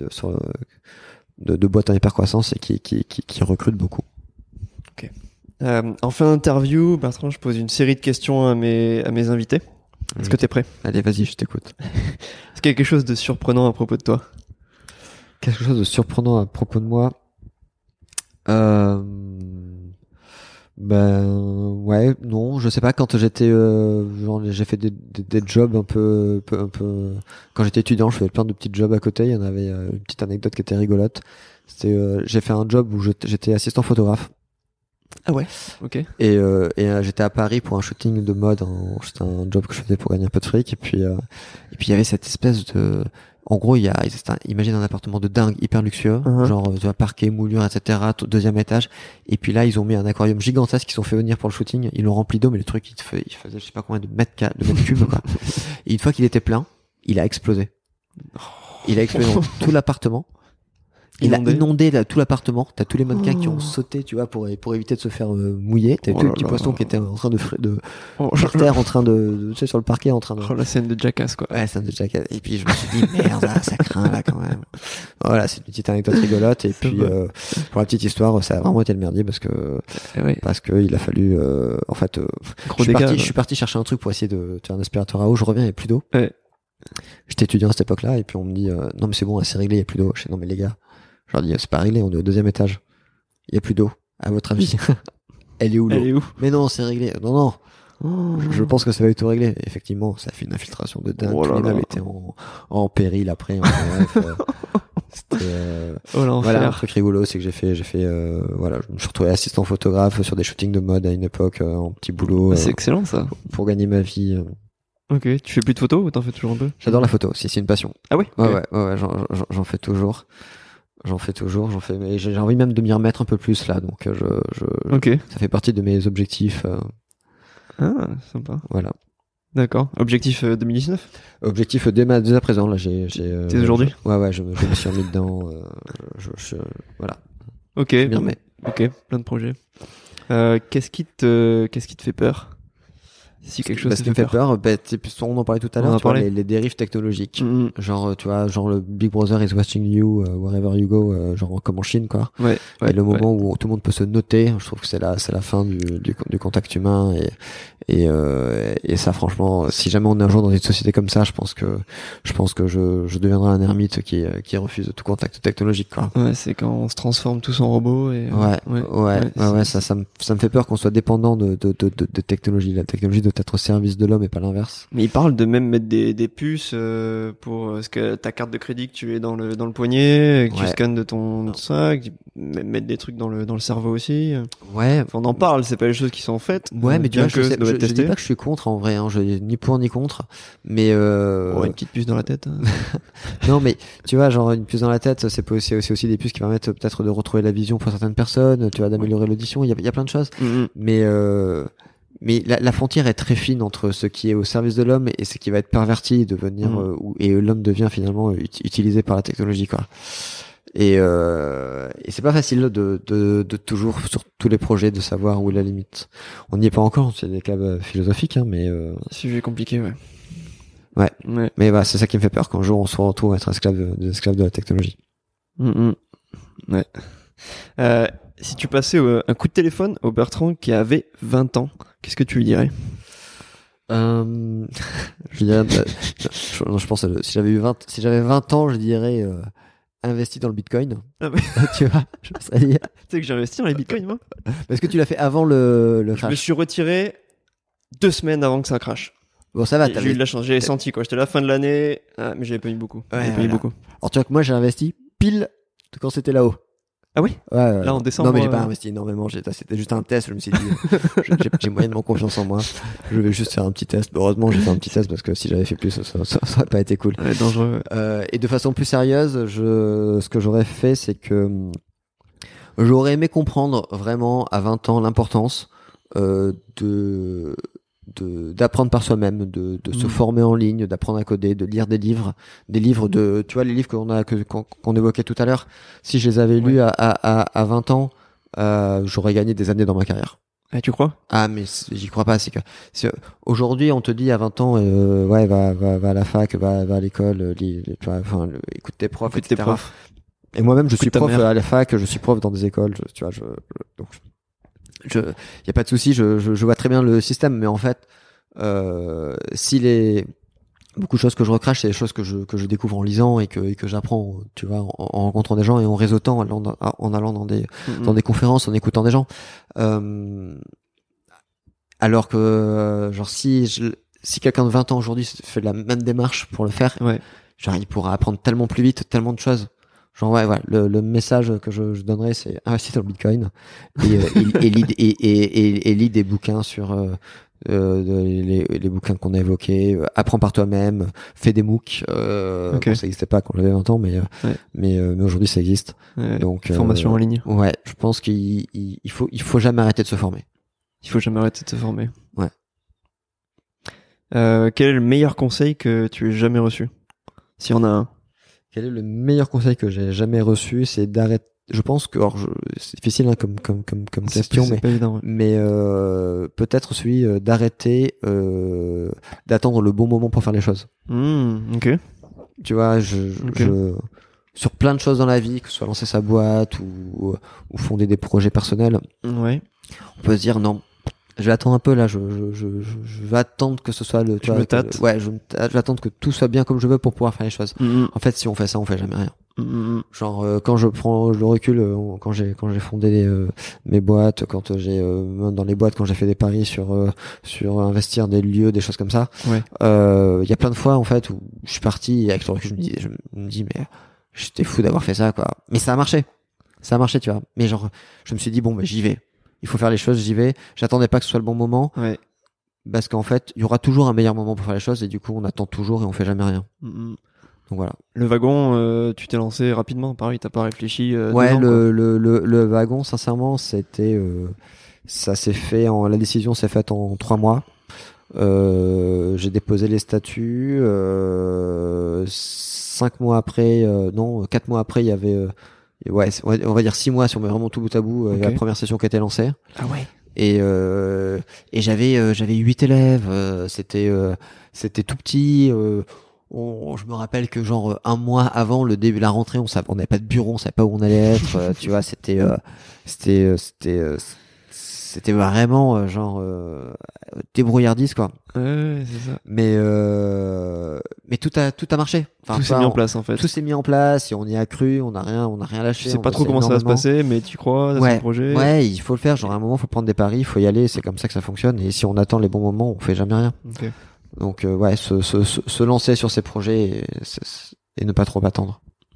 de boîtes en hypercroissance et qui recrutent beaucoup. Ok. En fin d'interview, Bertrand, je pose une série de questions à mes invités. Est-ce que t'es prêt? Allez, vas-y, je t'écoute. Est-ce qu'il y a quelque chose de surprenant à propos de toi? Quelque chose de surprenant à propos de moi? Ouais, non, je sais pas, quand j'étais j'ai fait des jobs un peu quand j'étais étudiant, je faisais plein de petits jobs à côté. Il y en avait une petite anecdote qui était rigolote. C'était j'ai fait un job où j'étais assistant photographe. Ah ouais, ok. Et j'étais à Paris pour un shooting de mode. C'était un job que je faisais pour gagner un peu de fric. Et puis il y avait cette espèce de, en gros, imagine un appartement de dingue, hyper luxueux, genre tu vois, parquet, moulure, etc. Deuxième étage. Et puis là, ils ont mis un aquarium gigantesque qu'ils ont fait venir pour le shooting. Ils l'ont rempli d'eau, mais le truc, il faisait je sais pas combien de mètres cubes, quoi. Et une fois qu'il était plein, il a explosé. Il a explosé dans tout l'appartement. Il a inondé tout l'appartement. T'as tous les mannequins qui ont sauté, tu vois, pour éviter de se faire mouiller. T'as tous les petits poissons qui étaient en train par terre, en train de, tu sais, sur le parquet, en train de. Oh, la scène de Jackass, quoi. Ouais, scène de Jackass. Et puis je me suis dit, merde, là, ça craint, là, quand même. Voilà, c'est une petite anecdote rigolote. Et puis, pour la petite histoire, ça a vraiment été le merdier parce que il a fallu, en fait, je suis parti chercher un truc pour essayer de faire un aspirateur à eau. Je reviens, il n'y a plus d'eau. Ouais. J'étais étudiant à cette époque-là, et puis on me dit, non, mais c'est bon, c'est réglé, il n'y a plus d'eau. Je dis, non, mais les gars. Je leur dis, c'est pas réglé, on est au 2e étage. Il y a plus d'eau. À votre avis, elle est où l'eau? Elle est où? Mais non, c'est réglé. Non. Je pense que ça va être tout réglé. Et effectivement, ça a fait une infiltration de dingue. Tous les meubles étaient en péril après. C'était voilà, un truc rigolo, c'est que j'ai fait voilà, je me suis retrouvé assistant photographe sur des shootings de mode à une époque, en petit boulot. C'est excellent ça. Pour gagner ma vie. Ok, tu fais plus de photos ou t'en fais toujours un peu? J'adore la photo, c'est une passion. Ah oui? Ouais, j'en fais toujours. Mais j'ai envie même de m'y remettre un peu plus là, donc ça fait partie de mes objectifs. Ah, sympa. Voilà. D'accord. Objectif 2019? Objectif dès à présent, là, c'est aujourd'hui? Ouais, je me suis remis dedans, voilà. Ok. Ok, plein de projets. Qu'est-ce qui te fait peur? Si quelque chose Ce qui me fait peur, on en parlait tout à l'heure, tu vois, les dérives technologiques. Genre, tu vois, genre le Big Brother is watching you, wherever you go, genre comme en Chine, quoi. Et le moment où tout le monde peut se noter, je trouve que c'est la fin du contact humain et ça, franchement, si jamais on est un jour dans une société comme ça, je pense que je deviendrai un ermite qui refuse tout contact technologique, quoi. Ouais, c'est quand on se transforme tous en robots et ça me fait peur qu'on soit dépendant de technologie. La technologie doit être au service de l'homme et pas l'inverse. Mais ils parlent de même mettre des puces pour ce que ta carte de crédit que tu es dans le poignet, que tu scannes de ton sac, mettre des trucs dans le cerveau aussi. Ouais. Enfin, on en parle, c'est pas les choses qui sont faites. Ouais, mais tu vois, je dis pas que je suis contre en vrai, hein, ni pour ni contre, mais une petite puce dans la tête. Non, mais tu vois, genre une puce dans la tête, c'est aussi des puces qui permettent peut-être de retrouver la vision pour certaines personnes, tu vois, d'améliorer l'audition. Il y a plein de choses, mais la frontière est très fine entre ce qui est au service de l'homme et ce qui va être perverti, et l'homme devient finalement utilisé par la technologie, quoi. Et c'est pas facile de toujours sur tous les projets de savoir où est la limite. On n'y est pas encore, c'est des cas philosophiques, hein, mais sujet compliqué, ouais. Mais c'est ça qui me fait peur, qu'un jour on se retrouve à être des esclaves de la technologie. Ouais. Si tu passais un coup de téléphone au Bertrand qui avait 20 ans, qu'est-ce que tu lui dirais? Je dirais, je pense si j'avais 20 ans, je dirais investi dans le Bitcoin. Ah ouais. Tu vois, je sais dire. Tu sais que j'ai investi dans les Bitcoins, moi. Est-ce que tu l'as fait avant le crash? Je me suis retiré 2 semaines avant que ça crache. Bon, ça va, j'ai eu de la chance, j'ai senti, quoi. J'étais à la fin de l'année, mais j'avais pas eu beaucoup. beaucoup. Alors, tu vois que moi, j'ai investi pile quand c'était là-haut. Ah oui? Ouais. Là, en décembre. Non, mais j'ai pas investi énormément. C'était juste un test. Je me suis dit, j'ai moyennement confiance en moi. Je vais juste faire un petit test. Heureusement, j'ai fait un petit test parce que si j'avais fait plus, ça aurait pas été cool. Ouais, dangereux. Et de façon plus sérieuse, ce que j'aurais fait, c'est que j'aurais aimé comprendre vraiment à 20 ans l'importance d'apprendre par soi-même, de se former en ligne, d'apprendre à coder, de lire des livres tu vois, les livres qu'on évoquait tout à l'heure. Si je les avais lus à 20 ans, j'aurais gagné des années dans ma carrière. Ah, tu crois? Ah, mais j'y crois pas. Aujourd'hui, on te dit à 20 ans, va à la fac, va à l'école, écoute tes profs, etc. Et moi-même, je suis prof à la fac, je suis prof dans des écoles, tu vois, donc y a pas de souci, je vois très bien le système, mais en fait, beaucoup de choses que je recrache, c'est des choses que je découvre en lisant et que j'apprends, tu vois, en rencontrant des gens et en réseautant, en allant dans des conférences, en écoutant des gens. Alors que, genre, si quelqu'un de 20 ans aujourd'hui fait la même démarche pour le faire, genre, il pourra apprendre tellement plus vite, tellement de choses. Genre, le message que je donnerais, c'est investir dans le Bitcoin et lis des bouquins sur les bouquins qu'on a évoqués, apprends par toi-même, fais des MOOC. Bon, ça n'existait pas quand j'avais 20 ans, mais aujourd'hui ça existe. Donc formation en ligne. Ouais, je pense qu'il faut jamais arrêter de se former. Il faut jamais arrêter de se former. Ouais. Quel est le meilleur conseil que tu aies jamais reçu? S'il y en a un. Quel est le meilleur conseil que j'ai jamais reçu? C'est d'arrêter. Je pense que, c'est difficile, hein, comme question, c'est pas évident, mais peut-être celui d'arrêter d'attendre le bon moment pour faire les choses. Ok. Tu vois, sur plein de choses dans la vie, que ce soit lancer sa boîte ou fonder des projets personnels, on peut se dire non. Je vais attendre un peu là, je vais attendre que ce soit le. Je me tâte. Je vais attendre que tout soit bien comme je veux pour pouvoir faire les choses. En fait, si on fait ça, on fait jamais rien. Genre quand je prends le recul, quand j'ai fondé mes boîtes, quand dans les boîtes, quand j'ai fait des paris sur investir des lieux, des choses comme ça. Il y a plein de fois en fait où je suis parti et avec le recul, je me dis mais j'étais fou d'avoir fait ça, quoi. Mais ça a marché, tu vois. Mais genre je me suis dit bon j'y vais. Il faut faire les choses, j'y vais. J'attendais pas que ce soit le bon moment. Parce qu'en fait, il y aura toujours un meilleur moment pour faire les choses et du coup, on attend toujours et on fait jamais rien. Donc voilà. Le wagon, tu t'es lancé rapidement, pareil, t'as pas réfléchi. Le wagon, sincèrement, c'était, ça s'est fait la décision s'est faite en 3 mois. J'ai déposé les statuts, 4 mois après, il y avait, on va dire 6 mois si on met vraiment tout bout à bout, la première session qui a été lancée. Ah ouais. Et j'avais 8 élèves. C'était tout petit. Je me rappelle que genre un mois avant le début de la rentrée, on n'avait pas de bureau, on savait pas où on allait être. Tu vois, c'était vraiment genre débrouillardise quoi. Ouais, c'est ça. Mais tout a marché. Enfin, Tout s'est mis en place en fait. Tout s'est mis en place et on y a cru, on n'a rien lâché. Tu sais pas trop comment ça va se passer, mais tu crois dans ce projet. Ouais, il faut le faire. Genre à un moment, faut prendre des paris, faut y aller. C'est comme ça que ça fonctionne. Et si on attend les bons moments, on fait jamais rien. Okay. Donc ouais, se lancer sur ces projets et ne pas trop attendre.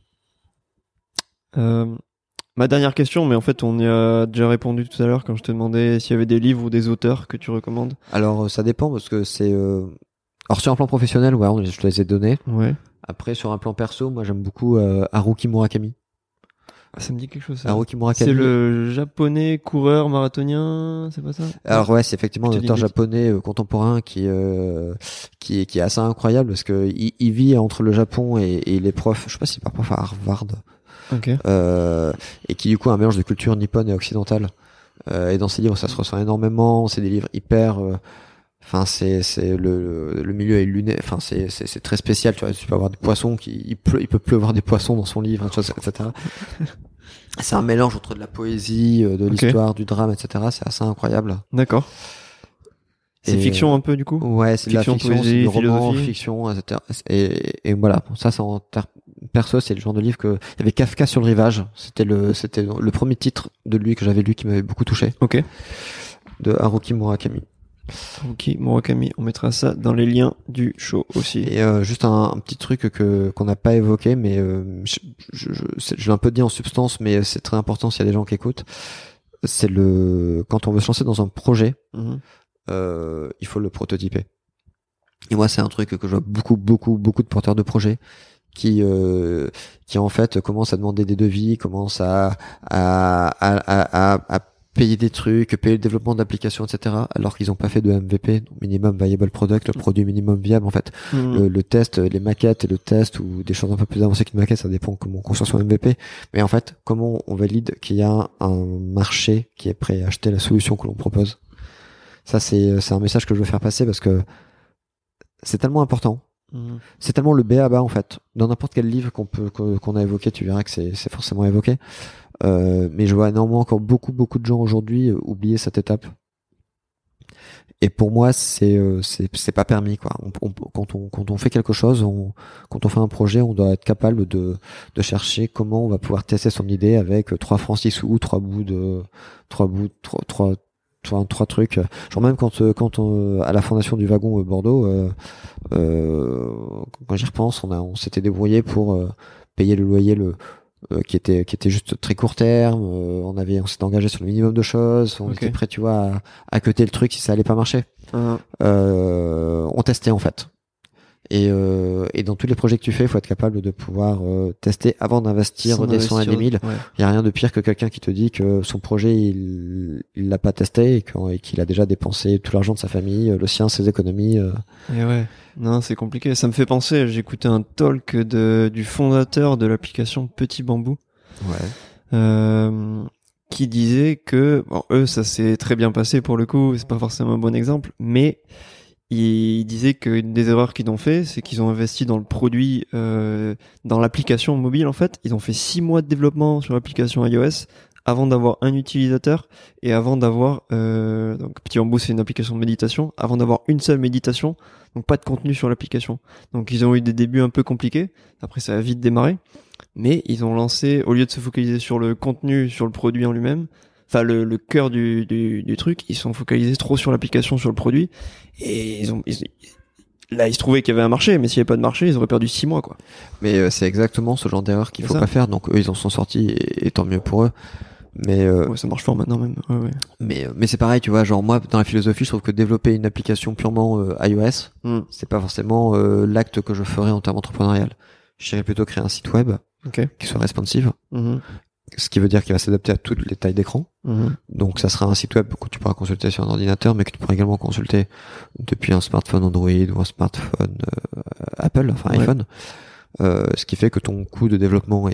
Ma dernière question, mais en fait on y a déjà répondu tout à l'heure quand je te demandais s'il y avait des livres ou des auteurs que tu recommandes. Alors ça dépend parce que c'est alors sur un plan professionnel, ouais, je te les ai donnés. Ouais. Après sur un plan perso, moi j'aime beaucoup Haruki Murakami. Ah, ça me dit quelque chose. Ça. Haruki Murakami. C'est le japonais coureur marathonien, c'est pas ça? Alors ouais, c'est effectivement un auteur japonais contemporain qui est assez incroyable parce que il vit entre le Japon et il est prof, je sais pas s'il part prof à Harvard. Okay. Et qui du coup a un mélange de culture nippone et occidentale. Et dans ses livres, ça se ressent énormément. C'est des livres hyper. Enfin, c'est le milieu est lunaire. Enfin, c'est très spécial. Tu vois, tu peux avoir des poissons il peut pleuvoir des poissons dans son livre, etc. C'est un mélange entre de la poésie, de l'histoire, du drame, etc. C'est assez incroyable. D'accord. C'est fiction un peu du coup. Ouais, c'est fiction, de la fiction, poésie, c'est du roman, philosophie. fiction, etc. Et voilà. Ça, c'est en perso, c'est le genre de livre que il y avait Kafka sur le rivage. C'était le premier titre de lui que j'avais lu qui m'avait beaucoup touché. Ok. De Haruki Murakami. Haruki Murakami, on mettra ça dans les liens du show aussi. Et juste un petit truc qu'on n'a pas évoqué, mais je l'ai un peu dit en substance, mais c'est très important s'il y a des gens qui écoutent. C'est quand on veut se lancer dans un projet, il faut le prototyper. Et moi, c'est un truc que je vois beaucoup de porteurs de projets qui en fait commencent à demander des devis, commencent à payer des trucs, payer le développement d'applications, etc. alors qu'ils n'ont pas fait de MVP, minimum viable product, le produit minimum viable en fait. Le test, les maquettes et le test ou des choses un peu plus avancées qu'une maquette, ça dépend comment on construit son MVP. Mais en fait, comment on valide qu'il y a un marché qui est prêt à acheter la solution que l'on propose. Ça, c'est un message que je veux faire passer parce que c'est tellement important. C'est tellement le b.a.-ba en fait. Dans n'importe quel livre qu'on a évoqué, tu verras que c'est forcément évoqué. Mais je vois énormément encore beaucoup de gens aujourd'hui oublier cette étape. Et pour moi, c'est pas permis quoi. Quand on fait quelque chose, quand on fait un projet, on doit être capable de chercher comment on va pouvoir tester son idée avec 3 francs 6 sous, 3 trucs. Genre même quand à la fondation du wagon Bordeaux, quand j'y repense, on s'était débrouillé pour payer le loyer qui était juste très court terme. On s'était engagé sur le minimum de choses. On était prêt, tu vois, à cuter le truc si ça allait pas marcher. On testait en fait. Et dans tous les projets que tu fais, il faut être capable de pouvoir tester avant d'investir des 100 et des 1000. Il y a rien de pire que quelqu'un qui te dit que son projet il l'a pas testé et qu'il a déjà dépensé tout l'argent de sa famille, le sien, ses économies. Et ouais, non, c'est compliqué. Ça me fait penser. J'ai écouté un talk du fondateur de l'application Petit Bambou. Qui disait que eux, ça s'est très bien passé pour le coup. C'est pas forcément un bon exemple, mais il disait qu'une des erreurs qu'ils ont fait, c'est qu'ils ont investi dans le produit, dans l'application mobile en fait. Ils ont fait 6 mois de développement sur l'application iOS avant d'avoir un utilisateur et avant d'avoir donc Petit Bambou c'est une application de méditation, avant d'avoir une seule méditation, donc pas de contenu sur l'application. Donc ils ont eu des débuts un peu compliqués. Après ça a vite démarré, mais ils ont lancé, au lieu de se focaliser sur le contenu, sur le produit en lui-même, enfin le cœur du truc, ils sont focalisés trop sur l'application, sur le produit, et là il se trouvait qu'il y avait un marché, mais s'il n'y avait pas de marché, ils auraient perdu 6 mois quoi. Mais c'est exactement ce genre d'erreur qu'il faut pas faire. Donc eux ils en sont sortis et tant mieux pour eux. Mais ouais, ça marche fort maintenant même. Ouais. Mais c'est pareil, tu vois, genre moi dans la philosophie, je trouve que développer une application purement iOS, c'est pas forcément l'acte que je ferais en termes entrepreneurial. J'irais plutôt créer un site web qui soit responsive. Ce qui veut dire qu'il va s'adapter à toutes les tailles d'écran. Donc ça sera un site web que tu pourras consulter sur un ordinateur, mais que tu pourras également consulter depuis un smartphone Android ou un smartphone Apple, enfin iPhone. Ce qui fait que ton coût de développement est moins important, que quand tu dois faire des évolutions, débugger des choses, tu le fais sur un site web. Et ça, c'est un truc que je trouve hyper important. C'est-à-dire que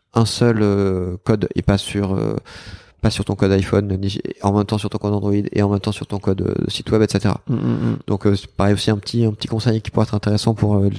un seul code et pas sur ton code iPhone, en même temps sur ton code Android et en même temps sur ton code site web, etc. Donc c'est pareil aussi un petit conseil qui pourrait être intéressant pour